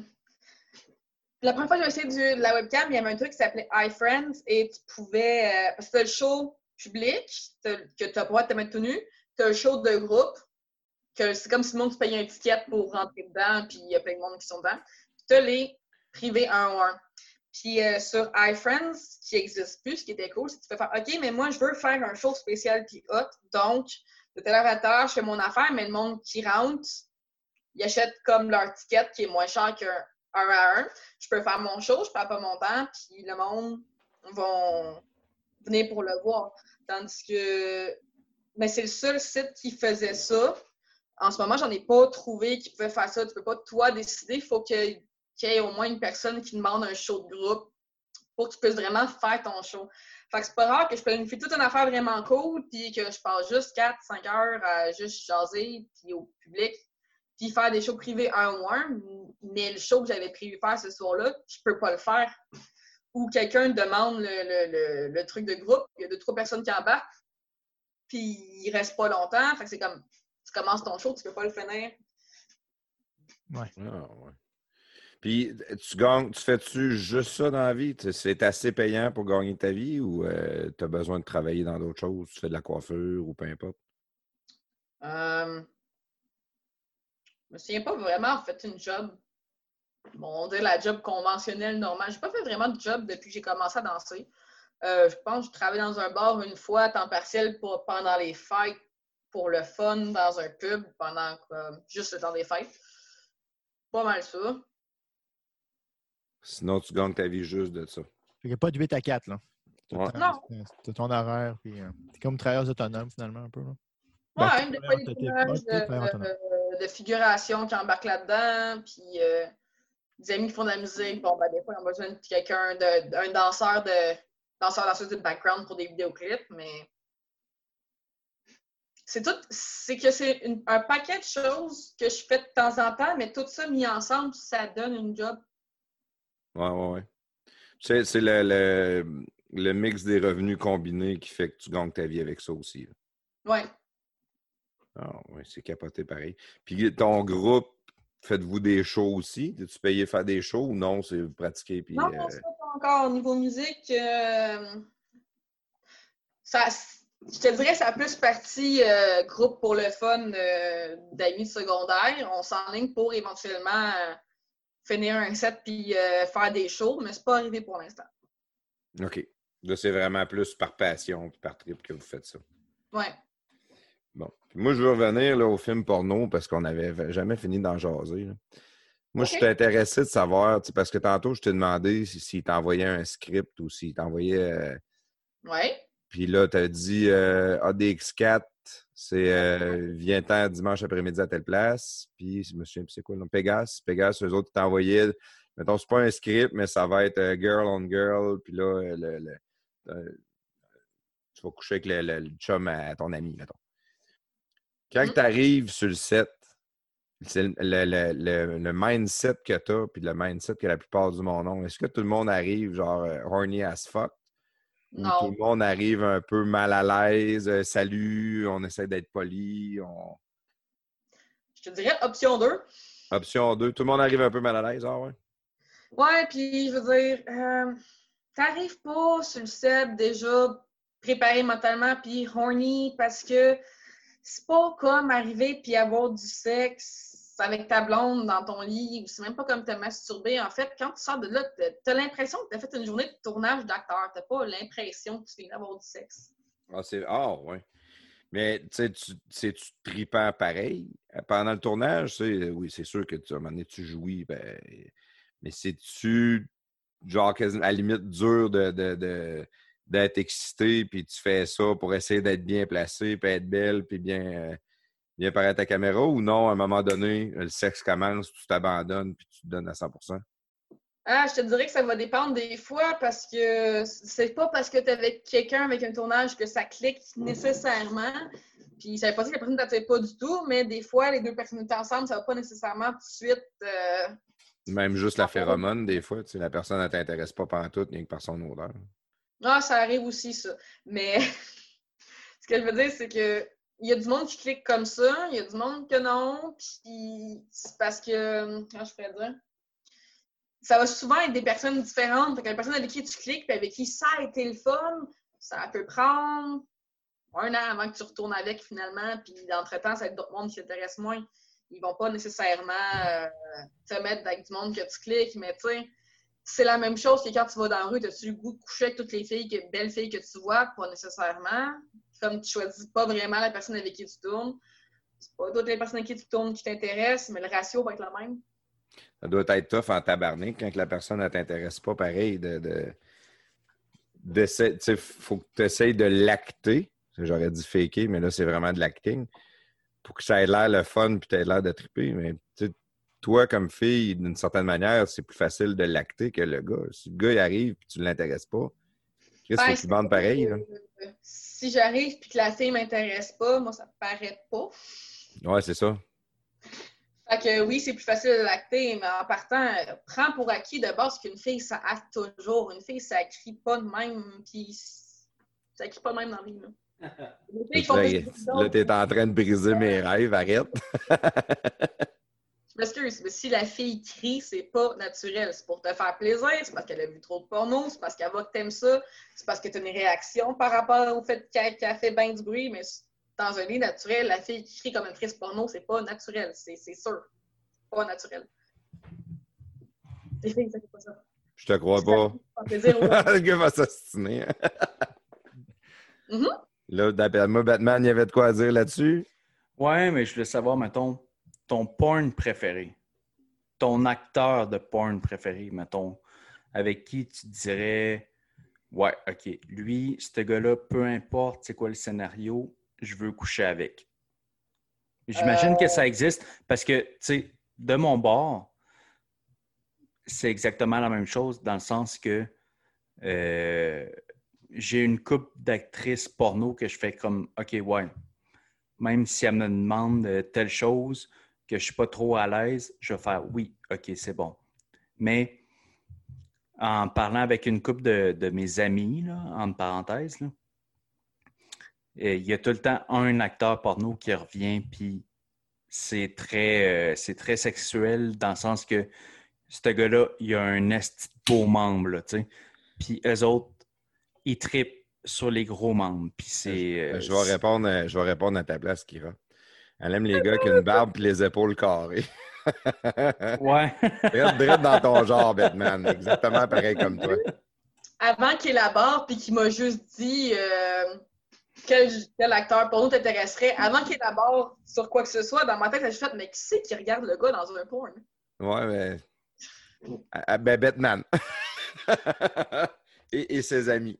la première fois que j'ai essayé du, de la webcam, il y avait un truc qui s'appelait iFriends et tu pouvais. Euh, parce que tu as le show public, que tu as pas le droit de te mettre tout nu, tu as le show de groupe, que c'est comme si le monde se payait un ticket pour rentrer dedans, puis il y a plein de monde qui sont dedans. Puis tu as les privés un à un. Puis euh, sur iFriends, qui n'existe plus, ce qui était cool, c'est que tu peux faire OK, mais moi, je veux faire un show spécial qui hot. Donc, de telle heure à telle heure, je fais mon affaire, mais le monde qui rentre, il achète comme leur ticket qui est moins cher qu'un un à un. Je peux faire mon show, je perds pas mon temps, puis le monde va venir pour le voir. Tandis que ben, c'est le seul site qui faisait ça. En ce moment, j'en ai pas trouvé qui pouvait faire ça. Tu peux pas toi décider. Il faut qu'il y ait au moins une personne qui demande un show de groupe pour que tu puisses vraiment faire ton show. Fait que c'est pas rare que je planifie toute une affaire vraiment cool, puis que je passe juste quatre cinq heures à juste jaser, puis au public, puis faire des shows privés un ou un, mais le show que j'avais prévu faire ce soir-là, je peux pas le faire. Ou quelqu'un demande le, le, le, le truc de groupe, il y a deux, trois personnes qui embarquent, puis il reste pas longtemps. Fait que c'est comme, tu commences ton show, tu peux pas le finir. Ouais. Ah, ouais. Puis, tu gagnes, tu fais-tu juste ça dans la vie? C'est assez payant pour gagner ta vie ou euh, tu as besoin de travailler dans d'autres choses? Tu fais de la coiffure ou peu importe? Euh, je me souviens pas vraiment fait une job. Bon, on dirait la job conventionnelle normale. J'ai pas fait vraiment de job depuis que j'ai commencé à danser. Euh, je pense que je travaillais dans un bar une fois à temps partiel pour, pendant les fêtes, pour le fun, dans un pub, pendant euh, juste le temps des fêtes. Pas mal ça. Sinon, tu gagnes ta vie juste de ça. Il n'y a pas de huit à quatre, là. Ouais. Non. C'est ton horaire, puis euh, t'es comme travailleur autonome, finalement, un peu. Là. Ouais, Ben, des fois, des tournages de, de, de figuration qui embarquent là-dedans, puis euh, des amis qui font de la musique. Bon, ben, des fois, ils ont besoin de quelqu'un, de, d'un danseur, de danseur danseuse de background pour des vidéoclips, mais c'est tout, c'est que c'est une, un paquet de choses que je fais de temps en temps, mais tout ça mis ensemble, ça donne une job. Ouais, ouais, ouais. C'est, c'est le, le, le mix des revenus combinés qui fait que tu gagnes ta vie avec ça aussi. Là. Ouais. Ah, oui, c'est capoté pareil. Puis ton groupe, faites-vous des shows aussi? Es-tu payé faire des shows ou non? C'est vous pratiquez? Puis, non, euh... ça pas encore. Au niveau musique, euh, ça, je te dirais ça a plus partie euh, groupe pour le fun euh, d'amis secondaires. On s'enligne pour éventuellement euh, finir un set puis euh, faire des shows, mais c'est pas arrivé pour l'instant. OK. Là, c'est vraiment plus par passion et par trip que vous faites ça. Ouais. Bon. Puis moi, je veux revenir là, au film porno parce qu'on n'avait jamais fini d'en jaser. Là. Moi, okay. Je suis intéressé de savoir, parce que tantôt, je t'ai demandé s'il si t'envoyait un script ou s'il t'envoyait. Euh... Ouais. Puis là, tu as dit euh, A D X quatre, c'est euh, viens-t'en dimanche après-midi à telle place. Puis, je me souviens, c'est quoi, non? Pégase. Pégase, eux autres, t'envoyaient. Mettons, c'est pas un script, mais ça va être euh, girl on girl. Puis là, le, le, le, tu vas coucher avec le, le, le chum à ton ami, mettons. Quand mm-hmm. tu arrives sur le set, c'est le, le, le, le mindset que tu as, puis le mindset que la plupart du monde ont. Est-ce que tout le monde arrive genre horny as fuck? Non. Ou tout le monde arrive un peu mal à l'aise, euh, salut, on essaie d'être poli. On... Je te dirais option deux. Option deux. Tout le monde arrive un peu mal à l'aise, ah ouais? Ouais, puis je veux dire, euh, t'arrives pas sur le set déjà préparé mentalement puis horny parce que c'est pas comme arriver puis avoir du sexe avec ta blonde dans ton lit ou c'est même pas comme te masturber. En fait, quand tu sors de là, t'as l'impression que t'as fait une journée de tournage d'acteur. T'as pas l'impression que tu viens d'avoir du sexe. Ah, c'est... Ah, ouais. Mais, tu sais, c'est-tu trippant pareil? Pendant le tournage, oui, c'est sûr que tu, à un moment donné, tu jouis, ben... mais c'est-tu, genre, à la limite, dur de... de, de... d'être excité, puis tu fais ça pour essayer d'être bien placé, puis être belle, puis bien, euh, bien paraître à ta caméra, ou non, à un moment donné, le sexe commence, tu t'abandonnes, puis tu te donnes à cent pour cent? Ah, je te dirais que ça va dépendre des fois, parce que c'est pas parce que tu es avec quelqu'un avec un tournage que ça clique nécessairement, puis ça veut pas dire que la personne ne t'attire pas du tout, mais des fois, les deux personnes étaient ensemble, ça va pas nécessairement tout de suite... Euh... Même juste la phéromone, des fois, tu sais, la personne ne t'intéresse pas pantoute, rien que par son odeur. Ah, ça arrive aussi, ça. Mais ce que je veux dire, c'est que il y a du monde qui clique comme ça, il y a du monde que non, puis c'est parce que, comment je pourrais dire, ça va souvent être des personnes différentes. Fait que la personne avec qui tu cliques, puis avec qui ça a été le fun, ça peut prendre un an avant que tu retournes avec finalement, puis d'entre-temps, ça va être d'autres mondes qui s'intéressent moins. Ils vont pas nécessairement euh, te mettre avec du monde que tu cliques, mais tu sais, c'est la même chose que quand tu vas dans la rue, as-tu le goût de coucher avec toutes les filles, que, belles filles que tu vois? Pas nécessairement. Comme tu choisis pas vraiment la personne avec qui tu tournes, c'est pas toutes les personnes avec qui tu tournes qui t'intéressent, mais le ratio va être le même. Ça doit être tough en tabarnak quand la personne ne t'intéresse pas pareil. De, de, de, il faut que tu essayes de l'acter. J'aurais dit faker, mais là, c'est vraiment de l'acting. Pour que ça ait l'air le fun puis tu aies l'air de triper. Mais toi, comme fille, d'une certaine manière, c'est plus facile de l'acter que le gars. Si le gars il arrive et tu ne l'intéresses pas, qu'est-ce qu'il faut que tu bandes pareil? Là? Si j'arrive et que la fille ne m'intéresse pas, moi, ça ne paraît pas. Ouais, c'est ça. Fait que oui, c'est plus facile de l'acter, mais en partant, prends pour acquis de base qu'une fille, ça acte toujours. Une fille, ça crie pas de même, puis ça crie pas de même dans la vie. Là. Les filles font plus Là, là t'es en train de briser mes rêves, arrête. Je m'excuse, mais si la fille crie, c'est pas naturel. C'est pour te faire plaisir, c'est parce qu'elle a vu trop de porno, c'est parce qu'elle voit que t'aimes ça, c'est parce que t'as une réaction par rapport au fait qu'elle qu'elle fait bien du bruit, mais dans un lit naturel, la fille qui crie comme une actrice porno, c'est pas naturel, c'est sûr. Pas naturel. Les filles, ça fait pas ça. Je te crois pas. Le gars va s'ostiner. Mm-hmm. Là, d'après moi, Batman, il y avait de quoi à dire là-dessus? Ouais, mais je voulais savoir, mettons, ton porn préféré. Ton acteur de porn préféré, mettons. Avec qui tu dirais, ouais, OK, lui, ce gars-là, peu importe c'est quoi le scénario, je veux coucher avec. J'imagine euh... que ça existe parce que, tu sais, de mon bord, c'est exactement la même chose dans le sens que euh, j'ai une couple d'actrices porno que je fais comme, OK, ouais, même si elle me demande telle chose que je ne suis pas trop à l'aise, je vais faire oui, OK, c'est bon. Mais en parlant avec une couple de, de mes amis, là, entre parenthèses, là, il y a tout le temps un acteur porno qui revient, puis c'est très, euh, c'est très sexuel dans le sens que ce gars-là, il a un esti de beau membre, là, tu sais. Puis eux autres, ils trippent sur les gros membres. Puis c'est... Je, je, vais répondre à, je vais répondre à ta place, Kira. Elle aime les gars qui ont une barbe et les épaules carrées. Ouais. Drette, drette dans ton genre, Batman. Exactement pareil comme toi. Avant qu'il élabore puis qu'il m'a juste dit euh, quel, quel acteur pour nous t'intéresserait, avant qu'il élabore sur quoi que ce soit, dans ma tête, j'ai fait, mais qui c'est qui regarde le gars dans un porn? Ouais, mais... Ah, ben, Batman. et, et ses amis.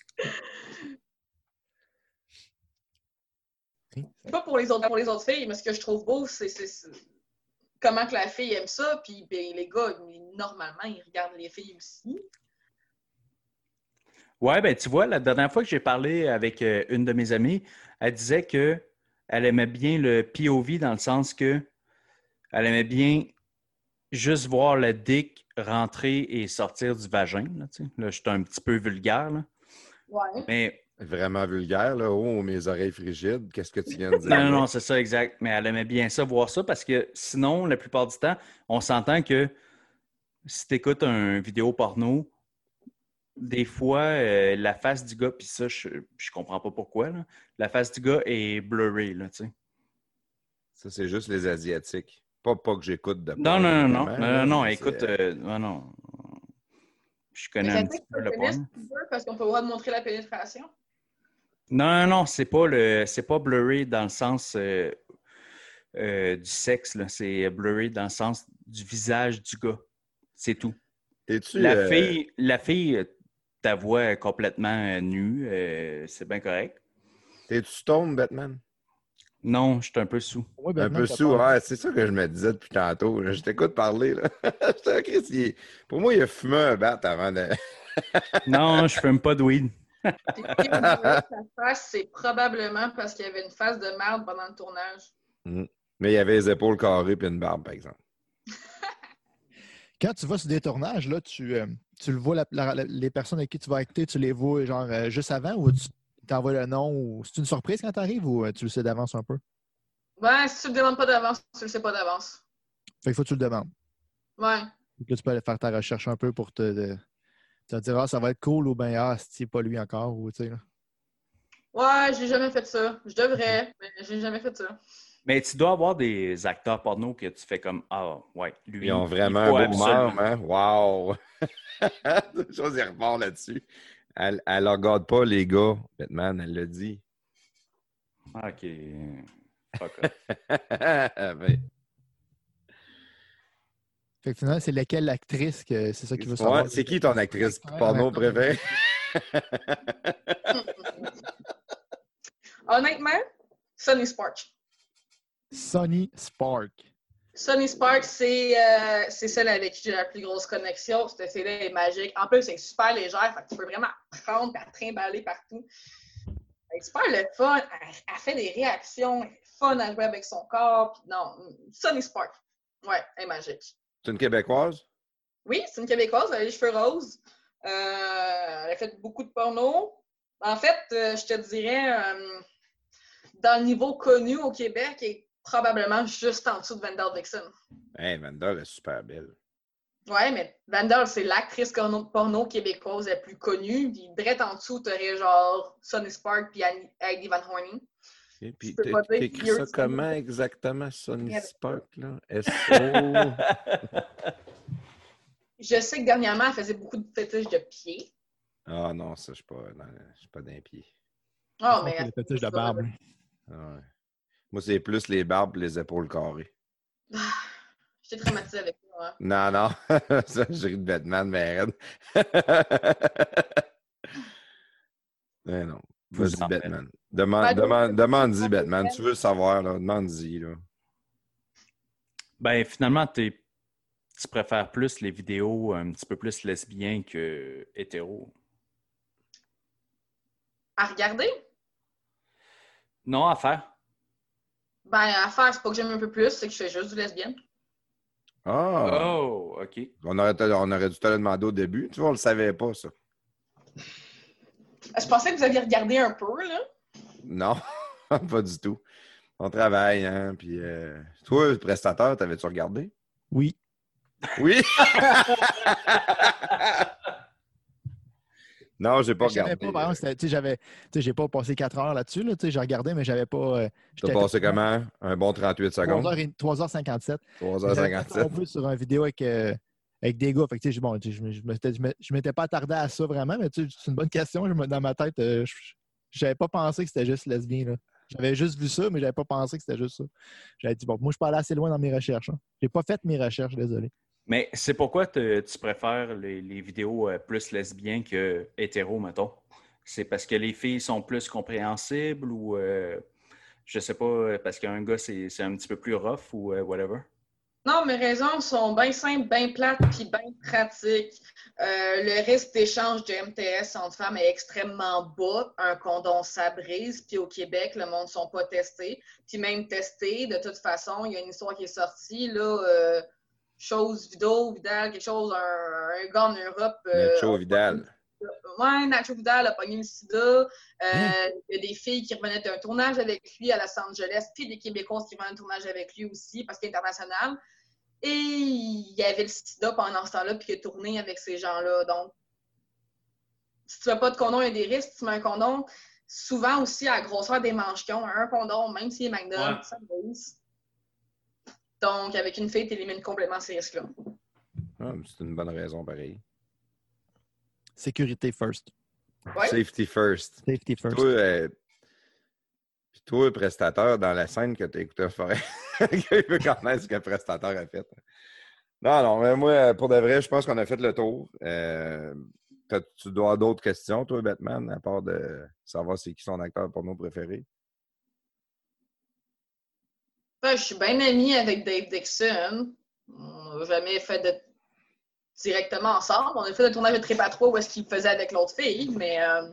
C'est pas pour les autres, pour les autres filles, mais ce que je trouve beau, c'est, c'est, c'est comment que la fille aime ça, puis ben, les gars, normalement, ils regardent les filles aussi. Ouais, ben tu vois, la dernière fois que j'ai parlé avec euh, une de mes amies, elle disait que elle aimait bien le P O V dans le sens que elle aimait bien juste voir le dick rentrer et sortir du vagin. Là, tu sais. Là, je suis un petit peu vulgaire. Là. Ouais. Mais vraiment vulgaire, là. Oh, mes oreilles frigides. Qu'est-ce que tu viens de dire? Non, non, non, c'est ça, exact. Mais elle aimait bien ça, voir ça, parce que sinon, la plupart du temps, on s'entend que si tu écoutes un vidéo porno, des fois, euh, la face du gars, puis ça, je, je comprends pas pourquoi, là, la face du gars est blurry, là, tu sais. Ça, c'est juste les Asiatiques. Pas, pas que j'écoute de Non, non, non, non, non, là, non, écoute, euh, non, non. Je connais un petit peu le porn. Parce qu'on peut voir montrer la pénétration. Non, non, non, c'est pas le, c'est pas blurry dans le sens euh, euh, du sexe, là. C'est blurry dans le sens du visage du gars. C'est tout. Es-tu, la, euh... fille, la fille, ta voix est complètement nue, euh, c'est bien correct. T'es-tu stone, Batman? Non, je suis un peu sous. Ouais, un peu sous, ouais, c'est ça que je me disais depuis tantôt. Je t'écoute parler, là. Chris, pour moi, il a fumé un bat avant de... Non, je fume pas de weed. Sa face, c'est probablement parce qu'il y avait une face de merde pendant le tournage. Mmh. Mais il y avait les épaules carrées et une barbe, par exemple. Quand tu vas sur des tournages, là, tu, euh, tu le vois, la, la, les personnes avec qui tu vas acter, tu les vois genre euh, juste avant ou tu t'envoies le nom? Ou... C'est une surprise quand tu arrives ou euh, tu le sais d'avance un peu? Ben, si tu le demandes pas d'avance, tu le sais pas d'avance. Fait qu'il faut que tu le demandes. Ouais. Là, tu peux aller faire ta recherche un peu pour te, de, te dire, ah, ça va être cool ou bien, ah, c'est pas lui encore. Ou, tu sais, là. Ouais, j'ai jamais fait ça. Je devrais, mais j'ai jamais fait ça. Mais tu dois avoir des acteurs porno que tu fais comme, ah, ouais, lui. Ils ont vraiment un beau absolument... membre, hein? Wow! Des choses, il repart là-dessus. Elle ne regarde pas les gars, Batman, elle l'a dit. OK. Fuck off. ben... Fait que finalement, c'est laquelle actrice que c'est ça qui veut savoir? Ouais, c'est qui ton actrice porno préférée? Honnêtement, Sonny Spark. Sonny Spark. Sonny Spark, c'est, euh, c'est celle avec qui j'ai la plus grosse connexion. Cette fille-là est magique. En plus, elle est super légère. Fait que tu peux vraiment prendre et la trimballer partout. Elle est super le fun. Elle, elle fait des réactions. Elle est fun à jouer avec son corps. Puis non, Sonny Spark. Ouais, elle est magique. C'est une Québécoise? Oui, c'est une Québécoise. Elle a les cheveux roses. Euh, elle a fait beaucoup de porno. En fait, euh, je te dirais, euh, dans le niveau connu au Québec, elle est probablement juste en dessous de Vandal Vixen. Hey, Vandal est super belle. Ouais, mais Vandal, c'est l'actrice porno, porno québécoise la plus connue. Puis, direct en dessous, t'aurais genre Sonny Spark puis Heidi Van Horny. Et puis, t'écris ça comment exactement, Sonny Spark, là? S O Je sais que dernièrement, elle faisait beaucoup de fétiches de pieds. Ah non, ça, je ne suis pas d'un pied. Oh, mais. Les fétiches de barbe. Ah ouais. Moi, c'est plus les barbes et les épaules carrées. Ah, j'étais traumatisée avec ça. Hein. Non, non. Ça, j'ai ri de Batman, mais raide. Mais non. Vas-y, Batman. Demande, demande, demande-y, Batman. Tu veux le savoir, là. Demande-y, là. Ben, finalement, t'es... tu préfères plus les vidéos un petit peu plus lesbiens que hétéro. À regarder? Non, à faire. Ben, à faire, c'est pas que j'aime un peu plus, c'est que je fais juste du lesbienne. Ah! Oh, OK. On aurait, on aurait dû te le demander au début. Tu vois, on le savait pas, ça. Je pensais que vous aviez regardé un peu, là. Non, pas du tout. On travaille, hein, puis... Euh... Toi, le prestateur, t'avais-tu regardé? Oui. Oui? Non, j'ai pas Mais regardé. Pas, par exemple, j'avais, j'ai pas passé quatre heures là-dessus. Là, j'ai regardé, mais j'avais pas... Euh, T'as passé comment? Un bon trente-huit secondes? trois heures cinquante-sept. trois heures cinquante-sept. En plus, sur une vidéo avec, euh, avec des gars. Fait que, bon, je ne m'étais pas attardé à ça vraiment, mais c'est une bonne question. Je, dans ma tête, euh, je n'avais pas pensé que c'était juste lesbien. Là. J'avais juste vu ça, mais j'avais pas pensé que c'était juste ça. J'avais dit, bon, moi, je suis pas allé assez loin dans mes recherches. Hein. J'ai pas fait mes recherches, désolé. Mais c'est pourquoi te, tu préfères les, les vidéos euh, plus lesbiennes que hétéro, mettons? C'est parce que les filles sont plus compréhensibles ou, euh, je sais pas, parce qu'un gars, c'est, c'est un petit peu plus rough ou euh, whatever? Non, mes raisons sont bien simples, bien plates puis bien pratiques. Euh, le risque d'échange de M T S entre femmes est extrêmement bas. Un condom, ça brise. Puis au Québec, le monde ne sont pas testés. Puis même testés, de toute façon, il y a une histoire qui est sortie, là... Euh, chose Vidal, Vidal, quelque chose, un, un gars en Europe. Euh, Nacho Vidal. Ouais, Nacho Vidal a pogné le sida. Euh, hein? Il y a des filles qui revenaient d'un tournage avec lui à Los Angeles, puis des Québécoises qui revenaient d'un tournage avec lui aussi, parce qu'il est international. Et il y avait le sida pendant ce temps-là, puis il a tourné avec ces gens-là. Donc, si tu ne veux pas de condom, il y a des risques. Si tu mets un condom, souvent aussi à la grosseur des manches qu'ils ont, un condom, même s'il est McDonald's, ouais. Ça brise. Donc, avec une fille, tu élimines complètement ces risques-là. Ah, c'est une bonne raison, pareil. Sécurité first. Ouais. Safety first. Safety first. Toi, euh, puis toi, prestataire, dans la scène que tu as écouté, il veut quand même ce que le prestataire a fait. Non, non, mais moi, pour de vrai, je pense qu'on a fait le tour. Euh, tu dois avoir d'autres questions, toi, Batman, à part de savoir c'est qui son acteur porno préféré? Ben, je suis bien amie avec Dave Dixon. On n'a jamais fait de directement ensemble. On a fait le tournage de Trip à trois où est-ce qu'il faisait avec l'autre fille, mais... Euh...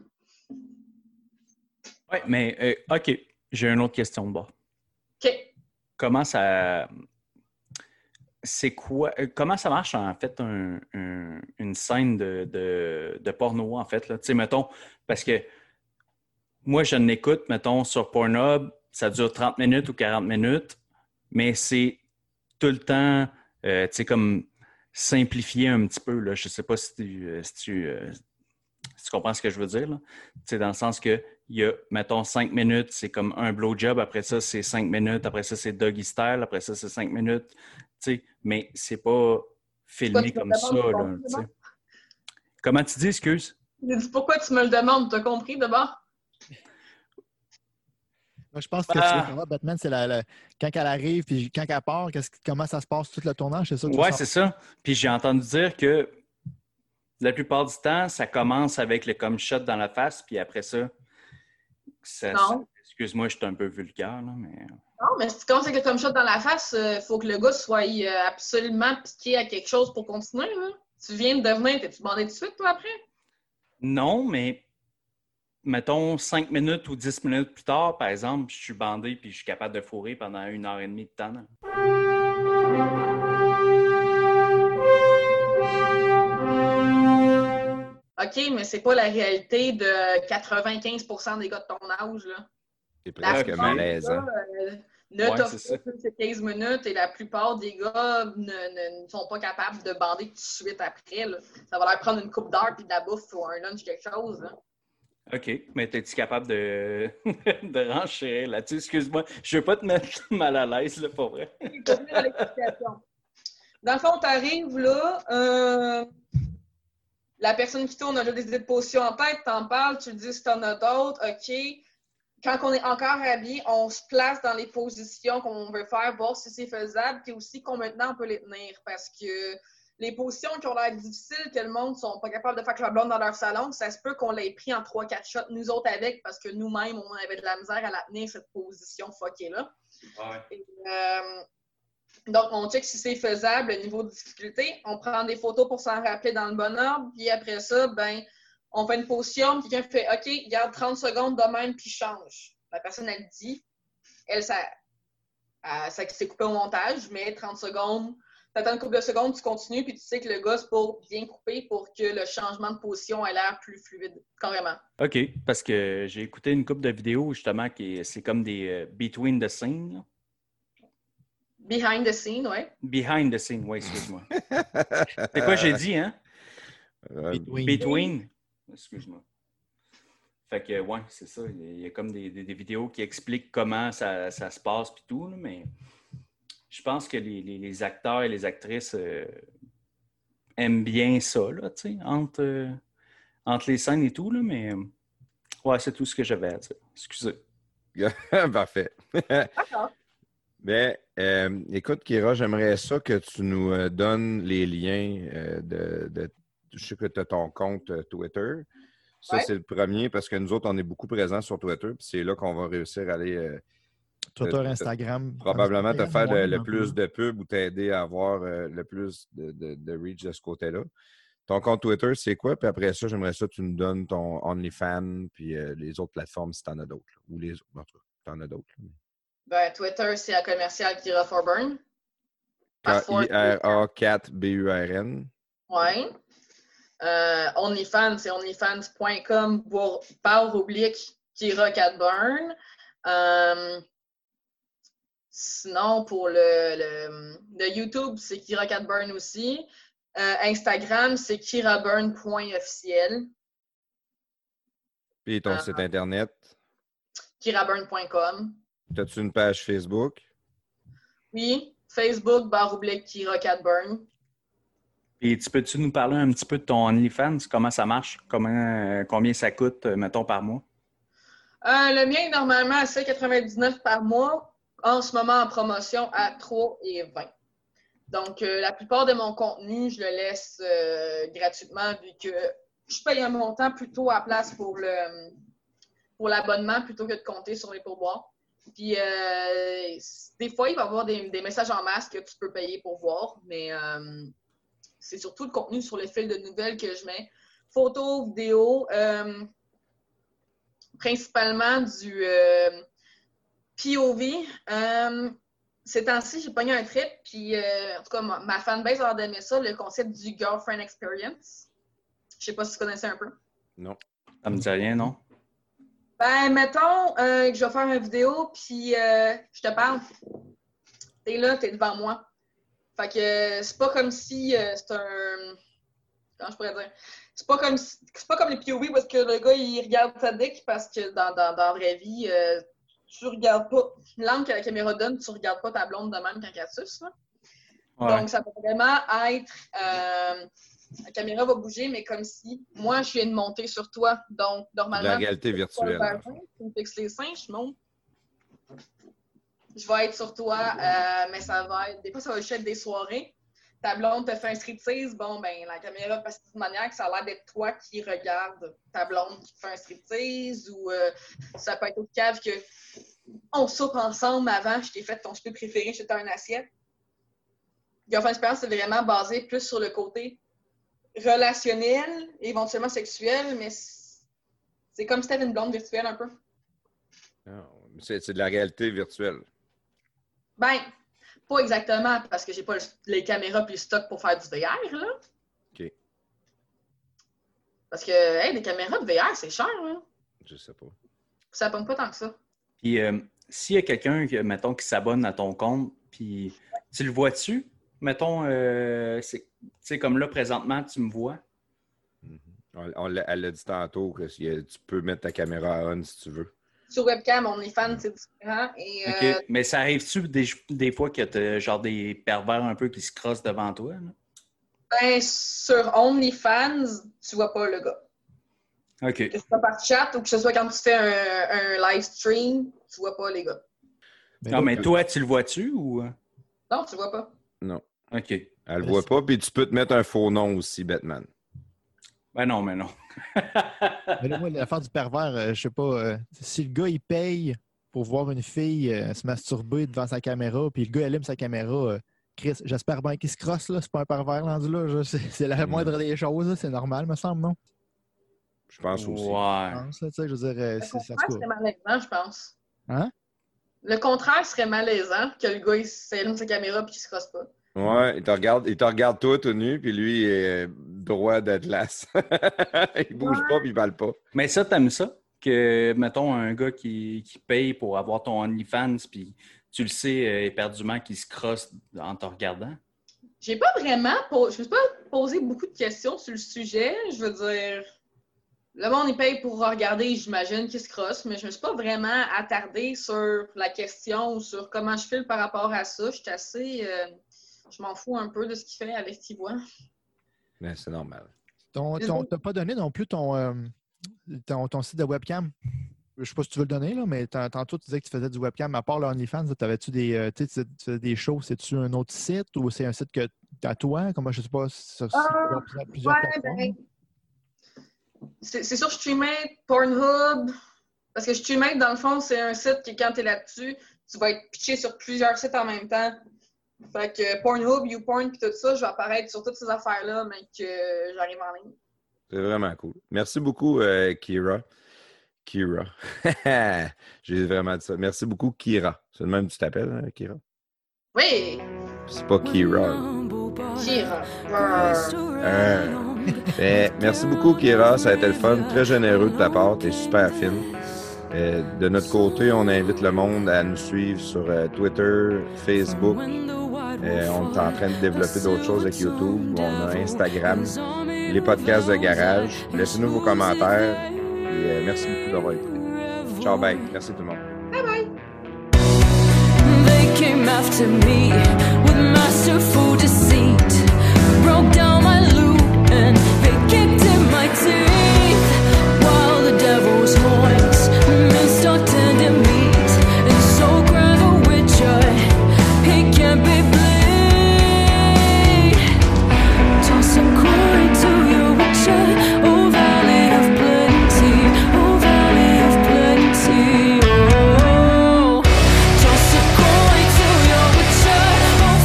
Oui, mais euh, OK, j'ai une autre question de bord. OK. Comment ça... C'est quoi... Comment ça marche, en fait, un, un, une scène de, de, de porno, en fait, là? Tu sais, mettons, parce que moi, je n'écoute, mettons, sur Pornhub, ça dure trente minutes ou quarante minutes, mais c'est tout le temps, euh, tu sais, comme simplifié un petit peu, là. Je ne sais pas si tu, si, tu, euh, si tu comprends ce que je veux dire, là. Tu sais, dans le sens que il y a, mettons, cinq minutes, c'est comme un blowjob, après ça, c'est cinq minutes, après ça, c'est doggy style, après ça, c'est cinq minutes, tu sais, mais c'est pas filmé comme ça, là, tu sais. Comment tu dis, excuse? J'ai dit, pourquoi tu me le demandes? Tu as compris d'abord? Moi, je pense que ah. tu veux savoir, Batman, c'est la, la, quand elle arrive puis quand elle part, comment ça se passe tout le tournage, c'est ça? Oui, c'est ça. Puis j'ai entendu dire que la plupart du temps, ça commence avec le cum shot dans la face, puis après ça, ça, ça excuse-moi, je suis un peu vulgaire, là, mais... Non, mais si tu commences avec le cum shot dans la face, il euh, faut que le gars soit euh, absolument piqué à quelque chose pour continuer, là. Tu viens de devenir, t'es-tu bandé tout de suite, toi, après? Non, mais mettons cinq minutes ou dix minutes plus tard, par exemple, je suis bandé puis je suis capable de fourrer pendant une heure et demie de temps. Là. OK, mais c'est pas la réalité de quatre-vingt-quinze pour cent des gars de ton âge, là. C'est presque La malaisant. Euh, ne Ouais, t'offre c'est pas plus de quinze minutes et la plupart des gars ne, ne, ne sont pas capables de bander tout de suite après. Là. Ça va leur prendre une coupe d'heure puis de la bouffe ou un lunch, quelque chose. Là. OK, mais es-tu capable de, de renchérir là-dessus? Excuse-moi, je ne veux pas te mettre mal à l'aise, là, pour vrai. Dans le fond, tu arrives là, euh, la personne qui tourne a déjà des idées de position en tête, t'en parles, tu le dis si t'en as d'autres, OK. Quand on est encore habillé, on se place dans les positions qu'on veut faire, voir si c'est faisable, puis aussi qu'on maintenant on peut les tenir. Parce que les positions qui ont l'air difficiles, que le monde ne sont pas capables de faire avec la blonde dans leur salon, ça se peut qu'on l'ait pris en trois quatre shots, nous autres avec, parce que nous-mêmes, on avait de la misère à la tenir, cette position fuckée-là. Ouais. Et, euh, donc, on check si c'est faisable, le niveau de difficulté. On prend des photos pour s'en rappeler dans le bon ordre. Puis après ça, ben, on fait une position. Puis quelqu'un fait OK, garde trente secondes de même, puis change. La personne, elle dit. Elle, ça, elle, ça s'est coupé au montage, mais trente secondes. Tu attends une couple de secondes, tu continues, puis tu sais que le gars, c'est pour bien couper pour que le changement de position ait l'air plus fluide, carrément. OK, parce que j'ai écouté une couple de vidéos, justement, qui c'est comme des euh, between the scenes. Behind the scene, oui. Behind the scene, oui, excuse-moi. C'est quoi j'ai dit, hein? Between. Between. Excuse-moi. Fait que, ouais, c'est ça. Il y a comme des, des, des vidéos qui expliquent comment ça, ça se passe et tout, là, mais je pense que les, les, les acteurs et les actrices euh, aiment bien ça, là, tu sais, entre, euh, entre les scènes et tout, là, mais ouais, c'est tout ce que j'avais à dire. Excusez. Parfait. D'accord. Ben, euh, écoute, Kira, j'aimerais ça que tu nous euh, donnes les liens euh, de, de. Je sais que tu as ton compte euh, Twitter. Ça, Ouais. c'est le premier parce que nous autres, on est beaucoup présents sur Twitter. Puis c'est là qu'on va réussir à aller. Euh, Twitter, te- te- Instagram. probablement te Instagram, faire le, ouais, le un plus peu. de pubs ou t'aider à avoir euh, le plus de, de, de reach de ce côté-là. Ton compte Twitter, c'est quoi? Puis après ça, j'aimerais ça que tu nous donnes ton OnlyFans puis euh, les autres plateformes si tu en as d'autres. Là. Ou les autres. En tout cas, tu en as d'autres. Là. Ben, Twitter, c'est à commercial Kira Forburn. K I R A quatre B U R N. Oui. Euh, OnlyFans, c'est onlyfans point com pour barre oblique Kira Catburn. Euh, sinon, pour le, le, le YouTube, c'est Kira Catburn aussi. Euh, Instagram, c'est kiraburn point officiel. Puis ton Euh, site Internet. kiraburn point com. As-tu une page Facebook? Oui, Facebook, barre oblique Kira Catburn. Et tu peux-tu nous parler un petit peu de ton OnlyFans? Comment ça marche? Comment, euh, combien ça coûte, euh, mettons, par mois? Euh, le mien est normalement à sept quatre-vingt-dix-neuf par mois. En ce moment, en promotion à trois et vingt. Donc, euh, la plupart de mon contenu, je le laisse euh, gratuitement vu que je paye un montant plutôt à place pour le pour l'abonnement plutôt que de compter sur les pourboires. Puis, euh, des fois, il va y avoir des, des messages en masse que tu peux payer pour voir, mais euh, c'est surtout le contenu sur les fils de nouvelles que je mets. Photos, vidéos, euh, principalement du euh, P O V. Euh, ces temps-ci, j'ai pogné un trip, puis euh, en tout cas, ma, ma fanbase a aimé ça, le concept du Girlfriend Experience. Je sais pas si tu connaissais un peu. Non. Ça me dit rien, non? Ben, mettons euh, que je vais faire une vidéo, puis euh, je te parle. T'es là, t'es devant moi. Fait que euh, c'est pas comme si euh, c'est un... Comment je pourrais dire? C'est pas comme si... c'est pas comme les P O V parce que le gars, il regarde sa dick parce que dans, dans, dans la vraie vie, euh, tu regardes pas... L'angle que la caméra donne, tu regardes pas ta blonde de même quand elle suce, là. Ouais. Donc, ça va vraiment être... Euh, la caméra va bouger, mais comme si moi, je viens de monter sur toi. Donc, normalement... La réalité tu virtuelle. vagin, tu me fixes les seins, je monte. Je vais être sur toi, euh, mais ça va être... Des fois, ça va juste être des soirées. Ta blonde te fait un striptease, bon, ben la caméra passe de manière que ça a l'air d'être toi qui regarde ta blonde qui te fait un striptease, ou euh, ça peut être au cave que on soupe ensemble avant, je t'ai fait ton souper préféré, je t'ai un assiette. Girlfriend Experience, c'est vraiment basé plus sur le côté relationnel, éventuellement sexuel, mais c'est comme si t'avais une blonde virtuelle un peu. C'est, c'est de la réalité virtuelle. Ben, pas exactement, parce que j'ai pas les caméras puis le stock pour faire du V R, là. OK. Parce que, hey, les caméras de V R, c'est cher, là. Je sais pas. Ça pogne pas tant que ça. Puis, euh, s'il y a quelqu'un, mettons, qui s'abonne à ton compte, puis tu le vois-tu? Mettons, euh, c'est comme là, présentement, tu me vois. Mm-hmm. On, on elle l'a dit tantôt que tu peux mettre ta caméra on si tu veux. Sur webcam, OnlyFans, c'est différent. Et, OK. euh... Mais ça arrive-tu des, des fois que tu as genre des pervers un peu qui se crossent devant toi? Là? Ben, sur OnlyFans, tu vois pas le gars. OK. Que ce soit par chat ou que ce soit quand tu fais un, un live stream, tu vois pas les gars. Mais non, mais toi, tu le vois-tu ou... Non, tu le vois pas. Non. OK. Elle le voit pas, puis tu peux te mettre un faux nom aussi, Batman. Ben non, mais non. Mais là, moi, l'affaire du pervers, euh, je sais pas, euh, si le gars, il paye pour voir une fille euh, se masturber devant sa caméra, puis le gars allume sa caméra, euh, Chris, j'espère bien qu'il se crosse, là, c'est pas un pervers rendu là, c'est la moindre des choses, c'est normal, me semble, non? Je pense aussi. Ouais. Je pense, là, tu sais, je veux dire, euh, le c'est contraire serait malaisant, je pense. Hein? Le contraire serait malaisant, que le gars, il s'allume sa caméra puis qu'il se crosse pas. Ouais, il te regarde, il te regarde toi tout nu, puis lui, il est droit d'Atlas. Il bouge ouais. pas, puis il parle pas. Mais ça, t'aimes ça? Que, mettons, un gars qui, qui paye pour avoir ton OnlyFans, puis tu le sais éperdument qu'il se crosse en te regardant? J'ai pas vraiment... Po- je me suis pas posé beaucoup de questions sur le sujet. Je veux dire... Le monde, il paye pour regarder, j'imagine, qu'il se crosse, mais je me suis pas vraiment attardée sur la question ou sur comment je file par rapport à ça. Je suis assez... Euh... Je m'en fous un peu de ce qu'il fait avec ce qu'il voit. Mais c'est normal. Ton, ton, t'as pas donné non plus ton, euh, ton, ton site de webcam? Je sais pas si tu veux le donner, là, mais tantôt, tu disais que tu faisais du webcam. À part le OnlyFans, t'avais-tu des, euh, tu faisais des shows? C'est-tu un autre site ou c'est un site que t'as toi? Comment je sais pas, sur, sur euh, plusieurs, plusieurs ouais, plateformes? Ben, c'est, c'est sûr, je streamais Pornhub. Parce que je streamais, dans le fond, c'est un site que quand tu es là-dessus, tu vas être pitché sur plusieurs sites en même temps. Fait que Pornhub, YouPorn, puis tout ça, je vais apparaître sur toutes ces affaires-là, mais que j'arrive en ligne. C'est vraiment cool. Merci beaucoup, euh, Kira. Kira. J'ai vraiment dit ça. Merci beaucoup, Kira. C'est le même que tu t'appelles, hein, Kira? Oui! C'est pas Kira. Kira. Euh. Ben, merci beaucoup, Kira. Ça a été le fun. Très généreux de ta part. T'es super fine. Euh, de notre côté, on invite le monde à nous suivre sur euh, Twitter, Facebook. Euh, on est en train de développer d'autres choses avec YouTube. On a Instagram, les podcasts de garage. Laissez-nous vos commentaires. Et euh, merci beaucoup d'avoir écouté. Ciao, bye. Merci tout le monde. Bye bye. They came after me with masterful deceit, broke down my loop and they kicked in my teeth, while the devil's horns minced our tender meat, and so grand a witcher, he can't be blamed. Toss a coin to your witcher, oh valley of plenty, oh valley of plenty, oh. Toss a coin to your witcher, oh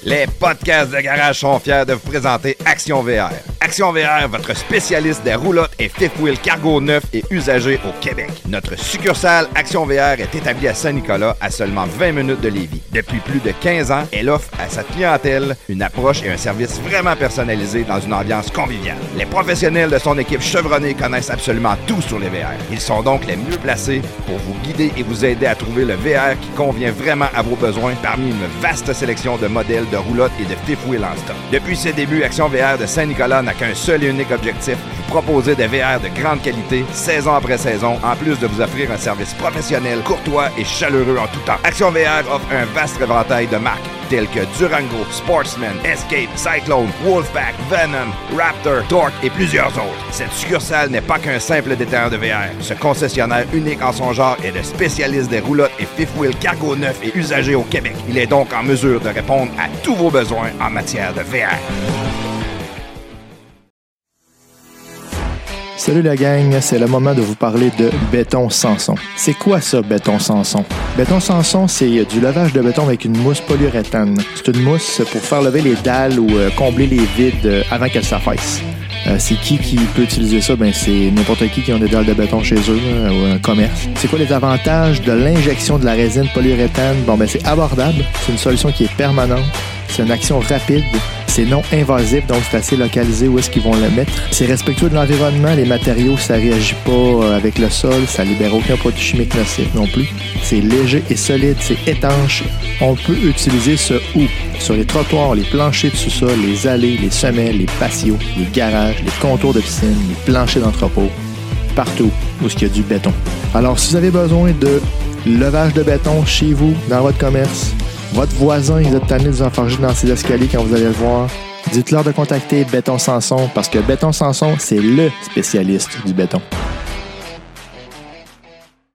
Les podcasts de garage sont fiers de vous présenter Action V R. Action V R, votre spécialiste des roulottes et fifth wheel cargo neufs et usagés au Québec. Notre succursale Action V R est établie à Saint-Nicolas, à seulement vingt minutes de Lévis. Depuis plus de quinze ans, elle offre à sa clientèle une approche et un service vraiment personnalisé dans une ambiance conviviale. Les professionnels de son équipe chevronnée connaissent absolument tout sur les V R. Ils sont donc les mieux placés pour vous guider et vous aider à trouver le V R qui convient vraiment à vos besoins parmi une vaste sélection de modèles de roulottes et de fifth wheel en stock. Depuis ses débuts, Action V R de Saint-Nicolas n'a qu'un seul et unique objectif, vous proposer des V R de grande qualité, saison après saison, en plus de vous offrir un service professionnel, courtois et chaleureux en tout temps. Action V R offre un vaste éventail de marques tels que Durango, Sportsman, Escape, Cyclone, Wolfpack, Venom, Raptor, Torque et plusieurs autres. Cette succursale n'est pas qu'un simple détaillant de V R. Ce concessionnaire unique en son genre est le spécialiste des roulottes et fifth wheel cargo neufs et usagés au Québec. Il est donc en mesure de répondre à tous vos besoins en matière de V R. Salut la gang, c'est le moment de vous parler de Béton Sanson. C'est quoi ça, Béton Sanson? Béton Sanson, c'est du lavage de béton avec une mousse polyuréthane. C'est une mousse pour faire lever les dalles ou euh, combler les vides euh, avant qu'elles s'affaissent. Euh, c'est qui qui peut utiliser ça? Ben, c'est n'importe qui qui a des dalles de béton chez eux là, ou un commerce. C'est quoi les avantages de l'injection de la résine polyuréthane? Bon, ben, c'est abordable. C'est une solution qui est permanente. C'est une action rapide. C'est non invasif, donc c'est assez localisé où est-ce qu'ils vont le mettre. C'est respectueux de l'environnement. Les matériaux, ça ne réagit pas avec le sol. Ça ne libère aucun produit chimique nocif non plus. C'est léger et solide. C'est étanche. On peut utiliser ce ou sur les trottoirs, les planchers de sous-sol, les allées, les semelles, les patios, les garages, les contours de piscine, les planchers d'entrepôt. Partout où il y a du béton. Alors, si vous avez besoin de levage de béton chez vous, dans votre commerce, votre voisin, il a tanné de vous enfarger dans ses escaliers quand vous allez le voir, dites-leur de contacter Béton Sanson parce que Béton Sanson, c'est le spécialiste du béton.